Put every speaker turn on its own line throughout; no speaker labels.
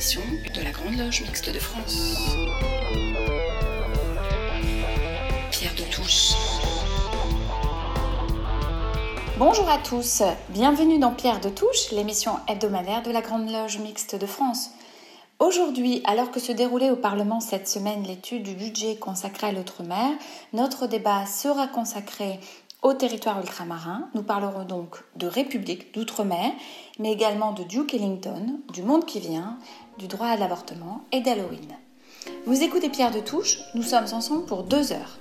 émission de la Grande Loge Mixte de France. Pierre de Touche.
Bonjour à tous, bienvenue dans Pierre de Touche, l'émission hebdomadaire de la Grande Loge Mixte de France. Aujourd'hui, alors que se déroulait au Parlement cette semaine l'étude du budget consacré à l'outre-mer, notre débat sera consacré au territoire ultramarin. Nous parlerons donc de République d'outre-mer, mais également de Duke Ellington, du monde qui vient, du droit à l'avortement et d'Halloween. Vous écoutez Pierre de Touche, nous sommes ensemble pour 2 heures.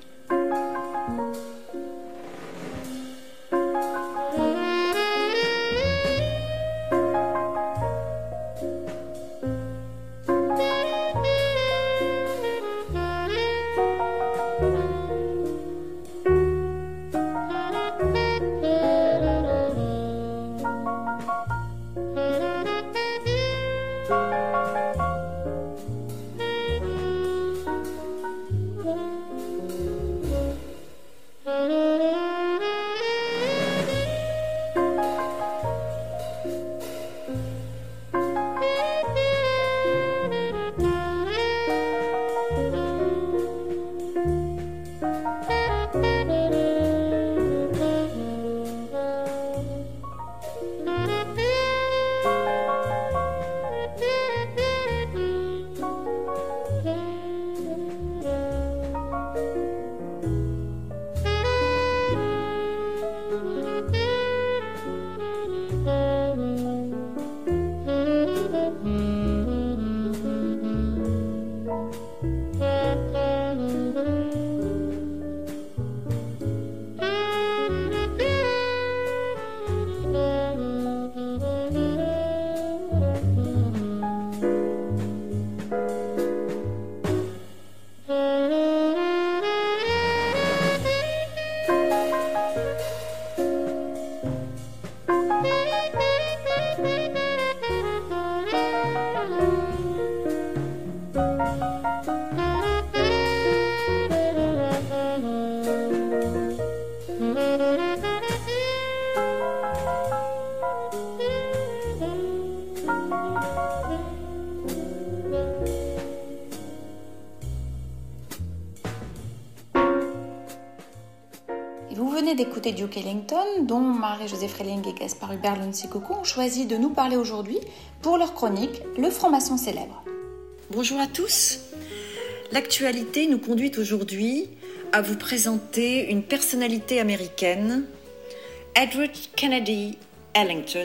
Vous venez d'écouter Duke Ellington, dont Marie-Josée Freling et Gaspard Hubert Lunsikoku ont choisi de nous parler aujourd'hui pour leur chronique « Le franc-maçon célèbre ».
Bonjour à tous. L'actualité nous conduit aujourd'hui à vous présenter une personnalité américaine, Edward Kennedy Ellington.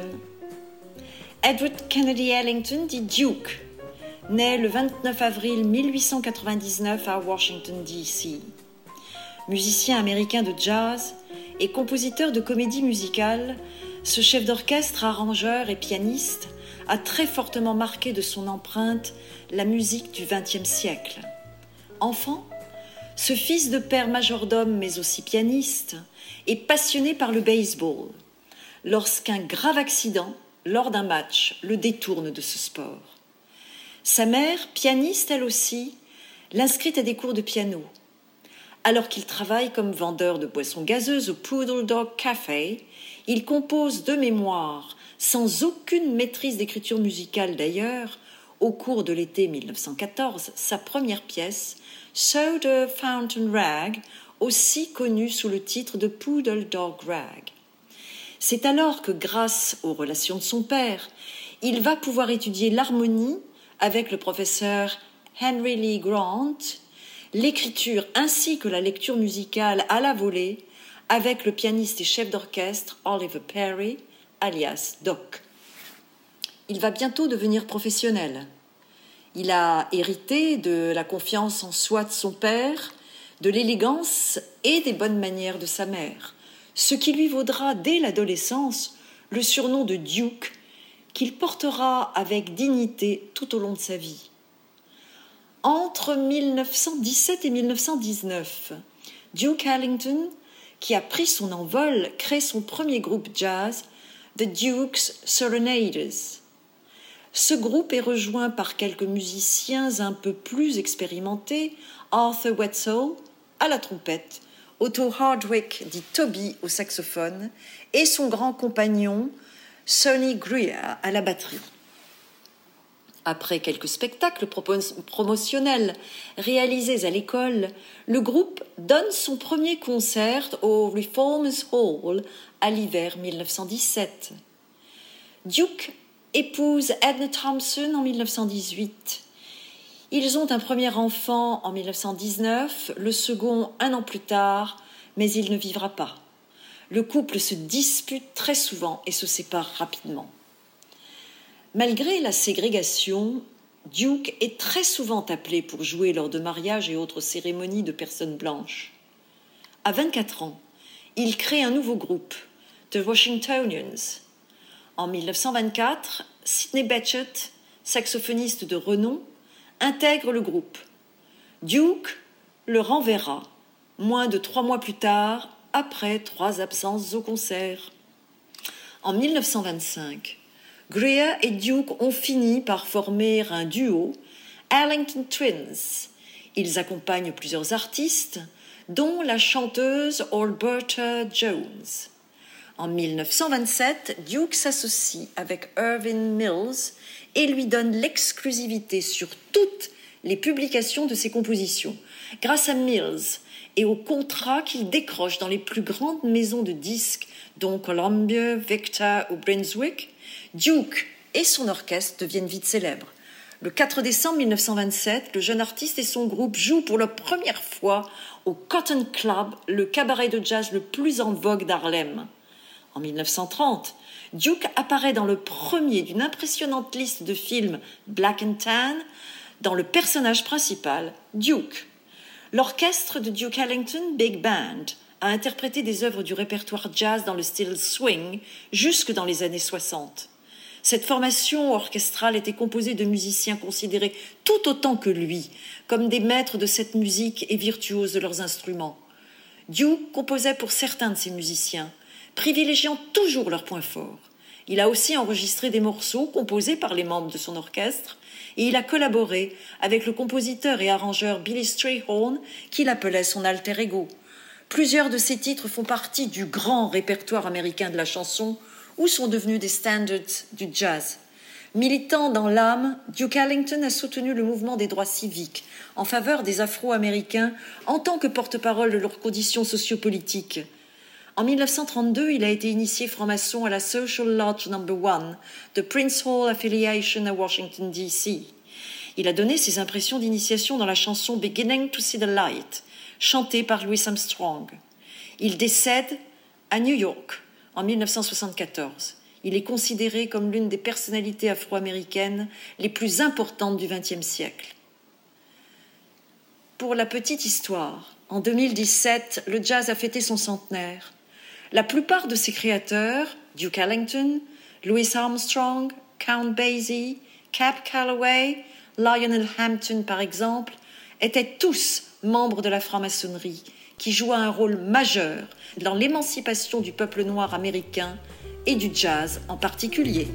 Edward Kennedy Ellington, dit Duke, naît le 29 avril 1899 à Washington, D.C. Musicien américain de jazz et compositeur de comédie musicale, ce chef d'orchestre, arrangeur et pianiste a très fortement marqué de son empreinte la musique du XXe siècle. Enfant, ce fils de père majordome mais aussi pianiste est passionné par le baseball, lorsqu'un grave accident lors d'un match le détourne de ce sport. Sa mère, pianiste elle aussi, l'inscrit à des cours de piano. Alors qu'il travaille comme vendeur de boissons gazeuses au Poodle Dog Café, il compose de mémoire, sans aucune maîtrise d'écriture musicale d'ailleurs, au cours de l'été 1914, sa première pièce, Soda Fountain Rag, aussi connue sous le titre de Poodle Dog Rag. C'est alors que, grâce aux relations de son père, il va pouvoir étudier l'harmonie avec le professeur Henry Lee Grant, l'écriture ainsi que la lecture musicale à la volée avec le pianiste et chef d'orchestre Oliver Perry, alias Doc. Il va bientôt devenir professionnel. Il a hérité de la confiance en soi de son père, de l'élégance et des bonnes manières de sa mère, ce qui lui vaudra dès l'adolescence le surnom de Duke qu'il portera avec dignité tout au long de sa vie. Entre 1917 et 1919, Duke Ellington, qui a pris son envol, crée son premier groupe jazz, The Duke's Serenaders. Ce groupe est rejoint par quelques musiciens un peu plus expérimentés, Arthur Wetzel à la trompette, Otto Hardwick, dit Toby, au saxophone, et son grand compagnon, Sonny Greer, à la batterie. Après quelques spectacles promotionnels réalisés à l'école, le groupe donne son premier concert au Reformers Hall à l'hiver 1917. Duke épouse Edna Thompson en 1918. Ils ont un premier enfant en 1919, le second un an plus tard, mais il ne vivra pas. Le couple se dispute très souvent et se sépare rapidement. Malgré la ségrégation, Duke est très souvent appelé pour jouer lors de mariages et autres cérémonies de personnes blanches. À 24 ans, il crée un nouveau groupe, The Washingtonians. En 1924, Sidney Bechet, saxophoniste de renom, intègre le groupe. Duke le renverra, moins de 3 mois plus tard, après 3 absences au concert. En 1925, Greer et Duke ont fini par former un duo, Ellington Twins. Ils accompagnent plusieurs artistes, dont la chanteuse Alberta Jones. En 1927, Duke s'associe avec Irving Mills et lui donne l'exclusivité sur toutes les publications de ses compositions. Grâce à Mills et aux contrats qu'il décroche dans les plus grandes maisons de disques, dont Columbia, Victor ou Brunswick, Duke et son orchestre deviennent vite célèbres. Le 4 décembre 1927, le jeune artiste et son groupe jouent pour la première fois au Cotton Club, le cabaret de jazz le plus en vogue d'Harlem. En 1930, Duke apparaît dans le premier d'une impressionnante liste de films Black and Tan, dans le personnage principal, Duke. L'orchestre de Duke Ellington Big Band a interprété des œuvres du répertoire jazz dans le style swing jusque dans les années 60. Cette formation orchestrale était composée de musiciens considérés tout autant que lui comme des maîtres de cette musique et virtuoses de leurs instruments. Duke composait pour certains de ces musiciens, privilégiant toujours leurs points forts. Il a aussi enregistré des morceaux composés par les membres de son orchestre et il a collaboré avec le compositeur et arrangeur Billy Strayhorn qu'il appelait son alter ego. Plusieurs de ses titres font partie du grand répertoire américain de la chanson ou sont devenus des standards du jazz. Militant dans l'âme, Duke Ellington a soutenu le mouvement des droits civiques en faveur des Afro-Américains en tant que porte-parole de leurs conditions sociopolitiques. En 1932, il a été initié franc-maçon à la Social Lodge No. 1 de Prince Hall Affiliation à Washington, D.C. Il a donné ses impressions d'initiation dans la chanson Beginning to See the Light, chantée par Louis Armstrong. Il décède à New York en 1974. Il est considéré comme l'une des personnalités afro-américaines les plus importantes du XXe siècle. Pour la petite histoire, en 2017, le jazz a fêté son centenaire. La plupart de ses créateurs, Duke Ellington, Louis Armstrong, Count Basie, Cab Calloway, Lionel Hampton par exemple, étaient tous membres de la franc-maçonnerie, qui joua un rôle majeur dans l'émancipation du peuple noir américain et du jazz en particulier.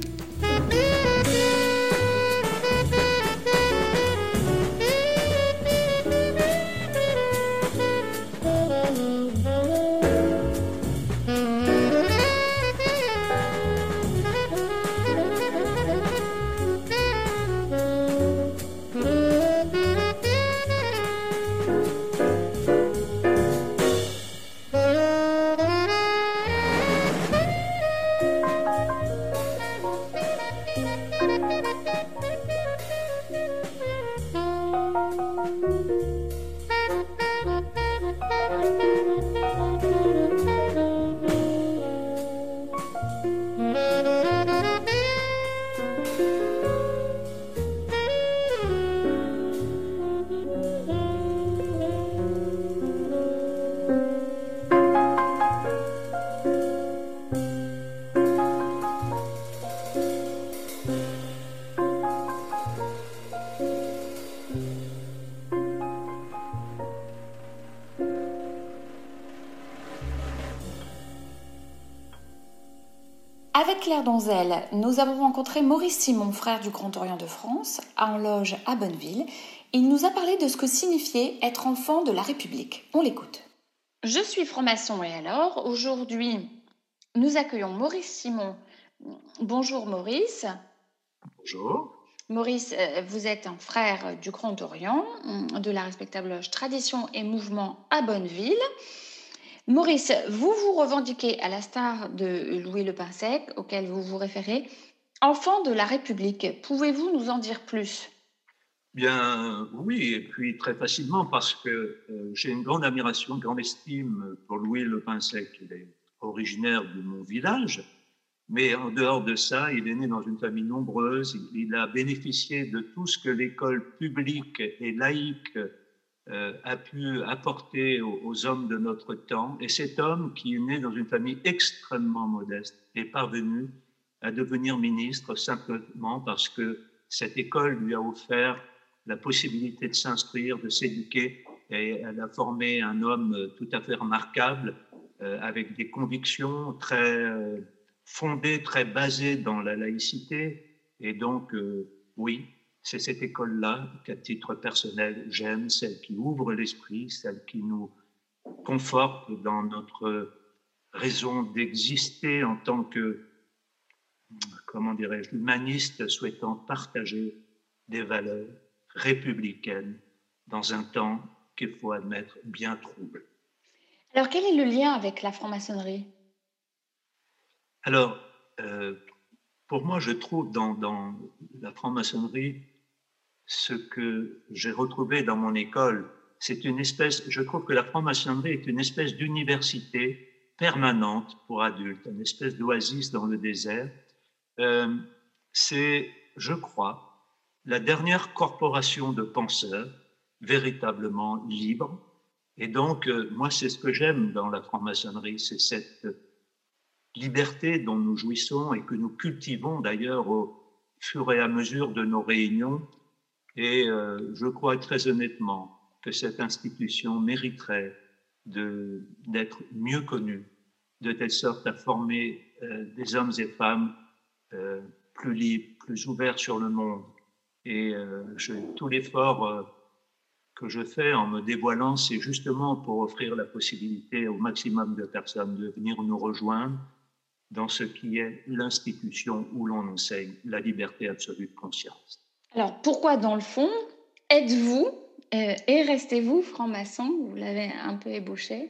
Avec Claire Donzel, nous avons rencontré Maurice Simon, frère du Grand Orient de France, en loge à Bonneville. Il nous a parlé de ce que signifiait être enfant de la République. On l'écoute. Je suis franc-maçon et alors, aujourd'hui, nous accueillons Maurice Simon. Bonjour Maurice.
Bonjour.
Maurice, vous êtes un frère du Grand Orient, de la respectable loge Tradition et Mouvement à Bonneville. Maurice, vous vous revendiquez, à la star de Louis Le Pinsec, auquel vous vous référez, enfant de la République. Pouvez-vous nous en dire plus?
Bien, oui, et puis très facilement parce que j'ai une grande admiration, une grande estime pour Louis Le Pinsec. Il est originaire de mon village, mais en dehors de ça, il est né dans une famille nombreuse. Il a bénéficié de tout ce que l'école publique et laïque a pu apporter aux hommes de notre temps. Et cet homme, qui est né dans une famille extrêmement modeste, est parvenu à devenir ministre simplement parce que cette école lui a offert la possibilité de s'instruire, de s'éduquer, et elle a formé un homme tout à fait remarquable, avec des convictions très fondées, très basées dans la laïcité. Et donc, oui, c'est cette école-là qu'à titre personnel, j'aime, celle qui ouvre l'esprit, celle qui nous conforte dans notre raison d'exister en tant que, comment dirais-je, humaniste souhaitant partager des valeurs républicaine dans un temps qu'il faut admettre bien trouble.
Alors, quel est le lien avec la franc-maçonnerie?
Alors, pour moi, je trouve dans la franc-maçonnerie ce que j'ai retrouvé dans mon école. C'est une espèce, je trouve que la franc-maçonnerie est une espèce d'université permanente pour adultes, une espèce d'oasis dans le désert. C'est, je crois, la dernière corporation de penseurs véritablement libre. Et donc, moi, c'est ce que j'aime dans la franc-maçonnerie, c'est cette liberté dont nous jouissons et que nous cultivons d'ailleurs au fur et à mesure de nos réunions. Et je crois très honnêtement que cette institution mériterait d'être mieux connue, de telle sorte à former des hommes et femmes plus libres, plus ouverts sur le monde. Et tout l'effort que je fais en me dévoilant, c'est justement pour offrir la possibilité au maximum de personnes de venir nous rejoindre dans ce qui est l'institution où l'on enseigne la liberté absolue de conscience.
Alors, pourquoi, dans le fond, êtes-vous et restez-vous franc-maçon? Vous l'avez un peu ébauché.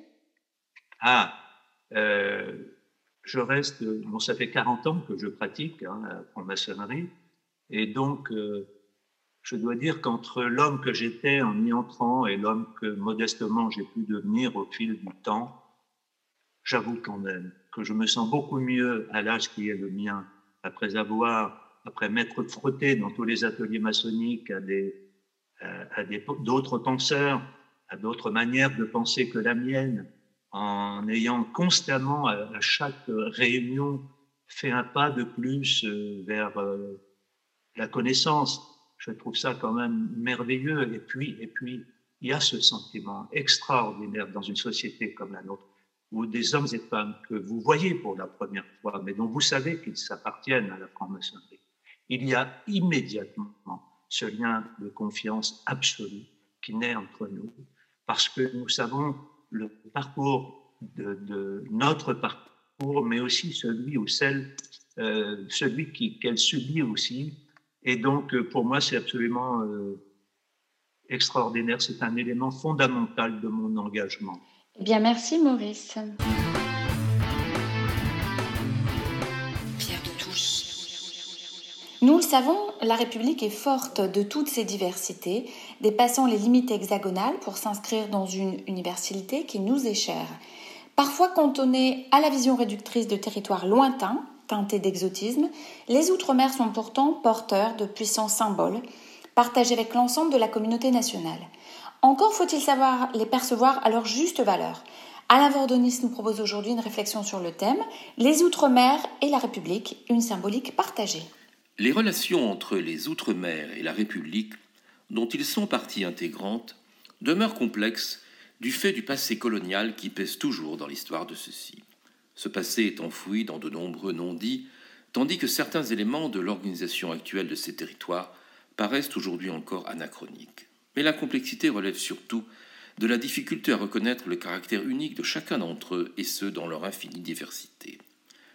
Je reste, bon, ça fait 40 ans que je pratique la franc-maçonnerie, et donc je dois dire qu'entre l'homme que j'étais en y entrant et l'homme que modestement j'ai pu devenir au fil du temps, j'avoue quand même que je me sens beaucoup mieux à l'âge qui est le mien, après m'être frotté dans tous les ateliers maçonniques à d'autres penseurs, à d'autres manières de penser que la mienne, en ayant constamment à chaque réunion fait un pas de plus vers la connaissance. Je trouve ça quand même merveilleux. Et puis, il y a ce sentiment extraordinaire dans une société comme la nôtre, où des hommes et femmes que vous voyez pour la première fois, mais dont vous savez qu'ils s'appartiennent à la franc-maçonnerie, il y a immédiatement ce lien de confiance absolue qui naît entre nous, parce que nous savons le parcours de notre parcours, mais aussi celui ou celui qu'elle subit aussi. Et donc, pour moi, c'est absolument extraordinaire. C'est un élément fondamental de mon engagement.
Eh bien, merci Maurice.
Pierre de Touche.
Nous le savons, la République est forte de toutes ses diversités, dépassant les limites hexagonales pour s'inscrire dans une universalité qui nous est chère. Parfois cantonnés à la vision réductrice de territoires lointains, teintés d'exotisme, les Outre-mer sont pourtant porteurs de puissants symboles, partagés avec l'ensemble de la communauté nationale. Encore faut-il savoir les percevoir à leur juste valeur. Alain Vordonis nous propose aujourd'hui une réflexion sur le thème « Les Outre-mer et la République, une symbolique partagée ».
Les relations entre les Outre-mer et la République, dont ils sont partie intégrante, demeurent complexes du fait du passé colonial qui pèse toujours dans l'histoire de ceux-ci. Ce passé est enfoui dans de nombreux non-dits, tandis que certains éléments de l'organisation actuelle de ces territoires paraissent aujourd'hui encore anachroniques. Mais la complexité relève surtout de la difficulté à reconnaître le caractère unique de chacun d'entre eux, et ce, dans leur infinie diversité.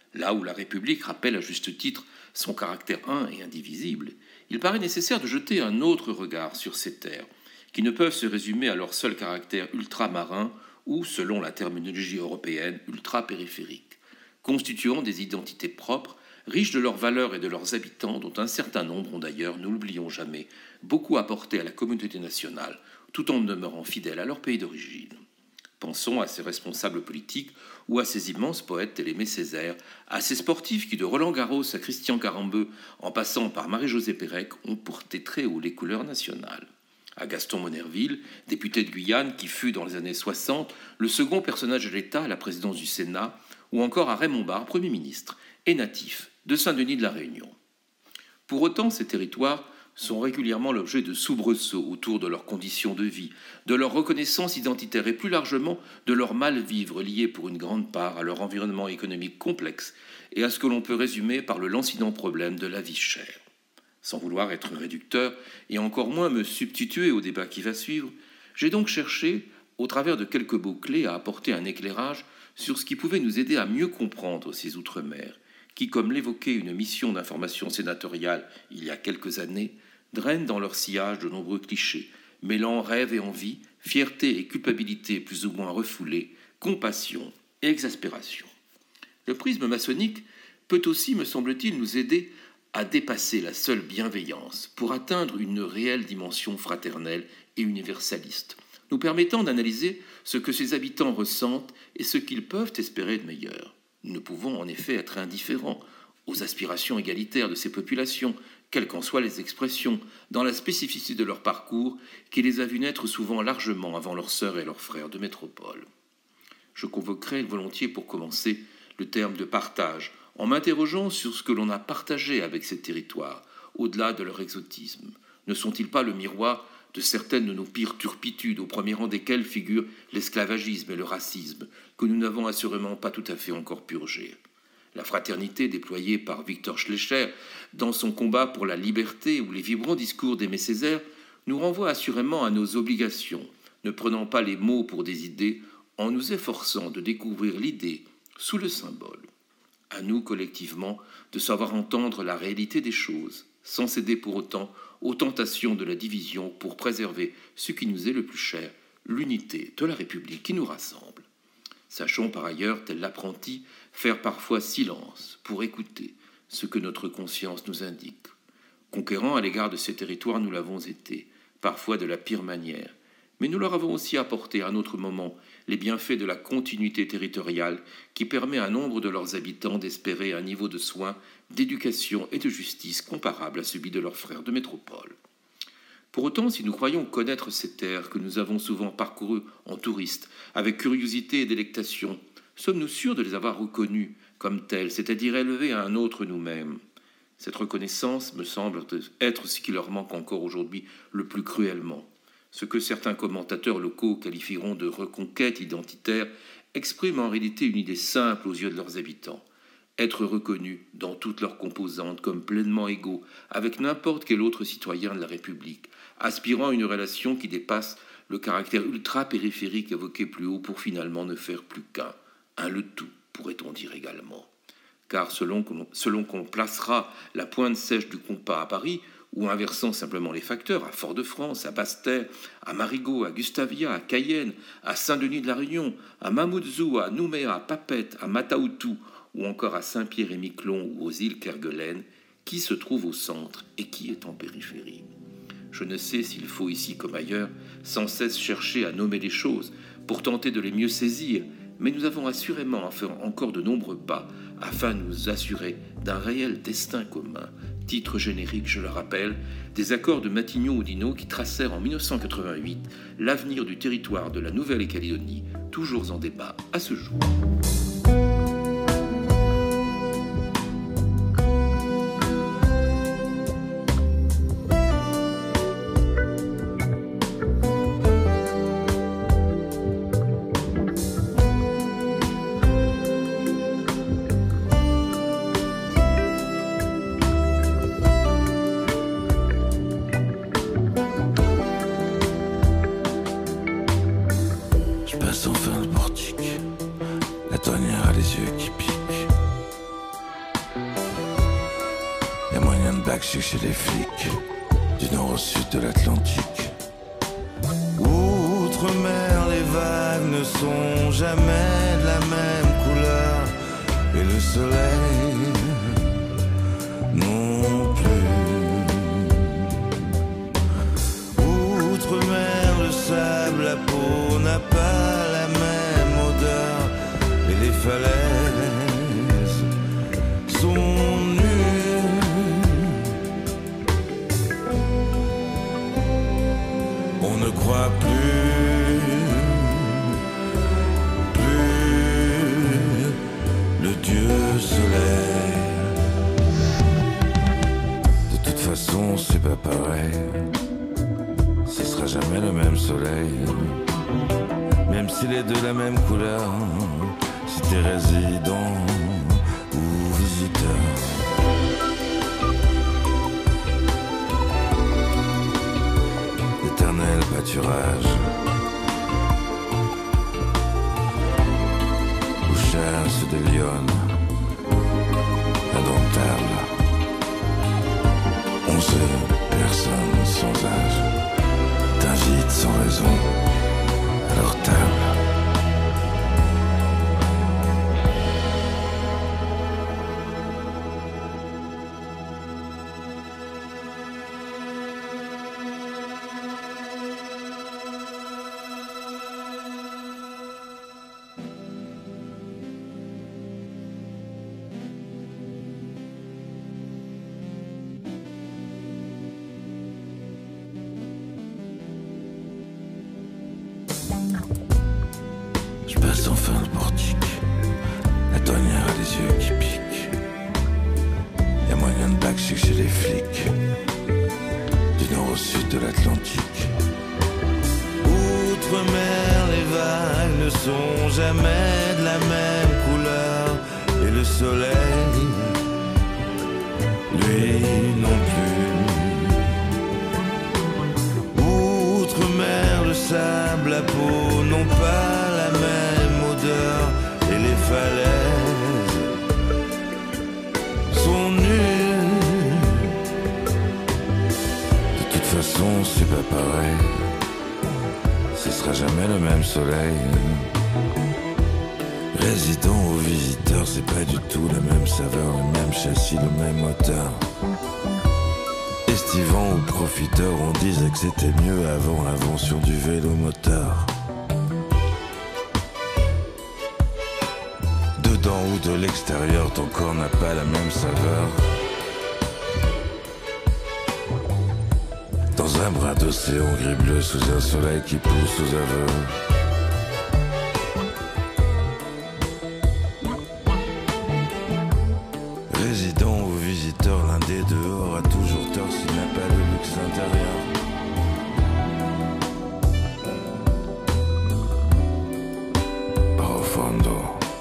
Là où la République rappelle à juste titre son caractère un et indivisible, il paraît nécessaire de jeter un autre regard sur ces terres, qui ne peuvent se résumer à leur seul caractère ultramarin ou, selon la terminologie européenne, ultra-périphérique, constituant des identités propres, riches de leurs valeurs et de leurs habitants, dont un certain nombre ont d'ailleurs, ne l'oublions jamais, beaucoup apporté à la communauté nationale, tout en demeurant fidèles à leur pays d'origine. Pensons à ces responsables politiques ou à ces immenses poètes tels Aimé Césaire, à ces sportifs qui, de Roland-Garros à Christian Carambeu, en passant par Marie-Josée Pérec, ont porté très haut les couleurs nationales. À Gaston Monnerville, député de Guyane, qui fut dans les années 60 le second personnage de l'État à la présidence du Sénat, ou encore à Raymond Barre, Premier ministre, et natif de Saint-Denis de la Réunion. Pour autant, ces territoires sont régulièrement l'objet de soubresauts autour de leurs conditions de vie, de leur reconnaissance identitaire et plus largement de leur mal-vivre lié pour une grande part à leur environnement économique complexe et à ce que l'on peut résumer par le lancinant problème de la vie chère. Sans vouloir être réducteur et encore moins me substituer au débat qui va suivre, j'ai donc cherché, au travers de quelques mots-clés, à apporter un éclairage sur ce qui pouvait nous aider à mieux comprendre ces Outre-mer, qui, comme l'évoquait une mission d'information sénatoriale il y a quelques années, drainent dans leur sillage de nombreux clichés, mêlant rêve et envie, fierté et culpabilité plus ou moins refoulées, compassion et exaspération. Le prisme maçonnique peut aussi, me semble-t-il, nous aider à dépasser la seule bienveillance pour atteindre une réelle dimension fraternelle et universaliste, nous permettant d'analyser ce que ses habitants ressentent et ce qu'ils peuvent espérer de meilleur. Nous ne pouvons en effet être indifférents aux aspirations égalitaires de ces populations, quelles qu'en soient les expressions, dans la spécificité de leur parcours qui les a vus naître souvent largement avant leurs sœurs et leurs frères de métropole. Je convoquerai volontiers pour commencer le terme de partage, en m'interrogeant sur ce que l'on a partagé avec ces territoires, au-delà de leur exotisme. Ne sont-ils pas le miroir de certaines de nos pires turpitudes, au premier rang desquelles figurent l'esclavagisme et le racisme, que nous n'avons assurément pas tout à fait encore purgés? La fraternité déployée par Victor Schleicher dans son combat pour la liberté ou les vibrants discours d'Aimé Césaire nous renvoient assurément à nos obligations, ne prenant pas les mots pour des idées, en nous efforçant de découvrir l'idée sous le symbole. À nous, collectivement, de savoir entendre la réalité des choses, sans céder pour autant aux tentations de la division pour préserver ce qui nous est le plus cher, l'unité de la République qui nous rassemble. Sachons par ailleurs, tel l'apprenti, faire parfois silence pour écouter ce que notre conscience nous indique. Conquérants à l'égard de ces territoires, nous l'avons été, parfois de la pire manière, mais nous leur avons aussi apporté à un autre moment les bienfaits de la continuité territoriale qui permet à nombre de leurs habitants d'espérer un niveau de soins, d'éducation et de justice comparable à celui de leurs frères de métropole. Pour autant, si nous croyons connaître ces terres que nous avons souvent parcourues en touristes, avec curiosité et délectation, sommes-nous sûrs de les avoir reconnues comme telles, c'est-à-dire élevées à un autre nous-mêmes? Cette reconnaissance me semble être ce qui leur manque encore aujourd'hui le plus cruellement. Ce que certains commentateurs locaux qualifieront de reconquête identitaire exprime en réalité une idée simple aux yeux de leurs habitants. Être reconnus dans toutes leurs composantes comme pleinement égaux avec n'importe quel autre citoyen de la République, aspirant à une relation qui dépasse le caractère ultra-périphérique évoqué plus haut pour finalement ne faire plus qu'un le tout, pourrait-on dire également. Car selon qu'on placera la pointe sèche du compas à Paris, ou inversant simplement les facteurs, à Fort-de-France, à Basse-Terre, à Marigot, à Gustavia, à Cayenne, à Saint-Denis de la Réunion, à Mamoudzou, à Nouméa, à Papeete, à Mataoutou, ou encore à Saint-Pierre-et-Miquelon ou aux îles Kerguelen, qui se trouve au centre et qui est en périphérie. Je ne sais s'il faut ici comme ailleurs sans cesse chercher à nommer les choses pour tenter de les mieux saisir, mais nous avons assurément à faire encore de nombreux pas afin de nous assurer d'un réel destin commun. Titre générique, je le rappelle, des accords de Matignon-Oudinot qui tracèrent en 1988 l'avenir du territoire de la Nouvelle-Calédonie, toujours en débat à ce jour.
Enfin le portique, la tonne black chez les flics, du nord au sud de l'Atlantique. Outre-mer, les vagues ne sont jamais de la même couleur, et le soleil non plus. Outre-mer, le sable, la peau n'a pas la même odeur, et les falaises sont nues. On ne croit plus le Dieu soleil. De toute façon, c'est pas pareil. Ce sera jamais le même soleil. Même s'il est de la même couleur, si t'es résident ou visiteur. Éternel pâturage où chassent des lionnes indomptables. 11 personnes sans âge t'invitent sans raison à leur table. Je passe enfin le portique, la douanière a les yeux qui piquent. Y'a moyen de black chez les flics, du nord au sud de l'Atlantique. Outre-mer, les vagues ne sont jamais de la même couleur, et le soleil, lui non plus. Outre-mer, le sable, la peau n'ont pas la même odeur, et les falaises sont nues. De toute façon, c'est pas pareil. Ce sera jamais le même soleil. Résident ou visiteur, c'est pas du tout la même saveur, le même châssis, le même moteur. Estivant ou profiteur, on disait que c'était mieux avant l'invention du vélo moteur. Dedans ou de l'extérieur, ton corps n'a pas la même saveur. Dans un bras d'océan gris-bleu, sous un soleil qui pousse aux aveux. Résident ou visiteur, l'un des deux aura toujours tort s'il n'a pas le luxe intérieur. Profondo.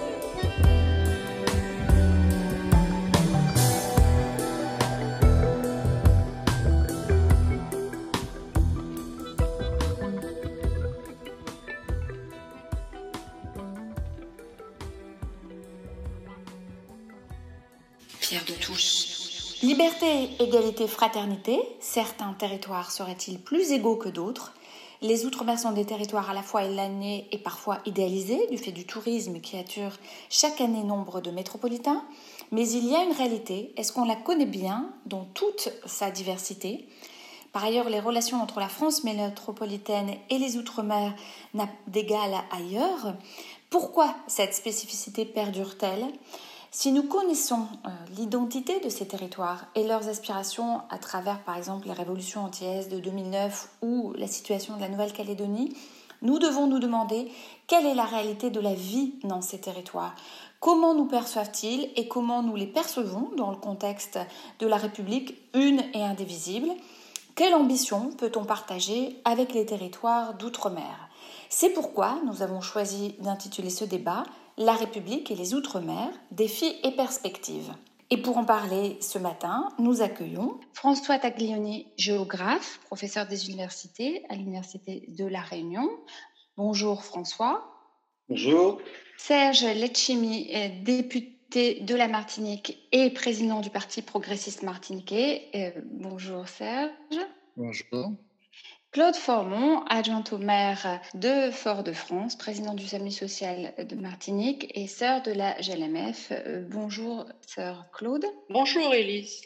Pierre de Touche.
Liberté, égalité, fraternité, certains territoires seraient-ils plus égaux que d'autres ? Les Outre-mer sont des territoires à la fois éloignés et parfois idéalisés du fait du tourisme qui attire chaque année nombre de métropolitains. Mais il y a une réalité, est-ce qu'on la connaît bien dans toute sa diversité ? Par ailleurs, les relations entre la France métropolitaine et les Outre-mer n'ont d'égal ailleurs. Pourquoi cette spécificité perdure-t-elle ? Si nous connaissons l'identité de ces territoires et leurs aspirations à travers, par exemple, les révolutions antillaises de 2009 ou la situation de la Nouvelle-Calédonie, nous devons nous demander quelle est la réalité de la vie dans ces territoires. Comment nous perçoivent-ils et comment nous les percevons dans le contexte de la République une et indivisible ? Quelle ambition peut-on partager avec les territoires d'outre-mer ? C'est pourquoi nous avons choisi d'intituler ce débat « La République et les Outre-mer, défis et perspectives ». Et pour en parler ce matin, nous accueillons François Taglioni, géographe, professeur des universités à l'Université de La Réunion. Bonjour François.
Bonjour.
Serge Letchimy, député député de la Martinique et président du Parti progressiste martiniquais. Bonjour Serge.
Bonjour.
Claude Formont, adjoint au maire de Fort-de-France, président du SAMU social de Martinique et sœur de la GLMF. Bonjour sœur Claude.
Bonjour Élise.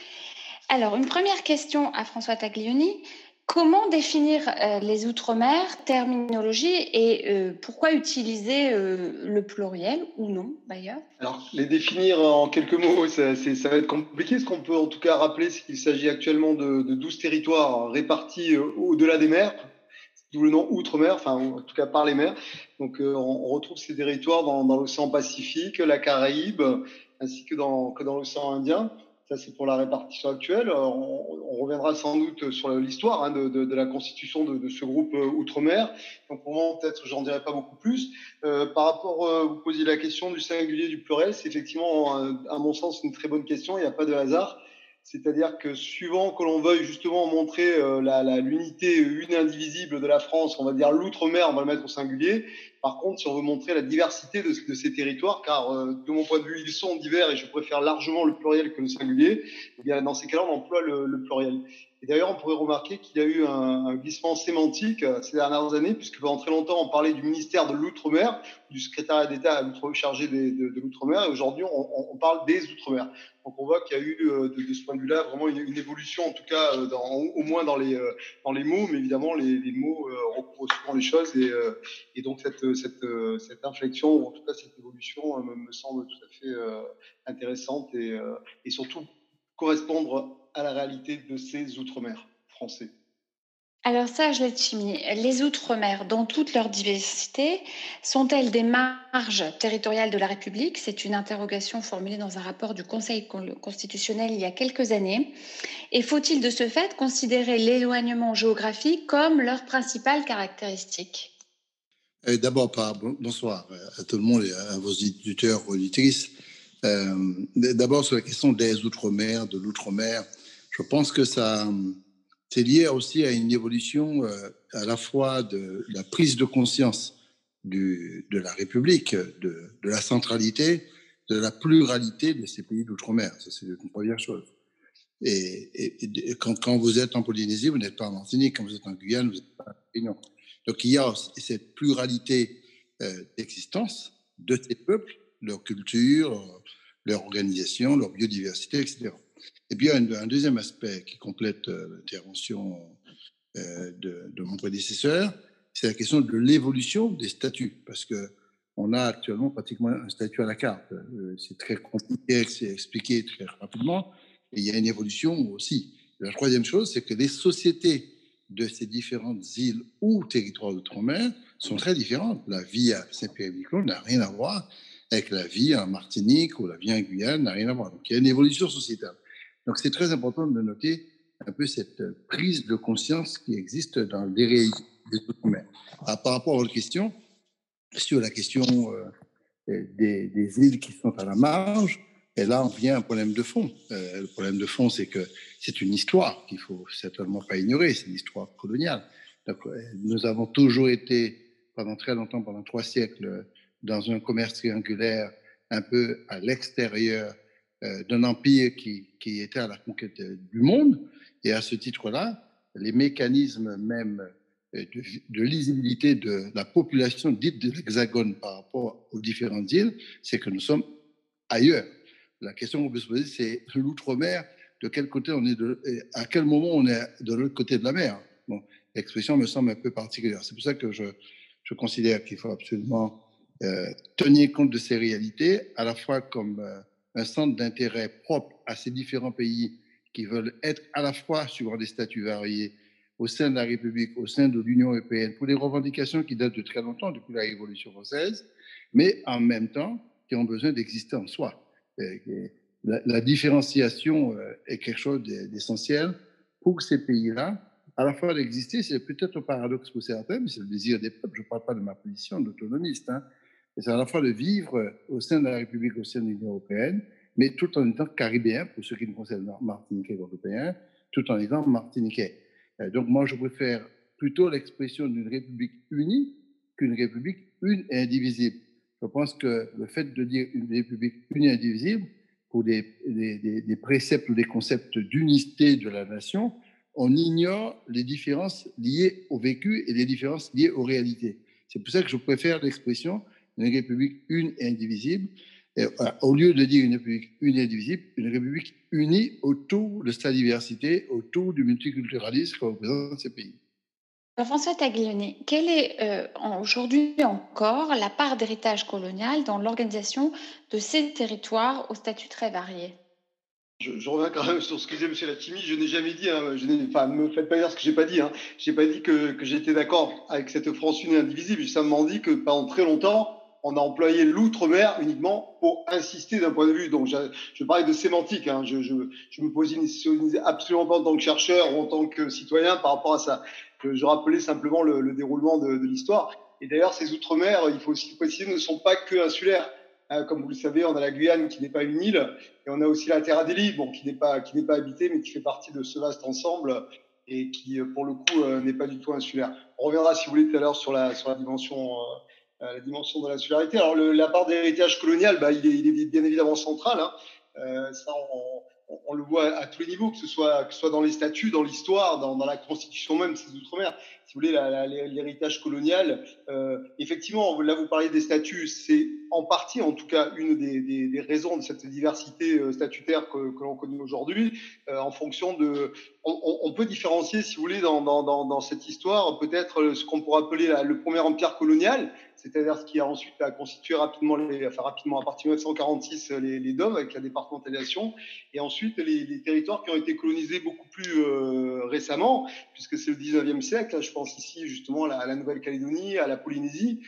Alors, une première question à François Taglioni. Comment définir les Outre-mer, terminologie, et pourquoi utiliser le pluriel ou non d'ailleurs?
Alors, les définir en quelques mots, ça va être compliqué. Ce qu'on peut en tout cas rappeler, c'est qu'il s'agit actuellement de 12 territoires répartis au-delà des mers, d'où le nom Outre-mer, enfin en tout cas par les mers. Donc on retrouve ces territoires dans l'océan Pacifique, la Caraïbe, ainsi que dans l'océan Indien. Ça, c'est pour la répartition actuelle. On reviendra sans doute sur l'histoire de la constitution de ce groupe Outre-mer. Donc pour moi, peut-être, j'en dirai pas beaucoup plus. Par rapport, vous posiez la question du singulier, du pluriel, c'est effectivement, à mon sens, une très bonne question. Il n'y a pas de hasard. C'est-à-dire que suivant que l'on veuille justement montrer l'unité une indivisible de la France, on va dire l'outre-mer, on va le mettre au singulier. Par contre, si on veut montrer la diversité de ces territoires, car de mon point de vue, ils sont divers et je préfère largement le pluriel que le singulier, eh bien, dans ces cas-là, on emploie le pluriel. Et d'ailleurs, on pourrait remarquer qu'il y a eu un glissement sémantique ces dernières années, puisque pendant très longtemps, on parlait du ministère de l'Outre-mer, du secrétariat d'État chargé de l'Outre-mer, et aujourd'hui, on parle des Outre-mer. Donc, on voit qu'il y a eu, de ce point de vue-là, vraiment une évolution, en tout cas, au moins dans les mots, mais évidemment, les mots recouvrent souvent les choses, et donc cette inflexion, ou en tout cas cette évolution, me semble tout à fait intéressante et surtout correspondre à la réalité de ces Outre-mer français.
Alors Serge Letchimy, les Outre-mer, dans toute leur diversité, sont-elles des marges territoriales de la République? C'est une interrogation formulée dans un rapport du Conseil constitutionnel il y a quelques années. Et faut-il de ce fait considérer l'éloignement géographique comme leur principale caractéristique?
D'abord, bonsoir à tout le monde et à vos auditeurs, auditrices. D'abord, sur la question des Outre-mer, de l'Outre-mer, je pense que c'est lié aussi à une évolution à la fois de la prise de conscience de la République, de la centralité, de la pluralité de ces pays d'Outre-mer. Ça, c'est une première chose. Et quand vous êtes en Polynésie, vous n'êtes pas en Martinique. Quand vous êtes en Guyane, vous n'êtes pas en Réunion. Donc, il y a cette pluralité d'existence de ces peuples, leur culture, leur organisation, leur biodiversité, etc. Et puis, il y a un deuxième aspect qui complète l'intervention de mon prédécesseur, c'est la question de l'évolution des statuts, parce qu'on a actuellement pratiquement un statut à la carte. C'est très compliqué, c'est expliqué très rapidement, et il y a une évolution aussi. Et la troisième chose, c'est que les sociétés de ces différentes îles ou territoires d'outre-mer sont très différentes. La vie à Saint-Pierre-et-Miquelon n'a rien à voir avec la vie en Martinique ou la vie en Guyane, n'a rien à voir. Donc, il y a une évolution sociétale. Donc, c'est très important de noter un peu cette prise de conscience qui existe dans les réalités des outre-mer. Par rapport à votre question, sur la question des îles qui sont à la marge, et là, on vient à un problème de fond. Le problème de fond, c'est que c'est une histoire qu'il ne faut certainement pas ignorer, c'est une histoire coloniale. Donc, nous avons toujours été, pendant très longtemps, pendant 3 siècles, dans un commerce triangulaire un peu à l'extérieur d'un empire qui était à la conquête du monde. Et à ce titre-là, les mécanismes même de lisibilité de la population dite de l'Hexagone par rapport aux différentes îles, c'est que nous sommes ailleurs. La question qu'on peut se poser, c'est l'outre-mer, de quel côté on est, à quel moment on est de l'autre côté de la mer. Bon, l'expression me semble un peu particulière. C'est pour ça que je considère qu'il faut absolument tenir compte de ces réalités, à la fois comme un centre d'intérêt propre à ces différents pays qui veulent être à la fois suivant des statuts variés au sein de la République, au sein de l'Union européenne, pour des revendications qui datent de très longtemps, depuis la Révolution française, mais en même temps qui ont besoin d'exister en soi. La différenciation est quelque chose d'essentiel pour ces pays-là, à la fois d'exister, c'est peut-être un paradoxe pour certains, mais c'est le désir des peuples, je ne parle pas de ma position d'autonomiste, hein, c'est à la fois de vivre au sein de la République, au sein de l'Union européenne, mais tout en étant caribéen, pour ceux qui nous concernent martiniquais et européens, tout en étant martiniquais. Donc moi, je préfère plutôt l'expression d'une République unie qu'une République une et indivisible. Je pense que le fait de dire une république unie et indivisible, pour des préceptes ou des concepts d'unité de la nation, on ignore les différences liées au vécu et les différences liées aux réalités. C'est pour ça que je préfère l'expression une république une et indivisible, au lieu de dire une république une et indivisible, une république unie autour de sa diversité, autour du multiculturalisme que représente ces pays.
Jean-François Taglioni, quelle est aujourd'hui encore la part d'héritage colonial dans l'organisation de ces territoires au statut très varié?
Je reviens quand même sur ce que disait M. Lachimi. Je n'ai jamais dit, ne me faites pas dire ce que je n'ai pas dit. Je n'ai pas dit que j'étais d'accord avec cette France unie et indivisible. J'ai simplement dit que pendant très longtemps, on a employé l'outre-mer uniquement pour insister d'un point de vue. Donc, je parlais de sémantique. Je me positionne absolument pas en tant que chercheur ou en tant que citoyen par rapport à ça. Je rappelais simplement le déroulement de l'histoire. Et d'ailleurs, ces outre-mer, il faut aussi le préciser, ne sont pas que insulaires. Comme vous le savez, on a la Guyane qui n'est pas une île, et on a aussi la Terre Adélie, qui n'est pas habitée, mais qui fait partie de ce vaste ensemble et qui, pour le coup, n'est pas du tout insulaire. On reviendra, si vous voulez, tout à l'heure sur la dimension de l'insularité. Alors, la part d'héritage colonial, il est bien évidemment central. Ça, on le voit à tous les niveaux, que ce soit dans les statuts, dans l'histoire, dans la constitution même de ces outre-mer. Si vous voulez, l'héritage colonial, effectivement, là vous parlez des statuts, c'est en partie, en tout cas, une des raisons de cette diversité statutaire que l'on connaît aujourd'hui, en fonction de... On peut différencier, si vous voulez, dans cette histoire, peut-être ce qu'on pourrait appeler le premier empire colonial, c'est-à-dire ce qui a ensuite constitué rapidement, à partir de 1946, les DOM avec la départementalisation, et ensuite les territoires qui ont été colonisés beaucoup plus récemment, puisque c'est le 19e siècle. Là, je pense ici justement à la Nouvelle-Calédonie, à la Polynésie,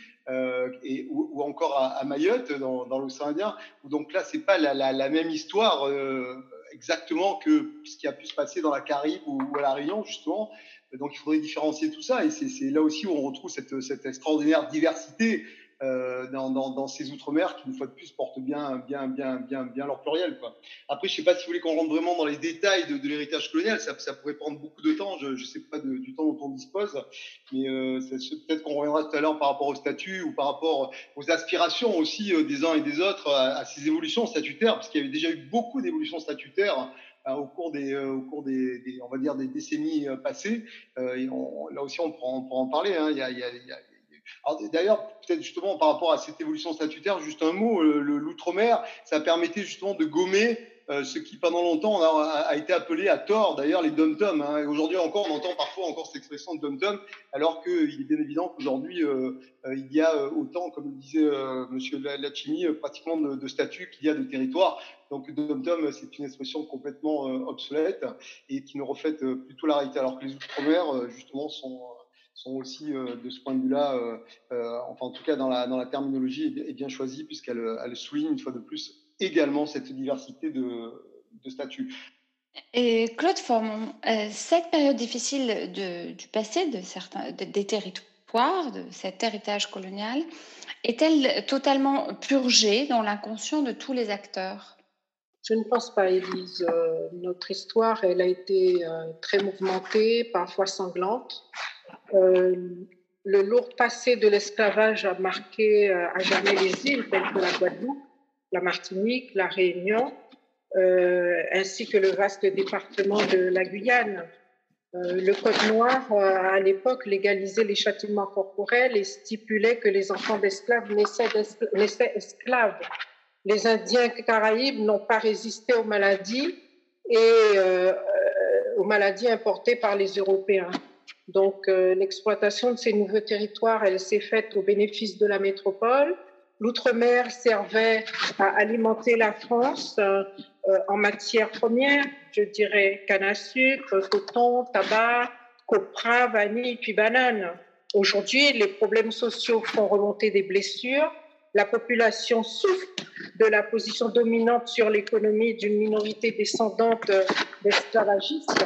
ou encore à Mayotte, dans l'océan Indien, où donc là, c'est pas la même histoire exactement que ce qui a pu se passer dans la Caraïbe ou à la Réunion, justement. Donc, il faudrait différencier tout ça, et c'est là aussi où on retrouve cette extraordinaire diversité dans ces outre-mer qui, une fois de plus, portent bien leur pluriel, quoi. Après, je ne sais pas si vous voulez qu'on rentre vraiment dans les détails de l'héritage colonial, ça pourrait prendre beaucoup de temps, je ne sais pas du temps dont on dispose, mais peut-être qu'on reviendra tout à l'heure par rapport au statut ou par rapport aux aspirations aussi des uns et des autres à ces évolutions statutaires, parce qu'il y avait déjà eu beaucoup d'évolutions statutaires au cours des on va dire des décennies passées. Là aussi, on pourra en parler. Alors, d'ailleurs, peut-être justement par rapport à cette évolution statutaire, juste un mot, l'outre-mer, ça permettait justement de gommer ce qui pendant longtemps a été appelé à tort d'ailleurs les dom-tom. Aujourd'hui encore, on entend parfois encore cette expression de dom-tom, alors qu'il est bien évident qu'aujourd'hui, il y a autant, comme le disait M. Lachimi, pratiquement de statuts qu'il y a de territoires. Donc dom-tom, c'est une expression complètement obsolète et qui ne reflète plutôt la réalité, alors que les outre-mer, justement, sont aussi, de ce point de vue-là, enfin en tout cas dans la terminologie, est bien choisie, puisqu'elle souligne une fois de plus également cette diversité de statuts.
Et Claude Formon, cette période difficile du passé des territoires, de cet héritage colonial, est-elle totalement purgée dans l'inconscient de tous les acteurs?
Je ne pense pas, Élise. Notre histoire, elle a été très mouvementée, parfois sanglante. Le lourd passé de l'esclavage a marqué à jamais les îles telles que la Guadeloupe, la Martinique, la Réunion, ainsi que le vaste département de la Guyane. Le Code noir, à l'époque, légalisait les châtiments corporels et stipulait que les enfants d'esclaves naissaient esclaves. Les Indiens Caraïbes n'ont pas résisté aux maladies importées par les Européens. Donc, l'exploitation de ces nouveaux territoires, elle s'est faite au bénéfice de la métropole. L'outre-mer servait à alimenter la France en matières premières, je dirais canne à sucre, coton, tabac, copra, vanille, puis banane. Aujourd'hui, les problèmes sociaux font remonter des blessures. La population souffre de la position dominante sur l'économie d'une minorité descendante d'esclavagistes.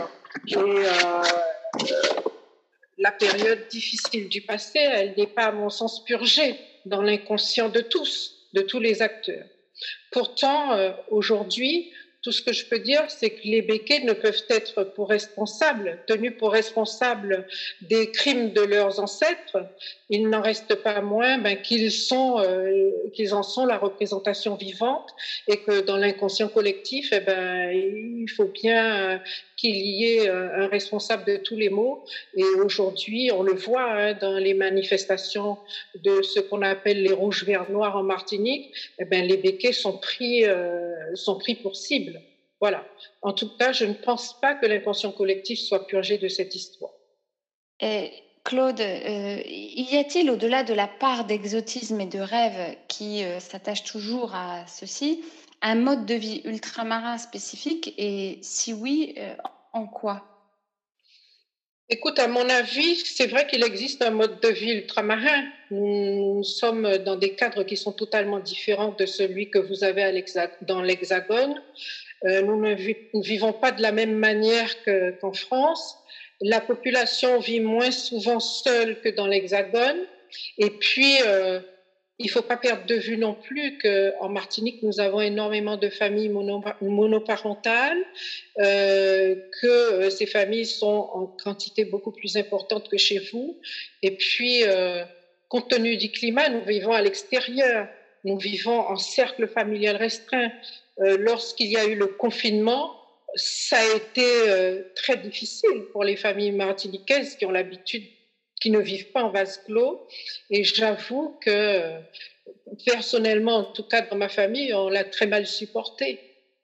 La période difficile du passé, elle n'est pas, à mon sens, purgée dans l'inconscient de tous les acteurs. Pourtant, aujourd'hui, Tout ce que je peux dire, c'est que les békés ne peuvent être tenus pour responsables des crimes de leurs ancêtres. Il n'en reste pas moins qu'ils en sont la représentation vivante et que dans l'inconscient collectif, il faut bien qu'il y ait un responsable de tous les maux. Et aujourd'hui, on le voit dans les manifestations de ce qu'on appelle les rouges, verts, noirs en Martinique, les békés sont pris pour cible. Voilà. En tout cas, je ne pense pas que l'inconscient collectif soit purgé de cette histoire.
Et Claude, y a-t-il, au-delà de la part d'exotisme et de rêve qui s'attache toujours à ceci, un mode de vie ultramarin spécifique et si oui, en quoi ?
Écoute, à mon avis, c'est vrai qu'il existe un mode de vie ultramarin. Nous sommes dans des cadres qui sont totalement différents de celui que vous avez dans l'Hexagone. Nous ne vivons pas de la même manière qu'en France. La population vit moins souvent seule que dans l'Hexagone. Et puis, il ne faut pas perdre de vue non plus qu'en Martinique, nous avons énormément de familles monoparentales, que ces familles sont en quantité beaucoup plus importante que chez vous. Et puis, compte tenu du climat, nous vivons à l'extérieur. Nous vivons en cercle familial restreint. Lorsqu'il y a eu le confinement, ça a été très difficile pour les familles martiniquaises qui ont l'habitude, qui ne vivent pas en vase clos. Et j'avoue que personnellement, en tout cas dans ma famille, on l'a très mal supporté.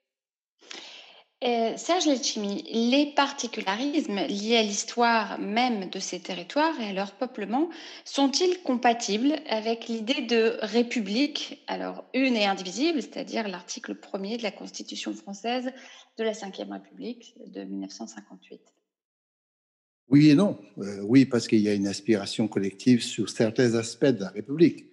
Serge Letchimy, les particularismes liés à l'histoire même de ces territoires et à leur peuplement sont-ils compatibles avec l'idée de république, alors une et indivisible, c'est-à-dire l'article 1er de la Constitution française de la Ve République de 1958 ?
Oui et non. Oui, parce qu'il y a une aspiration collective sur certains aspects de la République.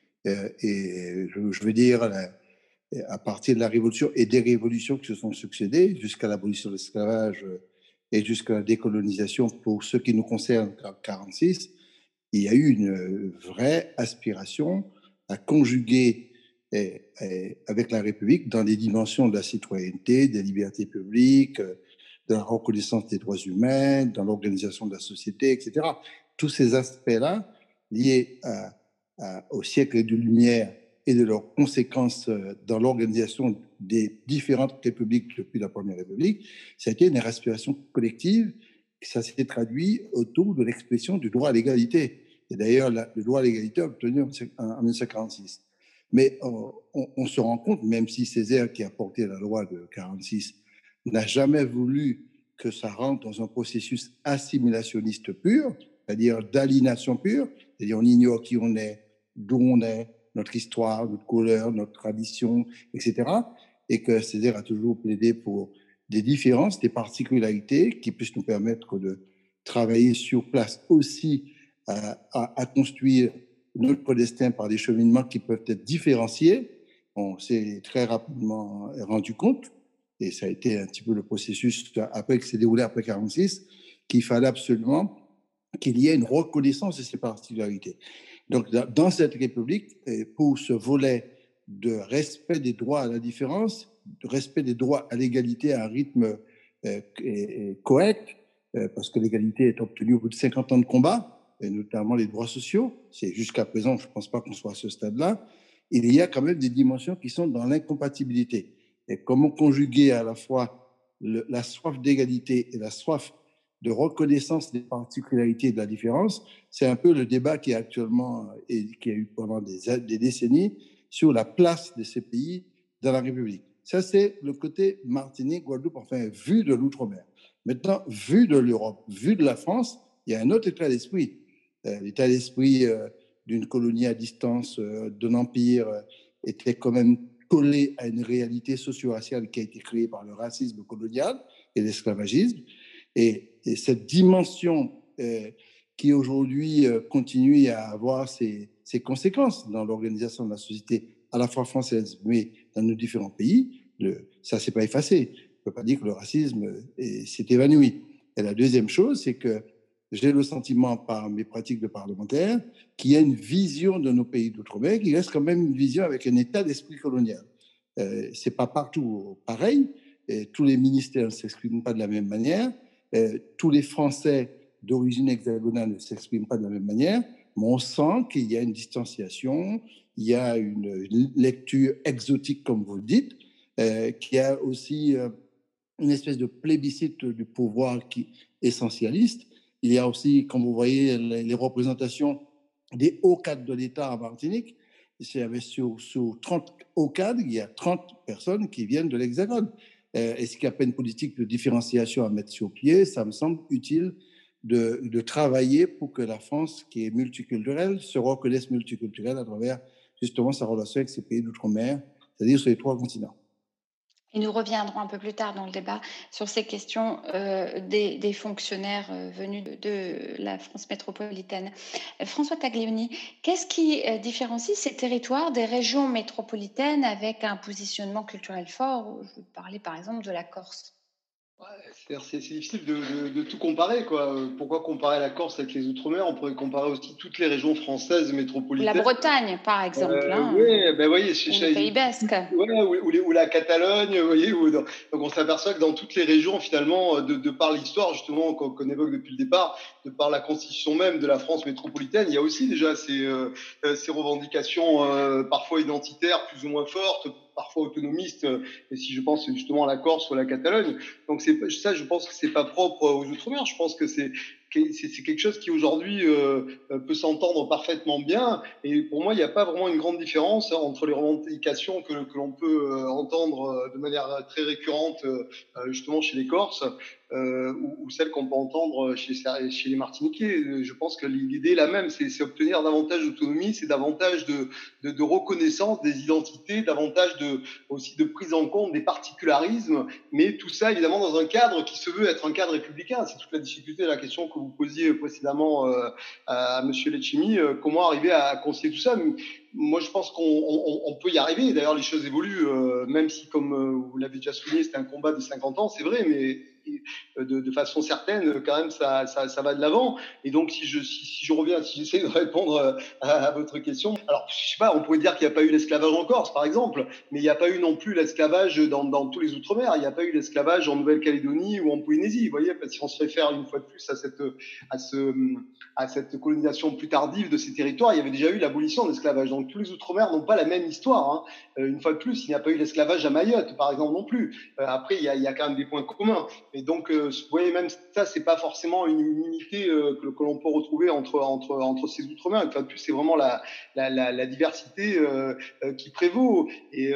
Et je veux dire, à partir de la Révolution et des révolutions qui se sont succédées, jusqu'à l'abolition de l'esclavage et jusqu'à la décolonisation, pour ce qui nous concerne, en 1946, il y a eu une vraie aspiration à conjuguer avec la République dans les dimensions de la citoyenneté, des libertés publiques, de la reconnaissance des droits humains, dans l'organisation de la société, etc. Tous ces aspects-là liés au siècle de Lumière et de leurs conséquences dans l'organisation des différentes républiques depuis la Première République, ça a été une respiration collective. Ça s'est traduit autour de l'expression du droit à l'égalité. Et d'ailleurs, le droit à l'égalité obtenu en 1946. Mais on se rend compte, même si Césaire, qui a porté la loi de 1946, n'a jamais voulu que ça rentre dans un processus assimilationniste pur, c'est-à-dire d'aliénation pure, c'est-à-dire on ignore qui on est, d'où on est, notre histoire, notre couleur, notre tradition, etc. Et que Césaire a toujours plaidé pour des différences, des particularités qui puissent nous permettre de travailler sur place aussi à construire notre destin par des cheminements qui peuvent être différenciés. On s'est très rapidement rendu compte, et ça a été un petit peu le processus après que s'est déroulé après 1946, qu'il fallait absolument qu'il y ait une reconnaissance de ces particularités. Donc, dans cette République, pour ce volet de respect des droits à la différence, de respect des droits à l'égalité à un rythme correct, parce que l'égalité est obtenue au bout de 50 ans de combat, et notamment les droits sociaux, c'est jusqu'à présent, je ne pense pas qu'on soit à ce stade-là, il y a quand même des dimensions qui sont dans l'incompatibilité. Et comment conjuguer à la fois la soif d'égalité et la soif de reconnaissance des particularités et de la différence, c'est un peu le débat qui est actuellement et qui a eu pendant des décennies sur la place de ces pays dans la République. Ça, c'est le côté Martinique, Guadeloupe, enfin, vu de l'outre-mer. Maintenant, vu de l'Europe, vu de la France, il y a un autre état d'esprit. L'état d'esprit d'une colonie à distance, d'un empire, était quand même collé à une réalité socio-raciale qui a été créée par le racisme colonial et l'esclavagisme. Et cette dimension qui aujourd'hui continue à avoir ses conséquences dans l'organisation de la société à la fois française, mais dans nos différents pays, ça ne s'est pas effacé. On ne peut pas dire que le racisme s'est évanoui. Et la deuxième chose, c'est que j'ai le sentiment par mes pratiques de parlementaire qu'il y a une vision de nos pays d'outre-mer qui reste quand même une vision avec un état d'esprit colonial. Ce n'est pas partout pareil, tous les ministères ne s'expriment pas de la même manière, tous les Français d'origine hexagonale ne s'expriment pas de la même manière, mais on sent qu'il y a une distanciation, il y a une lecture exotique, comme vous le dites, qu'il y a aussi une espèce de plébiscite du pouvoir qui essentialiste. Il y a aussi, comme vous voyez, les représentations des hauts cadres de l'État en Martinique. Sur 30 hauts cadres, il y a 30 personnes qui viennent de l'Hexagone. Est-ce qu'il n'y a pas une politique de différenciation à mettre sur pied? Ça me semble utile de travailler pour que la France, qui est multiculturelle, se reconnaisse multiculturelle à travers justement sa relation avec ces pays d'outre-mer, c'est-à-dire sur les 3 continents.
Et nous reviendrons un peu plus tard dans le débat sur ces questions des fonctionnaires venus de la France métropolitaine. François Taglioni, qu'est-ce qui différencie ces territoires des régions métropolitaines avec un positionnement culturel fort? Je veux parler par exemple de la Corse.
C'est difficile de tout comparer, quoi. Pourquoi comparer la Corse avec les Outre-mer? On pourrait comparer aussi toutes les régions françaises métropolitaines.
La Bretagne, par exemple.
Oui, ben voyez,
ou le Pays Basque.
Ou la Catalogne, vous voyez. Donc on s'aperçoit que dans toutes les régions, finalement, de par l'histoire, justement, qu'on évoque depuis le départ, de par la constitution même de la France métropolitaine, il y a aussi déjà ces revendications parfois identitaires, plus ou moins fortes, parfois autonomistes, et si je pense justement à la Corse ou à la Catalogne. Donc ça, je pense que c'est pas propre aux Outre-mer. Je pense que c'est quelque chose qui aujourd'hui peut s'entendre parfaitement bien. Et pour moi, il n'y a pas vraiment une grande différence entre les revendications que l'on peut entendre de manière très récurrente justement chez les Corses ou celles qu'on peut entendre chez les Martiniquais. Je pense que l'idée est la même, c'est obtenir davantage d'autonomie, c'est davantage de reconnaissance des identités, davantage aussi de prise en compte des particularismes, mais tout ça évidemment dans un cadre qui se veut être un cadre républicain. C'est toute la difficulté de la question que vous posiez précédemment à Monsieur Letchimy, comment arriver à concilier tout ça. Moi, je pense qu'on peut y arriver. D'ailleurs, les choses évoluent, même si, comme vous l'avez déjà souligné, c'était un combat de 50 ans, c'est vrai, mais de façon certaine, quand même, ça va de l'avant. Et donc, si je reviens, si j'essaie de répondre à votre question, alors, je sais pas, on pourrait dire qu'il n'y a pas eu l'esclavage en Corse, par exemple, mais il n'y a pas eu non plus l'esclavage dans tous les Outre-mer. Il n'y a pas eu l'esclavage en Nouvelle-Calédonie ou en Polynésie. Vous voyez, si on se réfère une fois de plus à cette colonisation plus tardive de ces territoires, il y avait déjà eu l'abolition de l'esclavage. Donc, tous les Outre-mer n'ont pas la même histoire. Hein. Une fois de plus, il n'y a pas eu l'esclavage à Mayotte, par exemple, non plus. Après, il y a quand même des points communs. Et donc, vous voyez, même ça, c'est pas forcément une unité que l'on peut retrouver entre ces Outre-mer. Une fois de plus, c'est vraiment la diversité qui prévaut. Et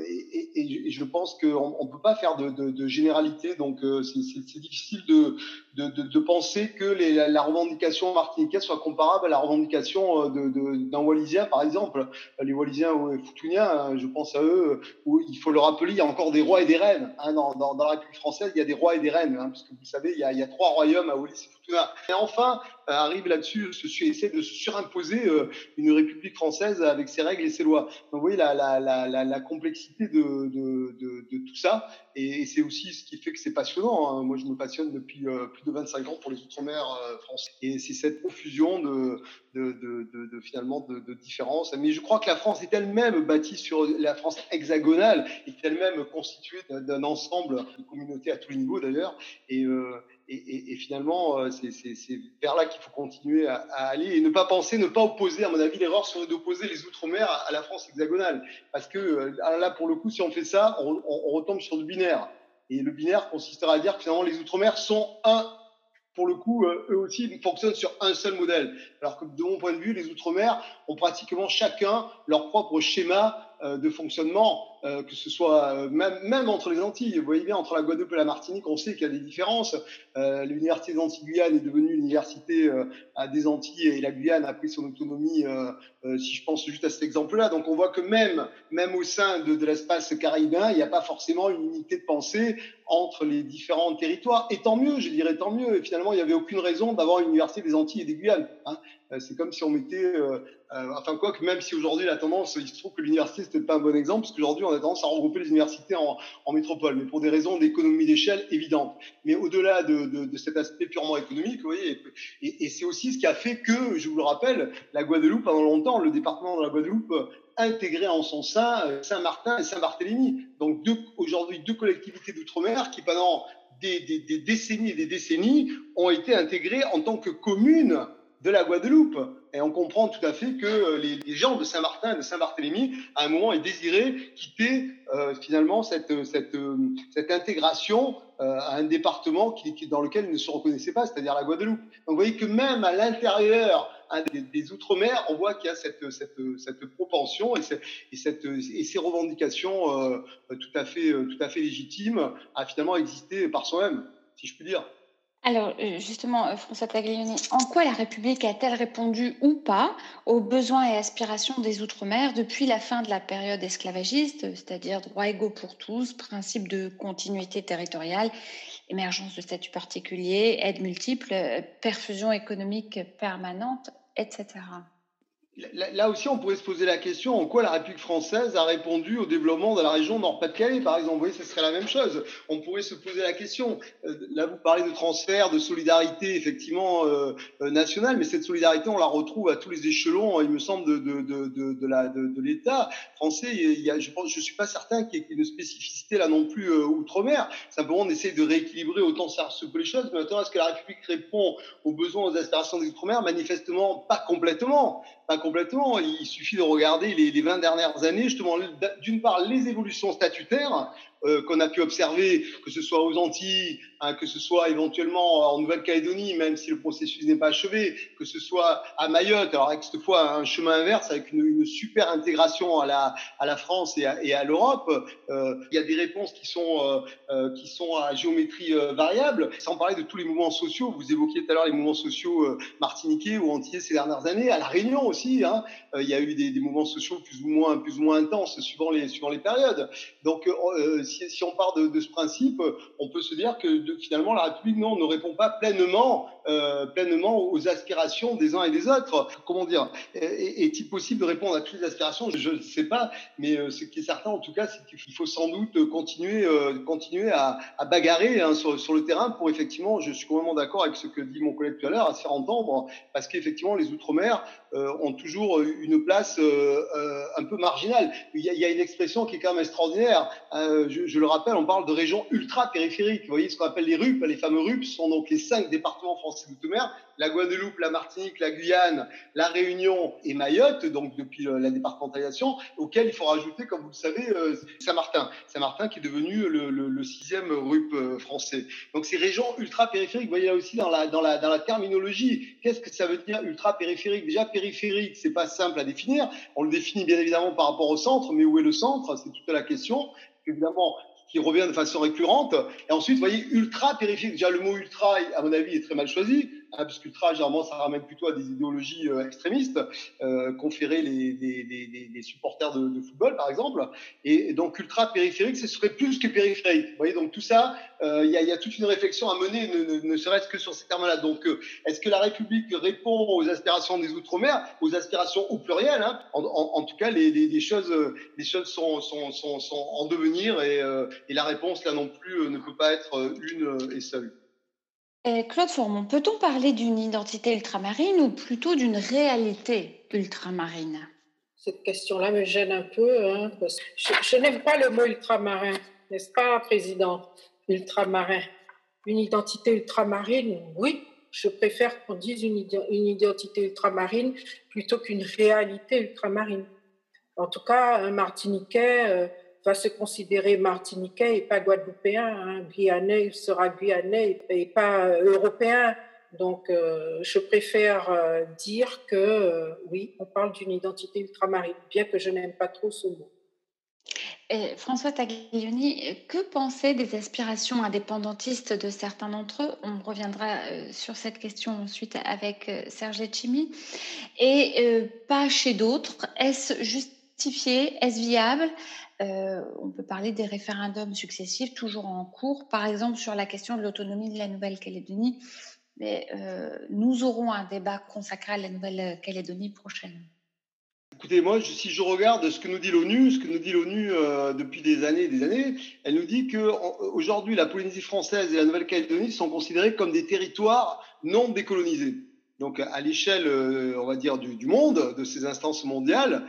je pense qu'on ne peut pas faire de généralité. Donc, c'est difficile de penser que la revendication martiniquaise soit comparable à la revendication d'un Wallisien, par exemple. Les Wallisiens ou les Futuniens, je pense à eux, où il faut le rappeler, il y a encore des rois et des reines. Hein, dans la République française, il y a des rois et des reines, hein, parce que vous savez, il y a 3 royaumes à Wallis et Futuna. Et enfin, arrive là-dessus, essaie de se surimposer une République française avec ses règles et ses lois. Donc vous voyez la complexité de tout ça, et c'est aussi ce qui fait que c'est passionnant. Hein. Moi, je me passionne depuis plus de 25 ans pour les Outre-mer français, et c'est cette profusion finalement de différences. Mais je crois que la France est elle-même bâtie sur la France hexagonale, est elle-même constituée d'un ensemble de communautés à tous les niveaux d'ailleurs, et finalement c'est vers là qu'il faut continuer à aller, et ne pas opposer. À mon avis, l'erreur serait d'opposer les Outre-mer à la France hexagonale, parce que là, pour le coup, si on fait ça, on retombe sur le binaire, et le binaire consistera à dire que finalement les Outre-mer sont pour le coup, eux aussi fonctionnent sur un seul modèle. Alors que de mon point de vue, les Outre-mer ont pratiquement chacun leur propre schéma de fonctionnement, que ce soit même entre les Antilles. Vous voyez bien, entre la Guadeloupe et la Martinique, on sait qu'il y a des différences. L'université des Antilles-Guyane est devenue l'université des Antilles, et la Guyane a pris son autonomie, si je pense juste à cet exemple-là. Donc on voit que même au sein de l'espace caribéen, il n'y a pas forcément une unité de pensée entre les différents territoires. Et tant mieux, je dirais tant mieux. Et finalement, il n'y avait aucune raison d'avoir une université des Antilles et des Guyanes. Hein. C'est comme si on mettait... enfin quoi que même si aujourd'hui la tendance, il se trouve que l'université c'est peut-être pas un bon exemple, parce qu'aujourd'hui on a tendance à regrouper les universités en métropole, mais pour des raisons d'économie d'échelle évidentes. Mais au-delà de cet aspect purement économique, vous voyez, et c'est aussi ce qui a fait que, je vous le rappelle, la Guadeloupe, pendant longtemps, le département de la Guadeloupe intégré en son sein Saint-Martin et Saint-Barthélemy. Donc aujourd'hui, deux collectivités d'outre-mer qui pendant des décennies et des décennies ont été intégrées en tant que communes de la Guadeloupe. Et on comprend tout à fait que les gens de Saint-Martin et de Saint-Barthélemy, à un moment, aient désiré quitter finalement cette intégration à un département dans lequel ils ne se reconnaissaient pas, c'est-à-dire la Guadeloupe. Donc vous voyez que même à l'intérieur des Outre-mer, on voit qu'il y a cette propension et ces revendications tout à fait légitimes à finalement exister par soi-même, si je puis dire.
Alors, justement, François Taglioni, en quoi la République a-t-elle répondu ou pas aux besoins et aspirations des Outre-mer depuis la fin de la période esclavagiste, c'est-à-dire droits égaux pour tous, principe de continuité territoriale, émergence de statuts particuliers, aides multiples, perfusion économique permanente, etc.
Là aussi, on pourrait se poser la question en quoi la République française a répondu au développement de la région Nord-Pas-de-Calais, par exemple. Vous voyez, ce serait la même chose. On pourrait se poser la question. Là, vous parlez de transfert, de solidarité, effectivement, nationale, mais cette solidarité, on la retrouve à tous les échelons, il me semble, de l'État français. Je suis pas certain qu'il y ait une spécificité là non plus outre-mer. Simplement, on essaie de rééquilibrer autant ce que les choses. Mais maintenant, est-ce que la République répond aux besoins, aux aspirations des Outre-mer? Manifestement, pas complètement. Il suffit de regarder les 20 dernières années, justement, d'une part, les évolutions statutaires qu'on a pu observer, que ce soit aux Antilles, que ce soit éventuellement en Nouvelle-Calédonie, même si le processus n'est pas achevé, que ce soit à Mayotte, alors avec cette fois un chemin inverse, avec une super intégration à la France et à l'Europe. Il y a des réponses qui sont à géométrie variable, sans parler de tous les mouvements sociaux. Vous évoquiez tout à l'heure les mouvements sociaux martiniquais ou antillais ces dernières années, à La Réunion aussi. Il y a eu des mouvements sociaux plus ou moins intenses suivant les périodes. Donc, si on part de ce principe, on peut se dire que finalement la République ne répond pas pleinement aux aspirations des uns et des autres. Comment dire, est-il possible de répondre à toutes les aspirations? Je ne sais pas, mais ce qui est certain en tout cas, c'est qu'il faut sans doute continuer à bagarrer sur le terrain pour effectivement, je suis complètement d'accord avec ce que dit mon collègue tout à l'heure, à se faire entendre, parce qu'effectivement les Outre-mer ont toujours une place un peu marginale. Il y a une expression qui est quand même extraordinaire. Je le rappelle, on parle de régions ultra-périphériques. Vous voyez ce qu'on appelle les RUP. Les fameux RUP sont donc les 5 départements français d'outre-mer: la Guadeloupe, la Martinique, la Guyane, la Réunion et Mayotte, donc depuis la départementalisation, auquel il faut rajouter, comme vous le savez, Saint-Martin. Saint-Martin qui est devenu le 6e RUP français. Donc ces régions ultra-périphériques, vous voyez là aussi dans la terminologie, qu'est-ce que ça veut dire ultra-périphérique? Déjà, périphérique, c'est pas simple à définir. On le définit bien évidemment par rapport au centre, mais où est le centre? C'est toute la question. Évidemment, qui revient de façon récurrente. Et ensuite, vous voyez, ultra-périphérique. Déjà, le mot ultra, à mon avis, est très mal choisi, puisque ultra, généralement, ça ramène plutôt à des idéologies extrémistes, conférées les supporters de football, par exemple. Et donc, ultra-périphérique, ce serait plus que périphérique. Vous voyez, donc tout ça, il y a toute une réflexion à mener, ne serait-ce que sur ces termes-là. Donc, est-ce que la République répond aux aspirations des Outre-mer, aux aspirations au pluriel, en tout cas, les choses sont en devenir et la réponse, là non plus, ne peut pas être une et seule.
Claude Formont, peut-on parler d'une identité ultramarine ou plutôt d'une réalité ultramarine?
Cette question-là me gêne un peu, parce que je n'aime pas le mot ultramarin, n'est-ce pas, Président? Ultramarin. Une identité ultramarine, oui, je préfère qu'on dise une identité ultramarine plutôt qu'une réalité ultramarine. En tout cas, un Martiniquais va se considérer martiniquais et pas guadeloupéen. Guyanais, il sera guyanais et pas européen. Donc, je préfère dire que oui, on parle d'une identité ultramarine, bien que je n'aime pas trop ce mot.
François Taglioni, que penser des aspirations indépendantistes de certains d'entre eux? On reviendra sur cette question ensuite avec Serge Letchimy. Et pas chez d'autres. Est-ce justifié? Est-ce viable? On peut parler des référendums successifs toujours en cours, par exemple sur la question de l'autonomie de la Nouvelle-Calédonie. Mais nous aurons un débat consacré à la Nouvelle-Calédonie prochainement.
Écoutez, moi, si je regarde ce que nous dit l'ONU depuis des années, elle nous dit qu'aujourd'hui, la Polynésie française et la Nouvelle-Calédonie sont considérés comme des territoires non décolonisés. Donc, à l'échelle, on va dire, du monde, de ces instances mondiales,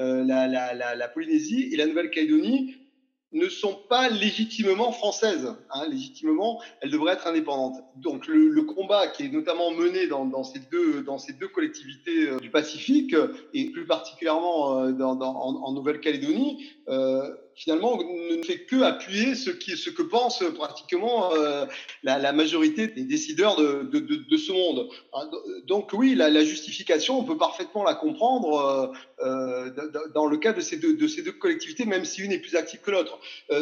la Polynésie et la Nouvelle-Calédonie ne sont pas légitimement françaises. Légitimement, elles devraient être indépendantes. Donc, le combat qui est notamment mené dans ces deux collectivités du Pacifique, et plus particulièrement en Nouvelle-Calédonie, finalement, ne fait que appuyer ce que pense pratiquement la majorité des décideurs de ce monde. Donc oui, la justification, on peut parfaitement la comprendre dans le cas de ces deux collectivités, même si une est plus active que l'autre.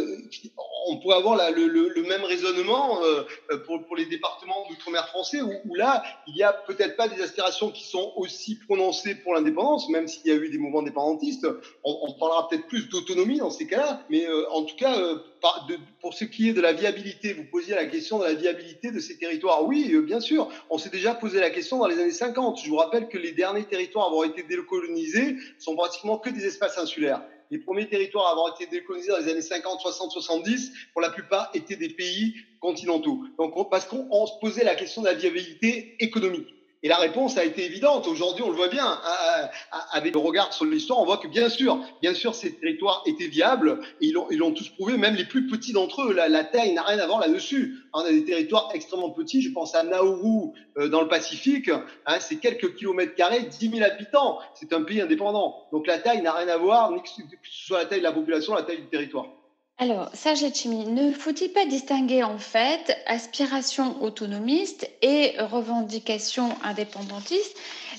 On pourrait avoir le même raisonnement pour les départements d'outre-mer français, où là, il n'y a peut-être pas des aspirations qui sont aussi prononcées pour l'indépendance, même s'il y a eu des mouvements indépendantistes. On parlera peut-être plus d'autonomie dans ces cas-là, mais en tout cas, pour ce qui est de la viabilité, vous posiez la question de la viabilité de ces territoires. Oui, bien sûr, on s'est déjà posé la question dans les années 50. Je vous rappelle que les derniers territoires à avoir été délocalisés sont pratiquement que des espaces insulaires. Les premiers territoires à avoir été décolonisés dans les années 50, 60, 70, pour la plupart, étaient des pays continentaux. Donc, parce qu'on se posait la question de la viabilité économique. Et la réponse a été évidente. Aujourd'hui, on le voit bien. Avec le regard sur l'histoire, on voit que bien sûr, ces territoires étaient viables. Et ils l'ont tous prouvé, même les plus petits d'entre eux. La taille n'a rien à voir là-dessus. On a des territoires extrêmement petits. Je pense à Nauru, dans le Pacifique. C'est quelques kilomètres carrés, 10 000 habitants. C'est un pays indépendant. Donc la taille n'a rien à voir, ni que ce soit la taille de la population, la taille du territoire.
Alors, Serge Letchimy, ne faut-il pas distinguer en fait aspiration autonomiste et revendication indépendantiste?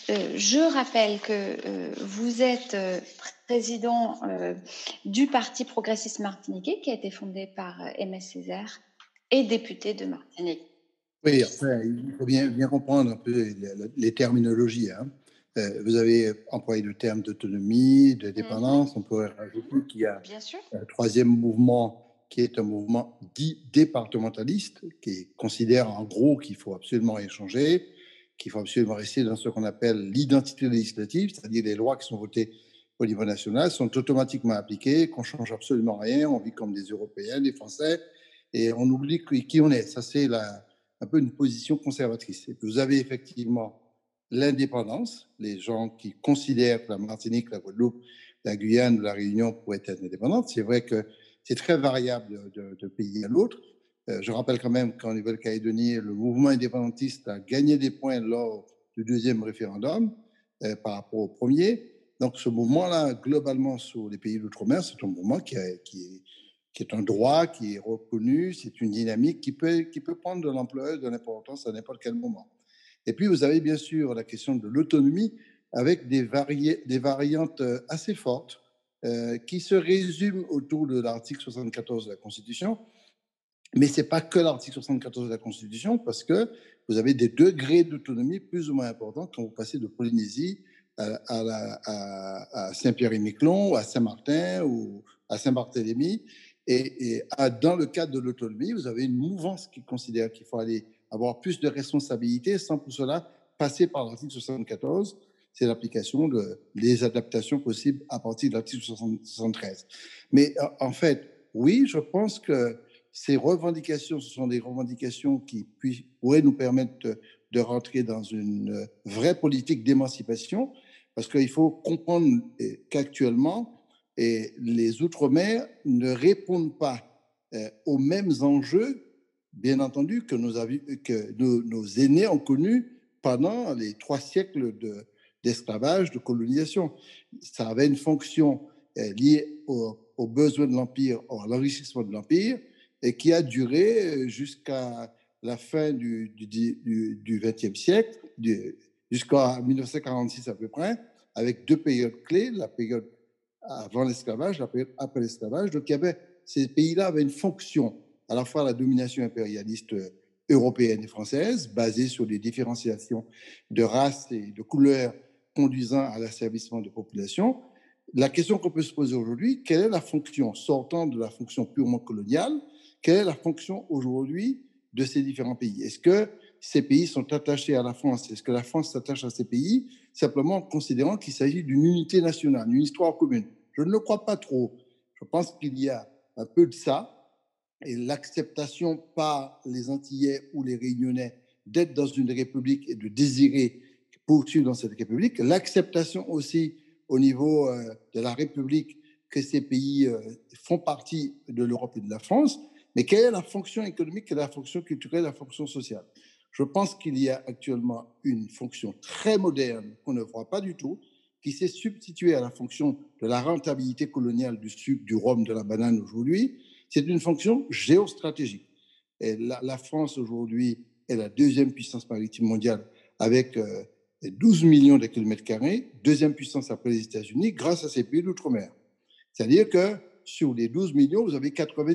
Je rappelle que vous êtes président du Parti progressiste martiniquais qui a été fondé par Aimé Césaire et député de Martinique.
Oui, enfin, il faut bien comprendre un peu les terminologies. Vous avez employé le terme d'autonomie, de dépendance. On pourrait rajouter qu'il y a un troisième mouvement qui est un mouvement dit départementaliste, qui considère en gros qu'il faut absolument échanger, qu'il faut absolument rester dans ce qu'on appelle l'identité législative, c'est-à-dire les lois qui sont votées au niveau national sont automatiquement appliquées, qu'on ne change absolument rien, on vit comme des Européens, des Français, et on oublie qui on est. Ça, c'est un peu une position conservatrice. Et vous avez effectivement l'indépendance, les gens qui considèrent que la Martinique, la Guadeloupe, la Guyane, la Réunion pourraient être indépendantes. C'est vrai que c'est très variable de pays à l'autre. Je rappelle quand même qu'en Nouvelle-Calédonie, le mouvement indépendantiste a gagné des points lors du deuxième référendum par rapport au premier. Donc ce mouvement-là, globalement, sur les pays d'outre-mer, c'est un mouvement qui est un droit, qui est reconnu, c'est une dynamique qui peut prendre de l'ampleur, de l'importance à n'importe quel moment. Et puis, vous avez bien sûr la question de l'autonomie avec des variantes assez fortes qui se résument autour de l'article 74 de la Constitution. Mais ce n'est pas que l'article 74 de la Constitution, parce que vous avez des degrés d'autonomie plus ou moins importants quand vous passez de Polynésie à Saint-Pierre-et-Miquelon, à Saint-Martin ou à Saint-Barthélemy. Et dans le cadre de l'autonomie, vous avez une mouvance qui considère qu'il faut avoir plus de responsabilités sans pour cela passer par l'article 74. C'est l'application des adaptations possibles à partir de l'article 73. Mais en fait, oui, je pense que ces revendications, ce sont des revendications qui pourraient nous permettre de rentrer dans une vraie politique d'émancipation, parce qu'il faut comprendre qu'actuellement, les Outre-mer ne répondent pas aux mêmes enjeux, bien entendu, que nos aînés ont connus pendant les 3 siècles d'esclavage, de colonisation. Ça avait une fonction liée aux besoins de l'Empire, à l'enrichissement de l'Empire, et qui a duré jusqu'à la fin du XXe siècle, jusqu'en 1946 à peu près, avec 2 périodes clés, la période avant l'esclavage, la période après l'esclavage. Donc, ces pays-là avaient une fonction, à la fois la domination impérialiste européenne et française, basée sur des différenciations de race et de couleur conduisant à l'asservissement de populations. La question qu'on peut se poser aujourd'hui, quelle est la fonction, sortant de la fonction purement coloniale, quelle est la fonction aujourd'hui de ces différents pays? Est-ce que ces pays sont attachés à la France? Est-ce que la France s'attache à ces pays simplement en considérant qu'il s'agit d'une unité nationale, d'une histoire commune? Je ne le crois pas trop. Je pense qu'il y a un peu de ça, et l'acceptation par les Antillais ou les Réunionnais d'être dans une république et de désirer poursuivre dans cette République, l'acceptation aussi au niveau de la République que ces pays font partie de l'Europe et de la France, mais quelle est la fonction économique, quelle est la fonction culturelle, la fonction sociale? Je pense qu'il y a actuellement une fonction très moderne qu'on ne voit pas du tout, qui s'est substituée à la fonction de la rentabilité coloniale du sucre, du rhum, de la banane aujourd'hui. C'est une fonction géostratégique. Et la France aujourd'hui est la deuxième puissance maritime mondiale avec 12 millions de kilomètres carrés, deuxième puissance après les États-Unis, grâce à ces pays d'outre-mer. C'est-à-dire que sur les 12 millions, vous avez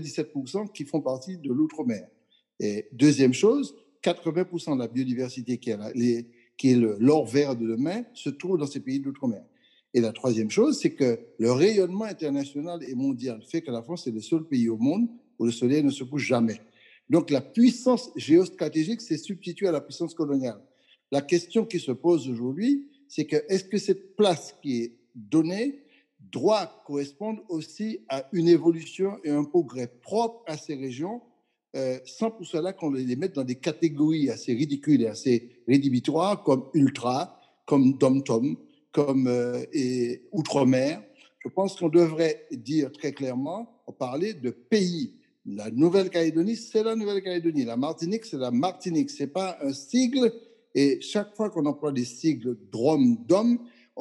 97% qui font partie de l'outre-mer. Et deuxième chose, 80% de la biodiversité qui est l'or vert de demain se trouve dans ces pays d'outre-mer. Et la troisième chose, c'est que le rayonnement international et mondial fait que la France est le seul pays au monde où le soleil ne se couche jamais. Donc la puissance géostratégique s'est substituée à la puissance coloniale. La question qui se pose aujourd'hui, c'est que est-ce que cette place qui est donnée doit correspondre aussi à une évolution et un progrès propre à ces régions, sans pour cela qu'on les mette dans des catégories assez ridicules et assez rédhibitoires comme ultra, comme dom-tom, comme outre-mer. Je pense qu'on devrait dire très clairement, parler de pays. La Nouvelle-Calédonie, c'est la Nouvelle-Calédonie. La Martinique, c'est la Martinique. Ce n'est pas un sigle. Et chaque fois qu'on emploie des sigles DROM,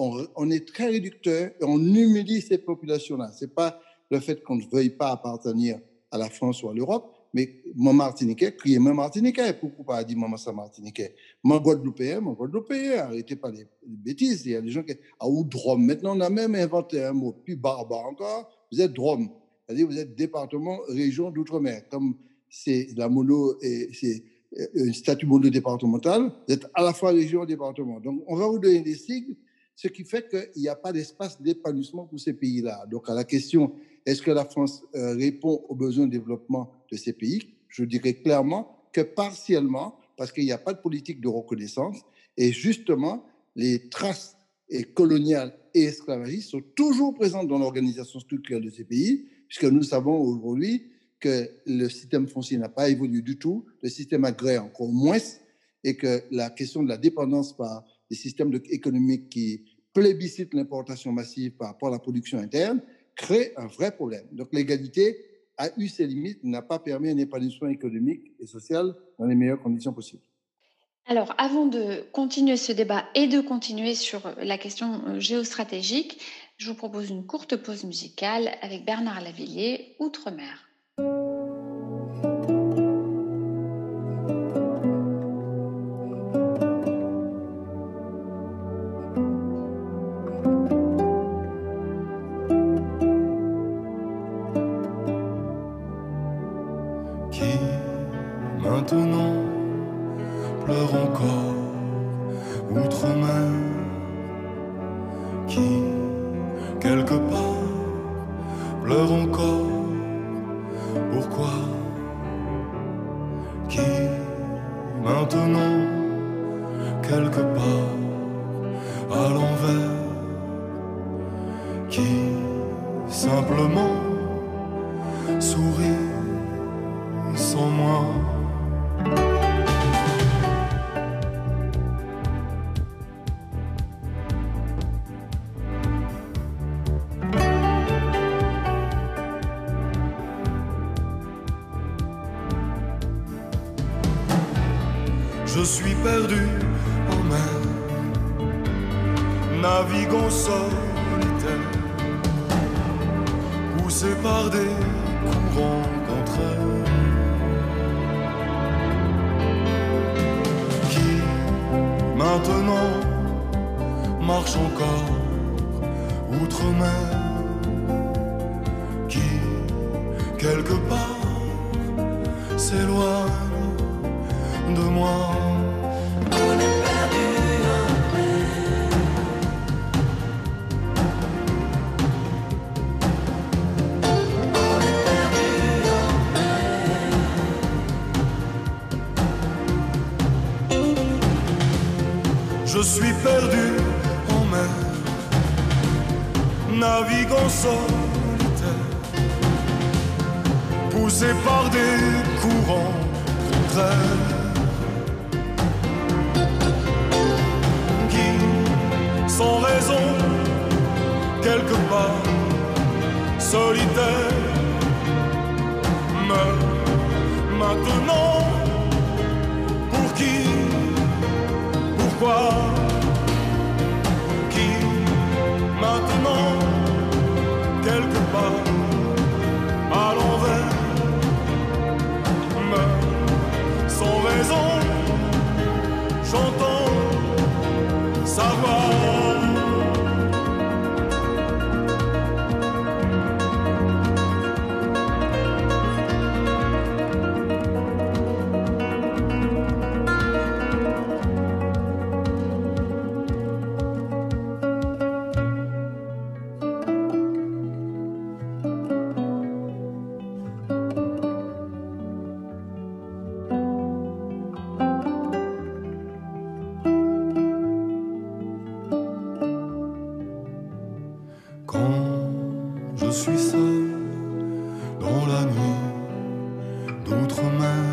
on est très réducteur et on humilie ces populations-là. Ce n'est pas le fait qu'on ne veuille pas appartenir à la France ou à l'Europe, mais mon Martiniquais, criez mon Martiniquais. Pourquoi pas dire maman ça Martiniquais? Mon Guadeloupéen, arrêtez pas les bêtises. Il y a des gens qui... Ah, ou Drôme. Maintenant, on a même inventé un mot plus barbare encore. Vous êtes Drôme. C'est-à-dire vous êtes département, région d'outre-mer. Comme c'est la mono et c'est un statut mono-départemental, vous êtes à la fois région et département. Donc, on va vous donner des sigles, ce qui fait qu'il n'y a pas d'espace d'épanouissement pour ces pays-là. Donc, à la question, est-ce que la France répond aux besoins de développement de ces pays? Je dirais clairement que partiellement, parce qu'il n'y a pas de politique de reconnaissance. Et justement, les traces coloniales et esclavagistes sont toujours présentes dans l'organisation structurelle de ces pays, puisque nous savons aujourd'hui que le système foncier n'a pas évolué du tout, le système agraire encore moins, et que la question de la dépendance par des systèmes économiques qui plébiscitent l'importation massive par rapport à la production interne crée un vrai problème. Donc l'égalité a eu ses limites, n'a pas permis un épanouissement économique et social dans les meilleures conditions possibles.
Alors, avant de continuer ce débat et de continuer sur la question géostratégique, je vous propose une courte pause musicale avec Bernard Lavilliers, Outre-mer.
Maintenant pleure encore outre-mer, qui quelque part pleure encore. Pourquoi? Qui maintenant quelque part à l'envers, qui simplement sourit sans moi. Je suis perdu en mer, naviguant solitaire, poussé par des courants contraires, qui maintenant marche encore outre-mer, qui quelque part s'éloigne de moi. On est perdu en mer. On est perdu en mer. Je suis perdu en mer, naviguant solitaire, poussé par des courants contraires, qui solitaire. Mais maintenant, pour qui, pourquoi, qui maintenant, quelque part à l'envers, mais sans raison, j'entends savoir. Je suis seul dans la nuit d'outre-mer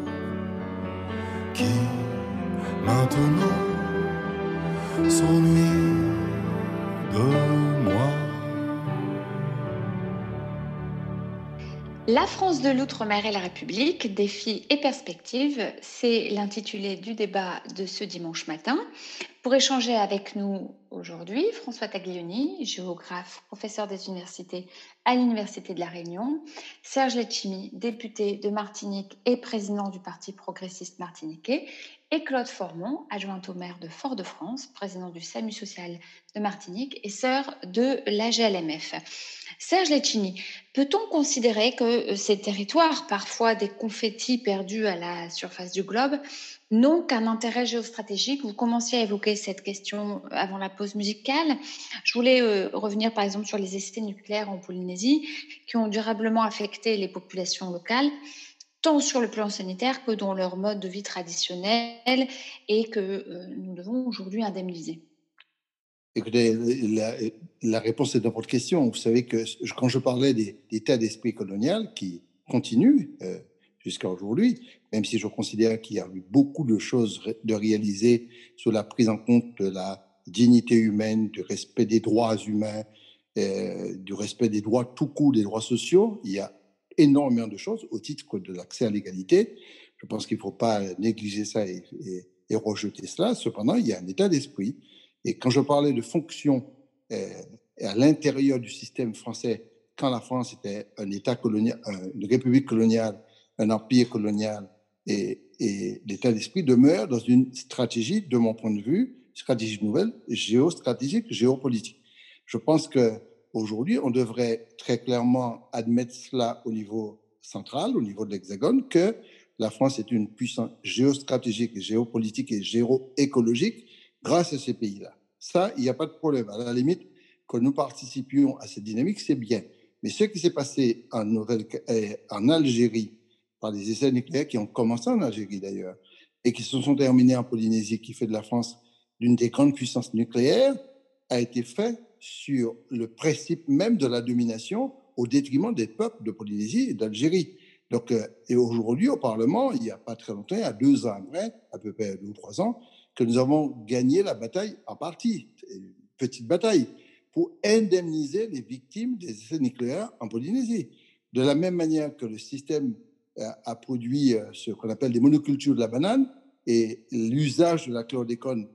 qui maintenant s'ennuie de moi.
La France de l'Outre-mer et la République, défis et perspectives, c'est l'intitulé du débat de ce dimanche matin. Pour échanger avec nous aujourd'hui, François Taglioni, géographe, professeur des universités à l'Université de La Réunion, Serge Letchimy, député de Martinique et président du Parti progressiste martiniquais, et Claude Formont, adjoint au maire de Fort-de-France, président du SAMU social de Martinique et sœur de la GLMF. Serge Letchimy, peut-on considérer que ces territoires, parfois des confettis perdus à la surface du globe, n'ont qu'un intérêt géostratégique? Vous commenciez à évoquer cette question avant la pause musicale. Je voulais revenir par exemple sur les essais nucléaires en Polynésie qui ont durablement affecté les populations locales, tant sur le plan sanitaire que dans leur mode de vie traditionnel et que nous devons aujourd'hui indemniser.
Écoutez, la réponse est dans votre question. Vous savez que quand je parlais des états d'esprit colonial qui continuent jusqu'à aujourd'hui, même si je considère qu'il y a eu beaucoup de choses de réaliser sur la prise en compte de la dignité humaine, du respect des droits humains, du respect des droits tout court, des droits sociaux, il y a énormément de choses au titre de l'accès à l'égalité. Je pense qu'il ne faut pas négliger ça et rejeter cela. Cependant, il y a un état d'esprit. Et quand je parlais de fonction à l'intérieur du système français, quand la France était un État colonial, une république coloniale, un empire colonial, et l'état d'esprit demeure dans une stratégie, de mon point de vue, stratégie nouvelle, géostratégique, géopolitique. Je pense qu'aujourd'hui, on devrait très clairement admettre cela au niveau central, au niveau de l'Hexagone, que la France est une puissance géostratégique, géopolitique et géoécologique grâce à ces pays-là. Ça, il n'y a pas de problème. À la limite, que nous participions à cette dynamique, c'est bien. Mais ce qui s'est passé en Algérie, par des essais nucléaires qui ont commencé en Algérie d'ailleurs, et qui se sont terminés en Polynésie, qui fait de la France l'une des grandes puissances nucléaires, a été fait sur le principe même de la domination au détriment des peuples de Polynésie et d'Algérie. Donc, et aujourd'hui, au Parlement, il n'y a pas très longtemps, il y a 2 ans après, à peu près 2 ou 3 ans, que nous avons gagné la bataille en partie, une petite bataille, pour indemniser les victimes des essais nucléaires en Polynésie. De la même manière que le système a produit ce qu'on appelle des monocultures de la banane, et l'usage de la chlordécone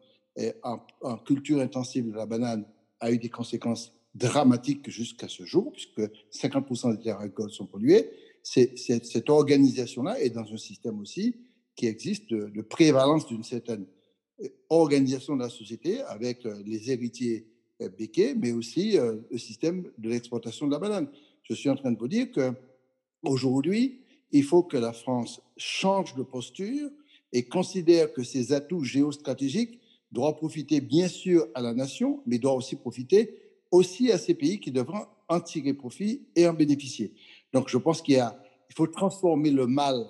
en culture intensive de la banane a eu des conséquences dramatiques jusqu'à ce jour, puisque 50% des terres agricoles sont polluées. Cette organisation-là est dans un système aussi qui existe de prévalence d'une certaine organisation de la société avec les héritiers béquets, mais aussi le système de l'exportation de la banane. Je suis en train de vous dire qu'aujourd'hui, il faut que la France change de posture et considère que ses atouts géostratégiques doivent profiter bien sûr à la nation, mais doivent aussi profiter aussi à ces pays qui devront en tirer profit et en bénéficier. Donc je pense qu'il faut transformer le mal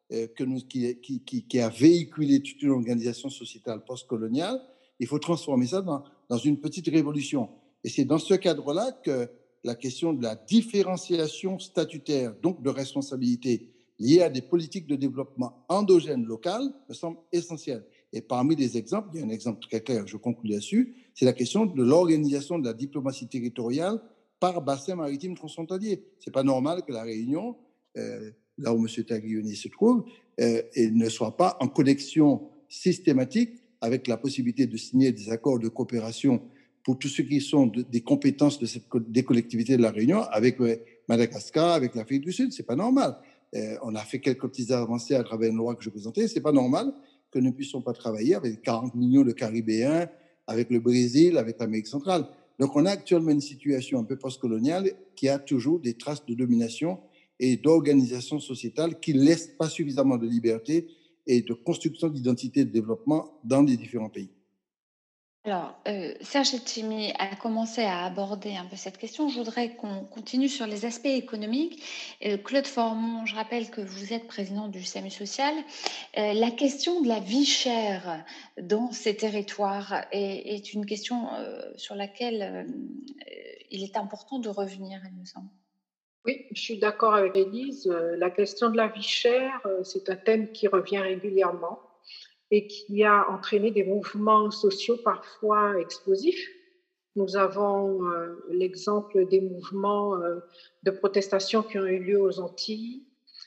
qui a véhiculé toute une organisation sociétale postcoloniale. Il faut transformer ça dans une petite révolution. Et c'est dans ce cadre-là que la question de la différenciation statutaire, donc de responsabilité liée à des politiques de développement endogènes locales, me semble essentielle. Et parmi les exemples, il y a un exemple très clair, je conclue là-dessus, c'est la question de l'organisation de la diplomatie territoriale par bassin maritime transfrontalier. Ce n'est pas normal que la Réunion, là où M. Taglioni se trouve, ne soit pas en connexion systématique avec la possibilité de signer des accords de coopération pour tous ceux qui sont des compétences des collectivités de la Réunion avec Madagascar, avec l'Afrique du Sud. Ce n'est pas normal. On a fait quelques petites avancées à travers une loi que je présentais. Ce n'est pas normal que nous ne puissions pas travailler avec 40 millions de Caribéens, avec le Brésil, avec l'Amérique centrale. Donc, on a actuellement une situation un peu post-coloniale qui a toujours des traces de domination et d'organisation sociétale qui ne laissent pas suffisamment de liberté et de construction d'identité et de développement dans les différents pays.
Alors, Serge Letchimy a commencé à aborder un peu cette question. Je voudrais qu'on continue sur les aspects économiques. Claude Formont, je rappelle que vous êtes président du SAMU social. La question de la vie chère dans ces territoires est une question sur laquelle il est important de revenir, il me semble.
Oui, je suis d'accord avec Élise. La question de la vie chère, c'est un thème qui revient régulièrement et qui a entraîné des mouvements sociaux parfois explosifs. Nous avons l'exemple des mouvements de protestation qui ont eu lieu aux Antilles,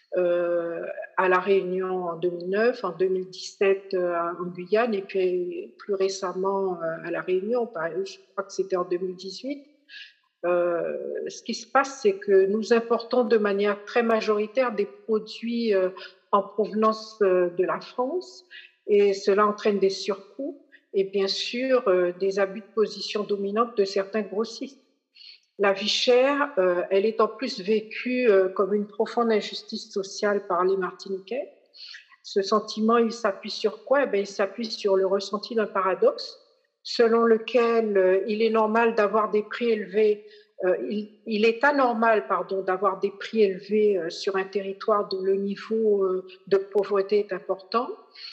à La Réunion en 2009, en 2017 en Guyane et puis plus récemment à La Réunion, je crois que c'était en 2018. Ce qui se passe, c'est que nous importons de manière très majoritaire des produits en provenance de la France et cela entraîne des surcoûts et bien sûr des abus de position dominante de certains grossistes. La vie chère, elle est en plus vécue comme une profonde injustice sociale par les Martiniquais. Ce sentiment, il s'appuie sur quoi? Il s'appuie sur le ressenti d'un paradoxe selon lequel il est normal d'avoir des prix élevés. Il est anormal, d'avoir des prix élevés sur un territoire dont le niveau de pauvreté est important.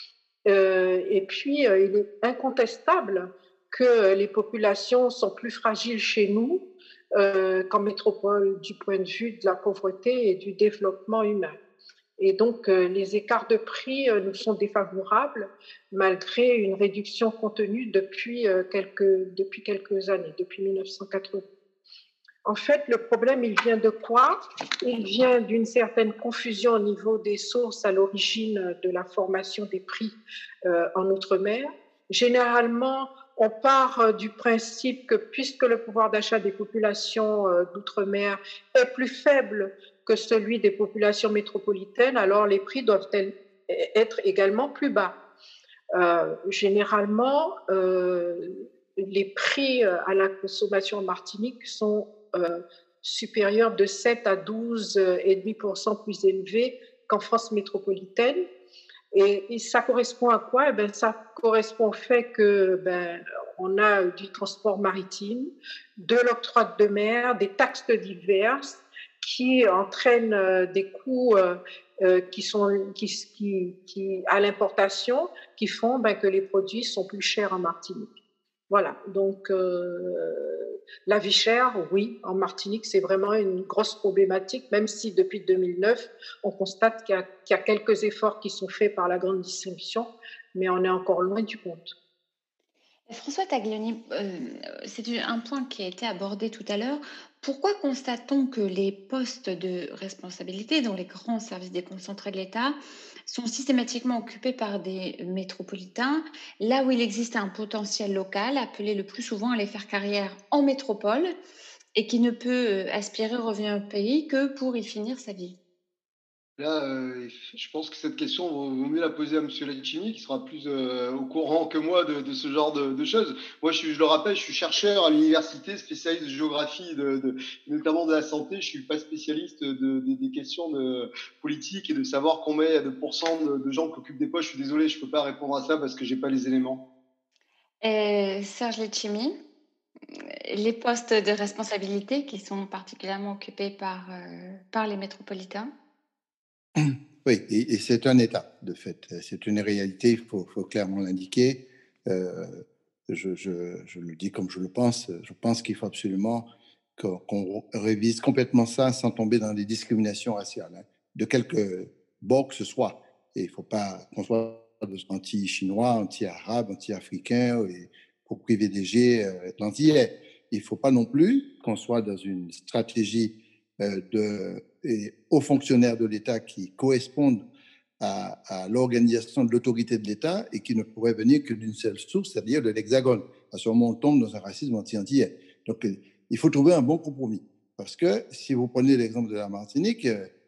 Et puis, il est incontestable que les populations sont plus fragiles chez nous qu'en métropole du point de vue de la pauvreté et du développement humain. Et donc, les écarts de prix nous sont défavorables malgré une réduction contenue depuis quelques années, depuis 1980. En fait, le problème, il vient de quoi? Il vient d'une certaine confusion au niveau des sources à l'origine de la formation des prix en Outre-mer. Généralement, on part du principe que puisque le pouvoir d'achat des populations d'Outre-mer est plus faible que celui des populations métropolitaines, alors les prix doivent être également plus bas. Généralement, les prix à la consommation en Martinique sont supérieurs de 7 à 12,5% plus élevés qu'en France métropolitaine. Et ça correspond à quoi? Ça correspond au fait que on a du transport maritime, de l'octroi de mer, des taxes diverses qui entraînent des coûts qui à l'importation qui font que les produits sont plus chers en Martinique. Voilà, donc la vie chère, oui, en Martinique, c'est vraiment une grosse problématique, même si depuis 2009, on constate qu'il y a quelques efforts qui sont faits par la grande distribution, mais on est encore loin du compte.
François Taglioni, c'est un point qui a été abordé tout à l'heure. Pourquoi constate-t-on que les postes de responsabilité dans les grands services déconcentrés de l'État sont systématiquement occupés par des métropolitains, là où il existe un potentiel local appelé le plus souvent à aller faire carrière en métropole et qui ne peut aspirer au revenu au pays que pour y finir sa vie?
Là, je pense que cette question, vaut mieux la poser à M. Letchimy, qui sera plus au courant que moi de ce genre de choses. Moi, je le rappelle, je suis chercheur à l'université, spécialiste de géographie, notamment de la santé. Je ne suis pas spécialiste des questions de politique et de savoir combien il y a de pourcents de gens qui occupent des postes. Je suis désolé, je ne peux pas répondre à ça parce que je n'ai pas les éléments.
Serge Letchimy, les postes de responsabilité qui sont particulièrement occupés par les métropolitains?
Oui, et c'est un état, de fait. C'est une réalité, il faut clairement l'indiquer. Je le dis comme je le pense. Je pense qu'il faut absolument qu'on révise complètement ça sans tomber dans des discriminations raciales, de quelque bord que ce soit. Et il ne faut pas qu'on soit anti-chinois, anti-arabe, anti-africain, pour privilégier l'antillais. il ne faut pas non plus qu'on soit dans une stratégie aux fonctionnaires de l'État qui correspondent à l'organisation de l'autorité de l'État et qui ne pourrait venir que d'une seule source, c'est-à-dire de l'Hexagone. À ce moment, on tombe dans un racisme anti-antillais. Donc, il faut trouver un bon compromis. Parce que si vous prenez l'exemple de la Martinique,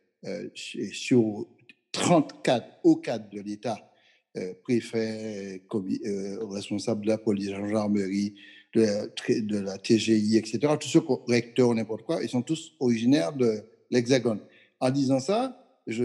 sur 34 hauts cadres de l'État, préfet, responsable de la police, gendarmerie, de la TGI, etc., tous ceux recteurs, n'importe quoi, ils sont tous originaires de l'Hexagone. En disant ça,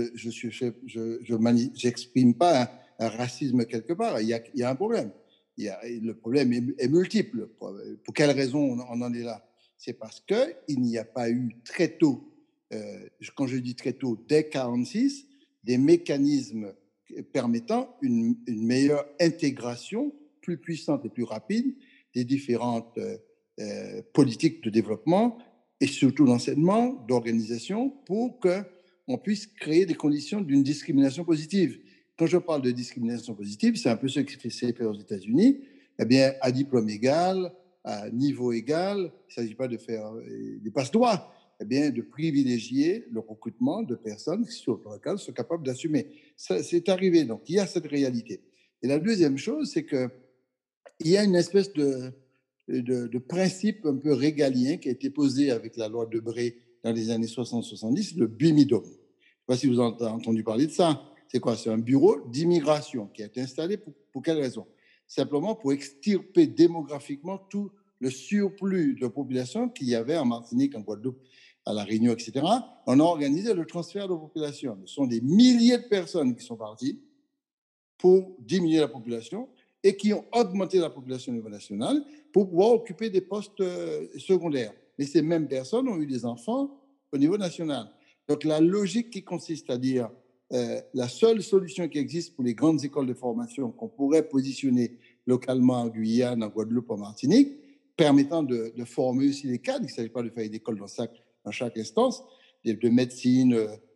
je n'exprime pas un racisme quelque part. Il y a un problème. Le problème est multiple. Pour quelle raison on en est là? C'est parce qu'il n'y a pas eu très tôt, quand je dis très tôt, dès 1946, des mécanismes permettant une meilleure intégration plus puissante et plus rapide des différentes politiques de développement et surtout d'enseignement, d'organisation, pour qu'on puisse créer des conditions d'une discrimination positive. Quand je parle de discrimination positive, c'est un peu ce qui s'est fait aux États-Unis. Eh bien, à diplôme égal, à niveau égal, il ne s'agit pas de faire des passe-droits, eh bien, de privilégier le recrutement de personnes qui, sur le local, sont capables d'assumer. Ça, c'est arrivé, donc il y a cette réalité. Et la deuxième chose, c'est qu'il y a une espèce de principe un peu régalien qui a été posé avec la loi Debré dans les années 60-70, le BUMIDOM. Je ne sais pas si vous avez entendu parler de ça. C'est quoi? C'est un bureau d'immigration qui a été installé pour quelle raison? Simplement pour extirper démographiquement tout le surplus de population qu'il y avait en Martinique, en Guadeloupe, à La Réunion, etc. On a organisé le transfert de population. Ce sont des milliers de personnes qui sont parties pour diminuer la population et qui ont augmenté la population au niveau national pour pouvoir occuper des postes secondaires. Mais ces mêmes personnes ont eu des enfants au niveau national. Donc la logique qui consiste à dire la seule solution qui existe pour les grandes écoles de formation qu'on pourrait positionner localement en Guyane, en Guadeloupe, en Martinique, permettant de former aussi les cadres, il ne s'agit pas de faire une école dans chaque instance, de médecine,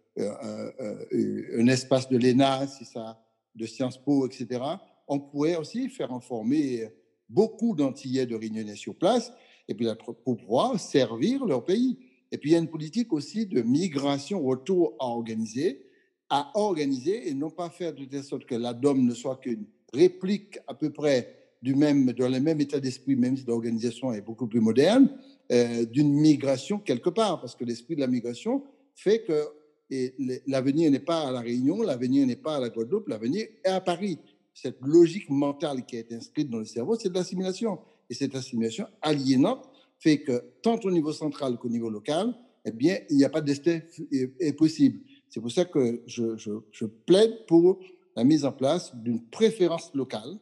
un espace de l'ENA, si ça, de Sciences Po, etc. On pourrait aussi faire en former beaucoup d'Antillais de Réunionnais sur place, et puis pour pouvoir servir leur pays. Et puis il y a une politique aussi de migration, retour à organiser et non pas faire de telle sorte que l'ADOM ne soit qu'une réplique à peu près dans le même état d'esprit, même si l'organisation est beaucoup plus moderne, d'une migration quelque part, parce que l'esprit de la migration fait que l'avenir n'est pas à La Réunion, l'avenir n'est pas à la Guadeloupe, l'avenir est à Paris. Cette logique mentale qui a été inscrite dans le cerveau, c'est de l'assimilation. Et cette assimilation aliénante fait que, tant au niveau central qu'au niveau local, eh bien, il n'y a pas de destin possible. C'est pour ça que je plaide pour la mise en place d'une préférence locale,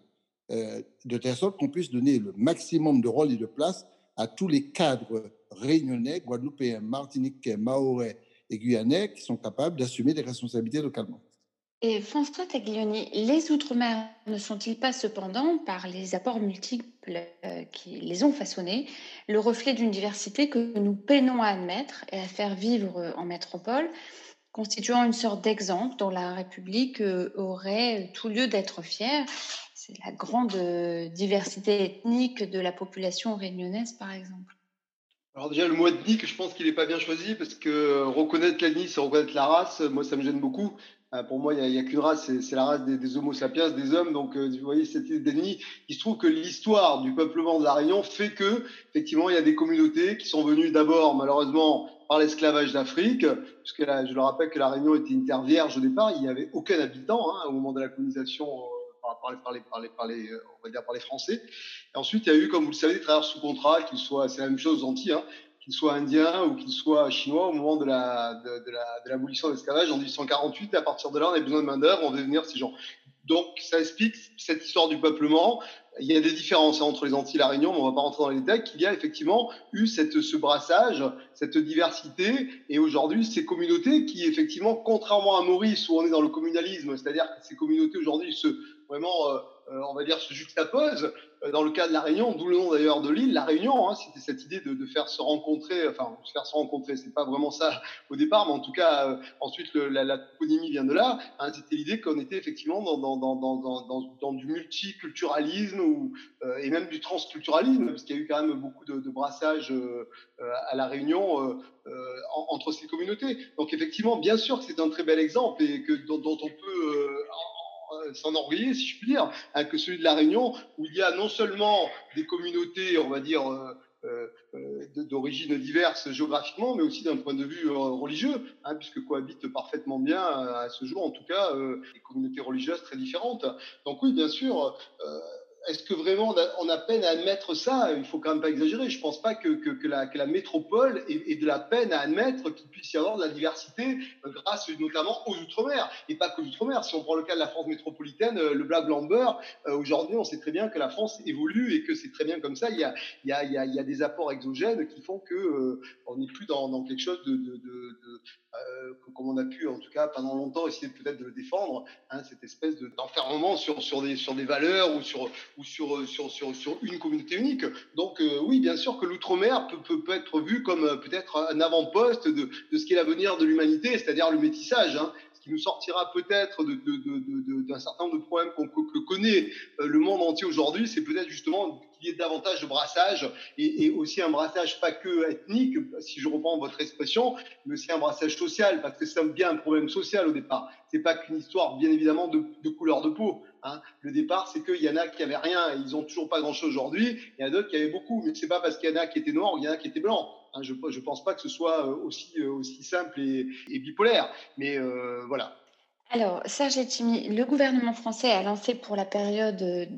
de telle sorte qu'on puisse donner le maximum de rôle et de place à tous les cadres réunionnais, guadeloupéens, martiniquais, mahorais et guyanais qui sont capables d'assumer des responsabilités localement.
Et François Taglioni, les Outre-mer ne sont-ils pas cependant, par les apports multiples qui les ont façonnés, le reflet d'une diversité que nous peinons à admettre et à faire vivre en métropole, constituant une sorte d'exemple dont la République aurait tout lieu d'être fière? C'est la grande diversité ethnique de la population réunionnaise, par exemple.
Alors déjà, le mot ethnique, je pense qu'il n'est pas bien choisi parce que reconnaître l'ethnie, c'est reconnaître la race. Moi, ça me gêne beaucoup. Pour moi, il n'y a qu'une race, c'est la race des Homo sapiens, des hommes. Donc, vous voyez, cette idée d'ethnie, il se trouve que l'histoire du peuplement de la Réunion fait que, effectivement, il y a des communautés qui sont venues d'abord, malheureusement, par l'esclavage d'Afrique, puisque là, je le rappelle que la Réunion était une terre vierge au départ. Il n'y avait aucun habitant au moment de la colonisation par les Français. Et ensuite, il y a eu, comme vous le savez, des travailleurs sous contrat, c'est la même chose aux Antilles, qu'ils soient indiens ou qu'ils soient chinois au moment de l'abolition de l'esclavage en 1848. Et à partir de là, on avait besoin de main-d'œuvre, on devait venir ces gens. Donc, ça explique cette histoire du peuplement. Il y a des différences entre les Antilles et la Réunion, mais on ne va pas rentrer dans les détails, qu'il y a effectivement eu ce brassage, cette diversité, et aujourd'hui, ces communautés qui, effectivement, contrairement à Maurice, où on est dans le communalisme, c'est-à-dire que ces communautés aujourd'hui vraiment, on va dire, se juxtaposent. Dans le cas de La Réunion, d'où le nom d'ailleurs de l'île, La Réunion, hein, c'était cette idée de faire se rencontrer, enfin, se faire se rencontrer, c'est pas vraiment ça au départ, mais en tout cas, ensuite, la toponymie vient de là. Hein, c'était l'idée qu'on était effectivement dans du multiculturalisme et même du transculturalisme, parce qu'il y a eu quand même beaucoup de brassage à La Réunion entre ces communautés. Donc effectivement, bien sûr que c'est un très bel exemple et dont on peut s'enorgueillir, si je puis dire, hein, que celui de La Réunion, où il y a non seulement des communautés, on va dire, d'origine diverses géographiquement, mais aussi d'un point de vue religieux, hein, puisque cohabitent parfaitement bien, à ce jour en tout cas, des communautés religieuses très différentes. Donc oui, bien sûr, est-ce que vraiment on a peine à admettre ça? Il ne faut quand même pas exagérer. Je ne pense pas que la métropole ait de la peine à admettre qu'il puisse y avoir de la diversité grâce notamment aux Outre-mer. Et pas que aux Outre-mer. Si on prend le cas de la France métropolitaine, le Black Blamber, aujourd'hui on sait très bien que la France évolue et que c'est très bien comme ça. Il y a des apports exogènes qui font qu'on n'est plus dans quelque chose comme on a pu en tout cas pendant longtemps essayer peut-être de le défendre, hein, cette espèce d'enfermement sur des valeurs ou sur une communauté unique. Donc oui, bien sûr que l'outre-mer peut être vu comme peut-être un avant-poste de ce qu'est l'avenir de l'humanité, c'est-à-dire le métissage, hein, ce qui nous sortira peut-être d'un certain nombre de problèmes que connaît le monde entier aujourd'hui. C'est peut-être justement qu'il y ait davantage de brassage et aussi un brassage pas que ethnique, si je reprends votre expression, mais aussi un brassage social, parce que c'est bien un problème social au départ. C'est pas qu'une histoire, bien évidemment, de couleur de peau. Hein. Le départ, c'est qu'il y en a qui n'avaient rien et ils n'ont toujours pas grand-chose aujourd'hui. Il y en a d'autres qui avaient beaucoup, mais c'est pas parce qu'il y en a qui étaient noirs ou il y en a qui étaient blancs. Hein. Je pense pas que ce soit aussi simple et bipolaire. Mais voilà.
Alors, Serge Letchimy, le gouvernement français a lancé pour la période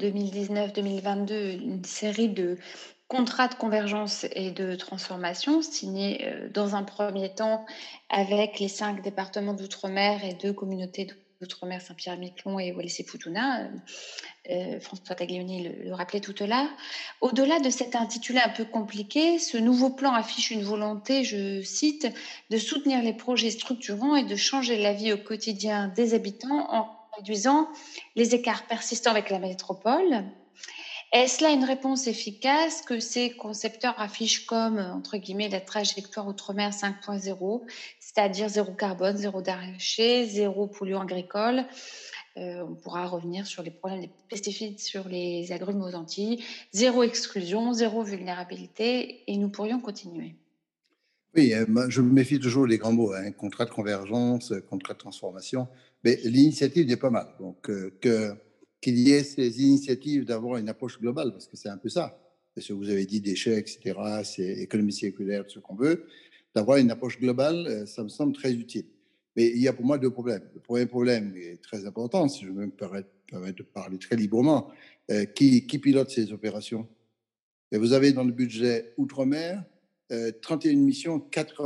2019-2022 une série de contrats de convergence et de transformation signés dans un premier temps avec les 5 départements d'outre-mer et 2 communautés d'outre-mer, Saint-Pierre-et-Miquelon et Wallis-et-Futuna. François Taglioni le rappelait tout à l'heure. Au-delà de cet intitulé un peu compliqué, ce nouveau plan affiche une volonté, je cite, de soutenir les projets structurants et de changer la vie au quotidien des habitants en réduisant les écarts persistants avec la métropole. Est-ce là une réponse efficace que ces concepteurs affichent comme, entre guillemets, la trajectoire Outre-mer 5.0, c'est-à-dire zéro carbone, zéro déchets, zéro polluant agricole? On pourra revenir sur les problèmes des pesticides sur les agrumes aux Antilles, zéro exclusion, zéro vulnérabilité, et nous pourrions continuer.
Oui, je me méfie toujours des grands mots, hein, contrat de convergence, contrat de transformation, mais l'initiative est pas mal. Donc, qu'il y ait ces initiatives d'avoir une approche globale, parce que c'est un peu ça. Parce que vous avez dit déchets, etc., c'est économie circulaire, ce qu'on veut. D'avoir une approche globale, ça me semble très utile. Mais il y a pour moi 2 problèmes. Le premier problème est très important, si je me permets de parler très librement. Qui pilote ces opérations? Et vous avez dans le budget Outre-mer 31 missions,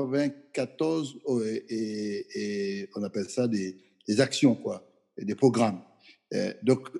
94 et on appelle ça des actions, quoi, et des programmes. Donc,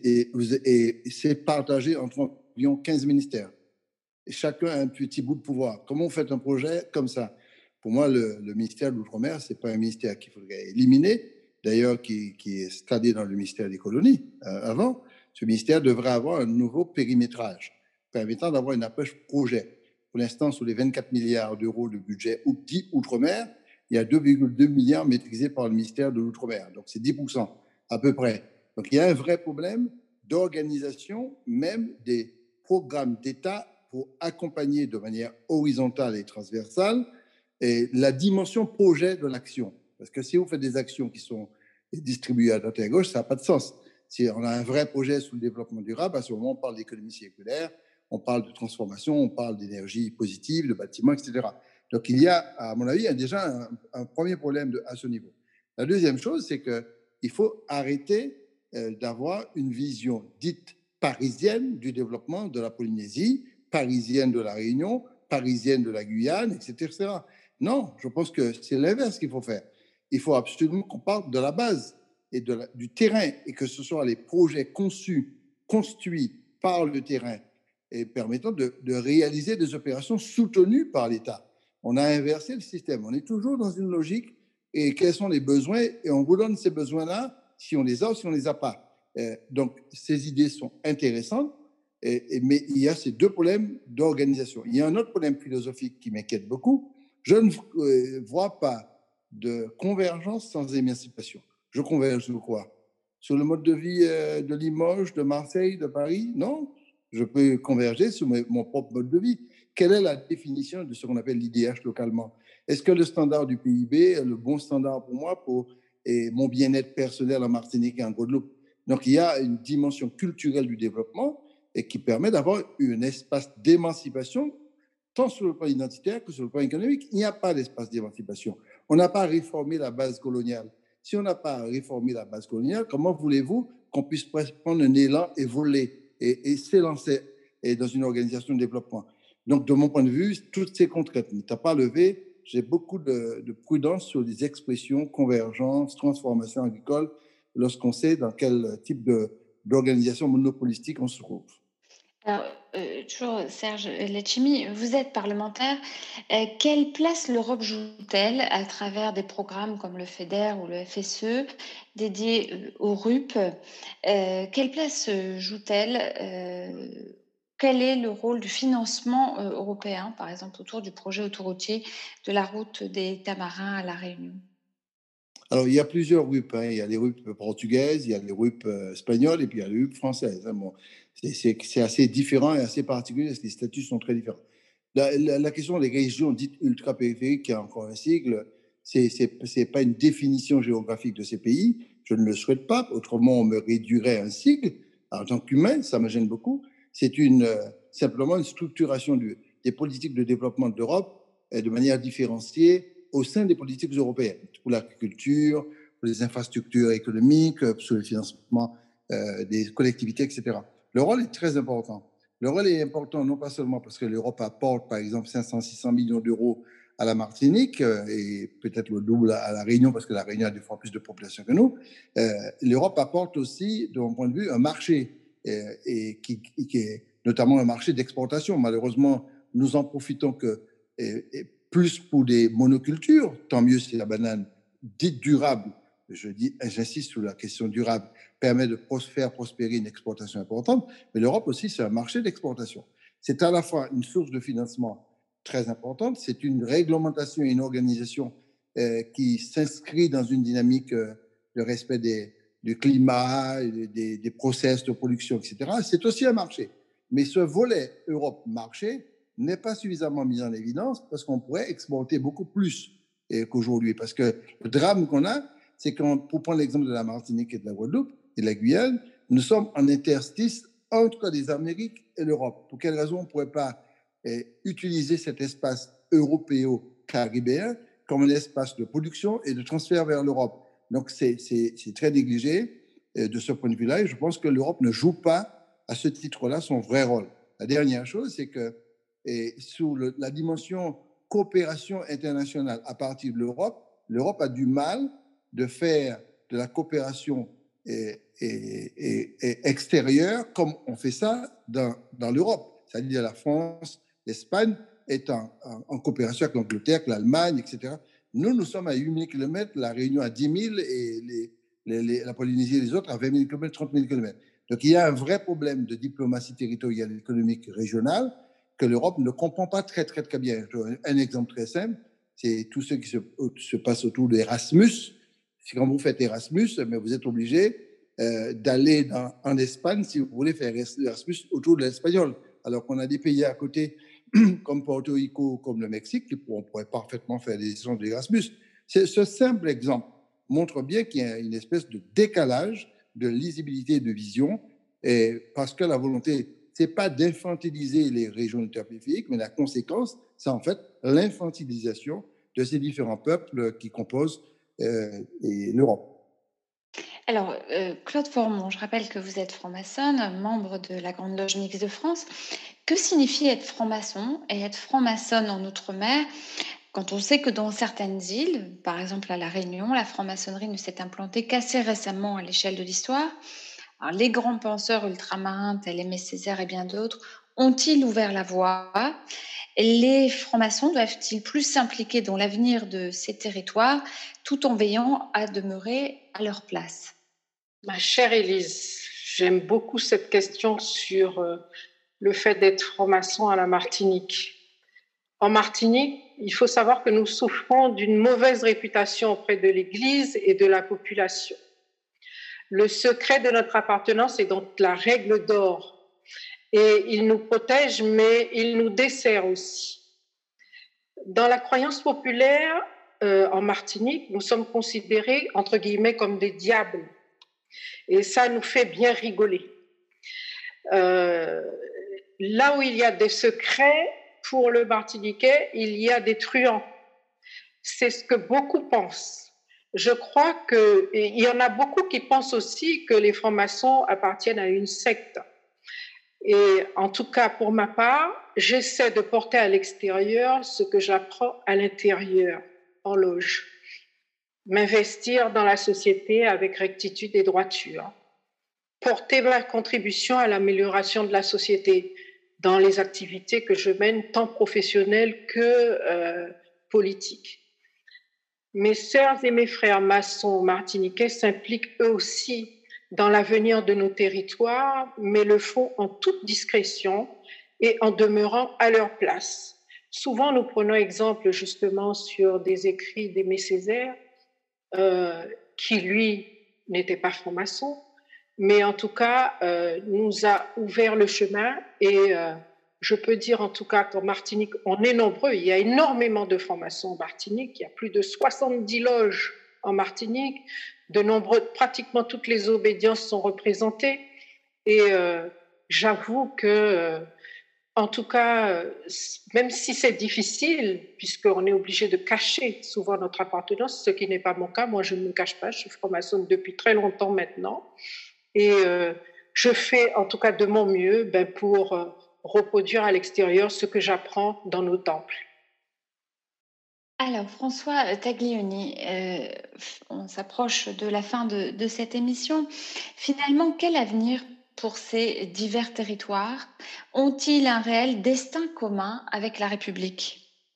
c'est partagé entre environ 15 ministères. Et chacun a un petit bout de pouvoir. Comment vous faites un projet comme ça? Pour moi, le ministère de l'Outre-mer, ce n'est pas un ministère qu'il faudrait éliminer, d'ailleurs, qui est stadé dans le ministère des colonies avant. Ce ministère devrait avoir un nouveau périmétrage permettant d'avoir une approche projet. Pour l'instant, sur les 24 milliards d'euros de budget dit Outre-mer, il y a 2,2 milliards maîtrisés par le ministère de l'Outre-mer. Donc, c'est 10% à peu près. Donc, il y a un vrai problème d'organisation, même des programmes d'État pour accompagner de manière horizontale et transversale et la dimension projet de l'action. Parce que si vous faites des actions qui sont distribuées à droite et à gauche, ça n'a pas de sens. Si on a un vrai projet sur le développement durable, à ce moment, on parle d'économie circulaire, on parle de transformation, on parle d'énergie positive, de bâtiments, etc. Donc, il y a, à mon avis, déjà un premier problème à ce niveau. La deuxième chose, c'est qu'il faut arrêter d'avoir une vision dite parisienne du développement de la Polynésie, parisienne de la Réunion, parisienne de la Guyane, etc. Non, je pense que c'est l'inverse qu'il faut faire. Il faut absolument qu'on parle de la base et du terrain et que ce soit les projets conçus, construits par le terrain et permettant de réaliser des opérations soutenues par l'État. On a inversé le système. On est toujours dans une logique et quels sont les besoins et on vous donne ces besoins-là si on les a ou si on ne les a pas. Donc, ces idées sont intéressantes, mais il y a ces deux problèmes d'organisation. Il y a un autre problème philosophique qui m'inquiète beaucoup. Je ne vois pas de convergence sans émancipation. Je converge sur quoi? Sur le mode de vie de Limoges, de Marseille, de Paris? Non, je peux converger sur mon propre mode de vie. Quelle est la définition de ce qu'on appelle l'IDH localement? Est-ce que le standard du PIB est le bon standard pour moi, pour mon bien-être personnel en Martinique et en Guadeloupe? Donc, il y a une dimension culturelle du développement et qui permet d'avoir un espace d'émancipation, tant sur le plan identitaire que sur le plan économique. Il n'y a pas d'espace d'émancipation. On n'a pas réformé la base coloniale. Si on n'a pas réformé la base coloniale, comment voulez-vous qu'on puisse prendre un élan et voler et s'élancer dans une organisation de développement? Donc, de mon point de vue, toutes ces contraintes n'étant pas levées, j'ai beaucoup de prudence sur les expressions convergence, transformation agricole, lorsqu'on sait dans quel type d'organisation monopolistique on se trouve.
Alors, toujours Serge Letchimy, vous êtes parlementaire. Quelle place l'Europe joue-t-elle à travers des programmes comme le FEDER ou le FSE dédiés au RUP? Quelle place joue-t-elle? Quel est le rôle du financement européen, par exemple, autour du projet autoroutier de la route des Tamarins à La Réunion?
Alors, il y a plusieurs RUP. Il y a les RUP portugaises, il y a les RUP espagnoles et puis il y a les RUP françaises. Bon, c'est assez différent et assez particulier parce que les statuts sont très différents. La question des régions dites ultra-périphériques, qui a encore un sigle, c'est pas une définition géographique de ces pays. Je ne le souhaite pas. Autrement, on me réduirait un sigle. En tant qu'humain, ça me gêne beaucoup. C'est simplement une structuration des politiques de développement de l'Europe de manière différenciée au sein des politiques européennes, pour l'agriculture, pour les infrastructures économiques, sur le financement des collectivités, etc. Le rôle est très important. Le rôle est important non pas seulement parce que l'Europe apporte, par exemple, 500-600 millions d'euros à la Martinique et peut-être le double à La Réunion, parce que La Réunion a 2 fois plus de population que nous. L'Europe apporte aussi, de mon point de vue, un marché et qui est notamment un marché d'exportation. Malheureusement, nous en profitons que plus pour des monocultures, tant mieux si la banane dite durable, j'insiste sur la question durable, permet de faire prospérer une exportation importante, mais l'Europe aussi, c'est un marché d'exportation. C'est à la fois une source de financement très importante, c'est une réglementation et une organisation qui s'inscrit dans une dynamique de respect du climat, des process de production, etc. C'est aussi un marché. Mais ce volet Europe-marché n'est pas suffisamment mis en évidence parce qu'on pourrait exporter beaucoup plus qu'aujourd'hui. Parce que le drame qu'on a, c'est pour prendre l'exemple de la Martinique et de la Guadeloupe et de la Guyane, nous sommes en interstice entre les Amériques et l'Europe. Pour quelle raison on ne pourrait pas utiliser cet espace européo-caribéen comme un espace de production et de transfert vers l'Europe? Donc, c'est très négligé de ce point de vue-là et je pense que l'Europe ne joue pas à ce titre-là son vrai rôle. La dernière chose, c'est que sous la dimension coopération internationale à partir de l'Europe, l'Europe a du mal de faire de la coopération extérieure comme on fait ça dans l'Europe. C'est-à-dire la France, l'Espagne est en coopération avec l'Angleterre, avec l'Allemagne, etc. Nous sommes à 8 000 km, la Réunion à 10 000 et la Polynésie et les autres à 20 000 km, 30 000 km. Donc il y a un vrai problème de diplomatie territoriale et économique régionale que l'Europe ne comprend pas très bien. Un exemple très simple, c'est tout ce qui se passe autour de Erasmus. Quand vous faites Erasmus, mais vous êtes obligé d'aller en Espagne si vous voulez faire Erasmus autour de l'espagnol. Alors qu'on a des pays à côté, comme Porto Rico, comme le Mexique, on pourrait parfaitement faire des échanges d'Erasmus. Ce simple exemple montre bien qu'il y a une espèce de décalage de lisibilité et de vision, parce que la volonté, ce n'est pas d'infantiliser les régions ultrapériphériques, mais la conséquence, c'est en fait l'infantilisation de ces différents peuples qui composent l'Europe.
Alors, Claude Formont, je rappelle que vous êtes franc-maçonne, membre de la Grande Loge Mixte de France. Que signifie être franc-maçon et être franc-maçonne en Outre-mer quand on sait que dans certaines îles, par exemple à La Réunion, la franc-maçonnerie ne s'est implantée qu'assez récemment à l'échelle de l'histoire? Alors, les grands penseurs ultramarins tels Aimé Césaire et bien d'autres ont-ils ouvert la voie? Les francs-maçons doivent-ils plus s'impliquer dans l'avenir de ces territoires tout en veillant à demeurer à leur place?
Ma chère Élise, J'aime beaucoup cette question sur le fait d'être franc-maçon à la Martinique. En Martinique, il faut savoir que nous souffrons d'une mauvaise réputation auprès de l'Église et de la population. Le secret de notre appartenance est donc la règle d'or. Et il nous protège, mais il nous dessert aussi. Dans la croyance populaire, en Martinique, nous sommes considérés, entre guillemets, comme des diables. Et ça nous fait bien rigoler. Là où il y a des secrets, pour le Martiniquais, il y a des truands. C'est ce que beaucoup pensent. Je crois qu'il y en a beaucoup qui pensent aussi que les francs-maçons appartiennent à une secte. Et en tout cas, pour ma part, j'essaie de porter à l'extérieur ce que j'apprends à l'intérieur, en loge. M'investir dans la société avec rectitude et droiture. Porter ma contribution à l'amélioration de la société dans les activités que je mène, tant professionnelles que politiques. Mes sœurs et mes frères maçons martiniquais s'impliquent eux aussi dans l'avenir de nos territoires, mais le font en toute discrétion et en demeurant à leur place. Souvent, nous prenons exemple justement sur des écrits d'Aimé Césaire, qui lui n'était pas franc-maçon, mais en tout cas nous a ouvert le chemin et je peux dire en tout cas qu'en Martinique, on est nombreux, il y a énormément de francs-maçons en Martinique, il y a plus de 70 loges en Martinique, pratiquement toutes les obédiences sont représentées et j'avoue que en tout cas, même si c'est difficile, puisqu'on est obligé de cacher souvent notre appartenance, ce qui n'est pas mon cas, moi je ne me cache pas, je suis franc-maçonne depuis très longtemps maintenant, et je fais en tout cas de mon mieux pour reproduire à l'extérieur ce que j'apprends dans nos temples.
Alors, François Taglioni, on s'approche de la fin de cette émission. Finalement, quel avenir pour ces divers territoires? Ont-ils un réel destin commun avec la République?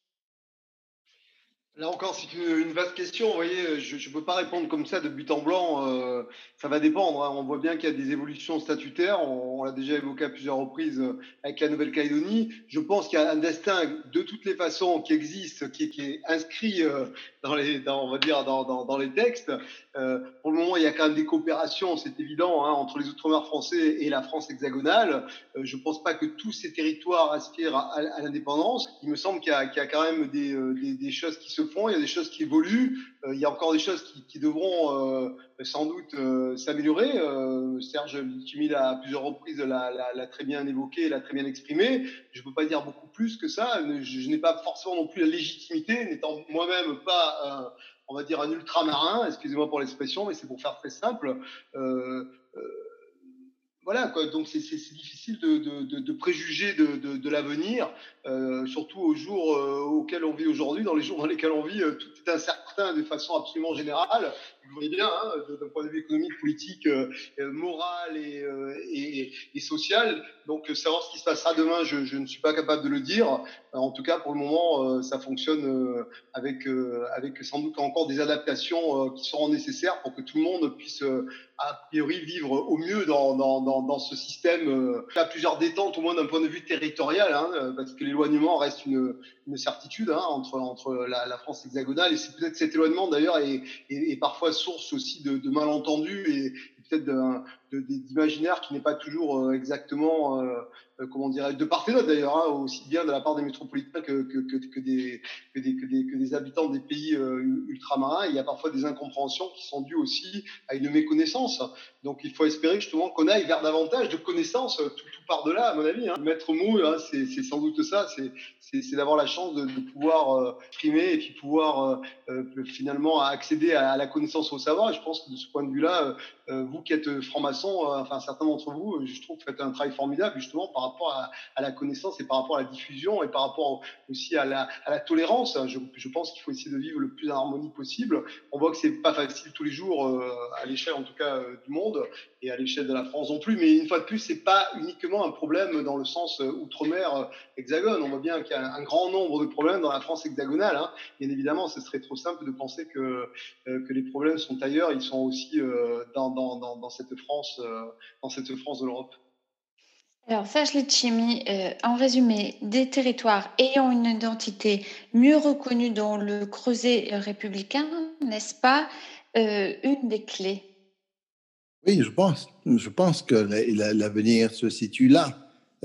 Là encore, c'est une vaste question. Vous voyez, je ne peux pas répondre comme ça de but en blanc. Ça va dépendre. Hein. On voit bien qu'il y a des évolutions statutaires. On l'a déjà évoqué à plusieurs reprises avec la Nouvelle-Calédonie. Je pense qu'il y a un destin de toutes les façons qui existe, qui est inscrit dans les textes. Pour le moment, il y a quand même des coopérations, c'est évident, hein, entre les Outre-mer français et la France hexagonale. Je ne pense pas que tous ces territoires aspirent à l'indépendance. Il me semble qu'il y a quand même des choses qui se font, il y a des choses qui évoluent, il y a encore des choses qui devront sans doute s'améliorer. Serge Letchimy à plusieurs reprises l'a très bien évoqué, l'a très bien exprimé. Je ne peux pas dire beaucoup plus que ça. Je n'ai pas forcément non plus la légitimité, n'étant moi-même pas on va dire un ultramarin, excusez-moi pour l'expression, mais c'est pour faire très simple. Voilà, quoi. Donc c'est difficile de préjuger de l'avenir, surtout aux jours auxquels on vit aujourd'hui, dans les jours dans lesquels on vit, tout est incertain de façon absolument générale. Vous voyez bien, hein, d'un point de vue économique, politique, moral et social. Donc savoir ce qui se passera demain, je ne suis pas capable de le dire. En tout cas, pour le moment, ça fonctionne avec sans doute encore des adaptations qui seront nécessaires pour que tout le monde puisse a priori vivre au mieux dans ce système. Il y a plusieurs détentes, au moins d'un point de vue territorial, hein, parce que l'éloignement reste une certitude, hein, entre la France hexagonale, et c'est peut-être cet éloignement d'ailleurs est parfois source aussi de malentendus et peut-être d'imaginaire qui n'est pas toujours exactement, comment dirais-je, de part et d'autre d'ailleurs, hein, aussi bien de la part des métropolitains que des habitants des pays ultramarins. Il y a parfois des incompréhensions qui sont dues aussi à une méconnaissance. Donc il faut espérer justement qu'on aille vers davantage de connaissances, tout par de là, à mon avis. Hein. Le maître mot, hein, c'est sans doute ça, c'est d'avoir la chance de pouvoir exprimer et puis pouvoir finalement accéder à la connaissance, au savoir. Et je pense que de ce point de vue-là, vous qui êtes franc-maçon, enfin certains d'entre vous, je trouve, faites un travail formidable justement par rapport à la connaissance et par rapport à la diffusion et par rapport aussi à la tolérance. Je pense qu'il faut essayer de vivre le plus en harmonie possible. On voit que c'est pas facile tous les jours à l'échelle en tout cas du monde et à l'échelle de la France non plus, mais une fois de plus, c'est pas uniquement un problème dans le sens outre-mer hexagone. On voit bien qu'il y a un grand nombre de problèmes dans la France hexagonale. Bien évidemment, ce serait trop simple de penser que les problèmes sont ailleurs. Ils sont aussi dans cette France de l'Europe.
Alors, Serge Letchimy, en résumé, des territoires ayant une identité mieux reconnue dans le creuset républicain, n'est-ce pas une des clés?
Oui, je pense que l'avenir se situe là.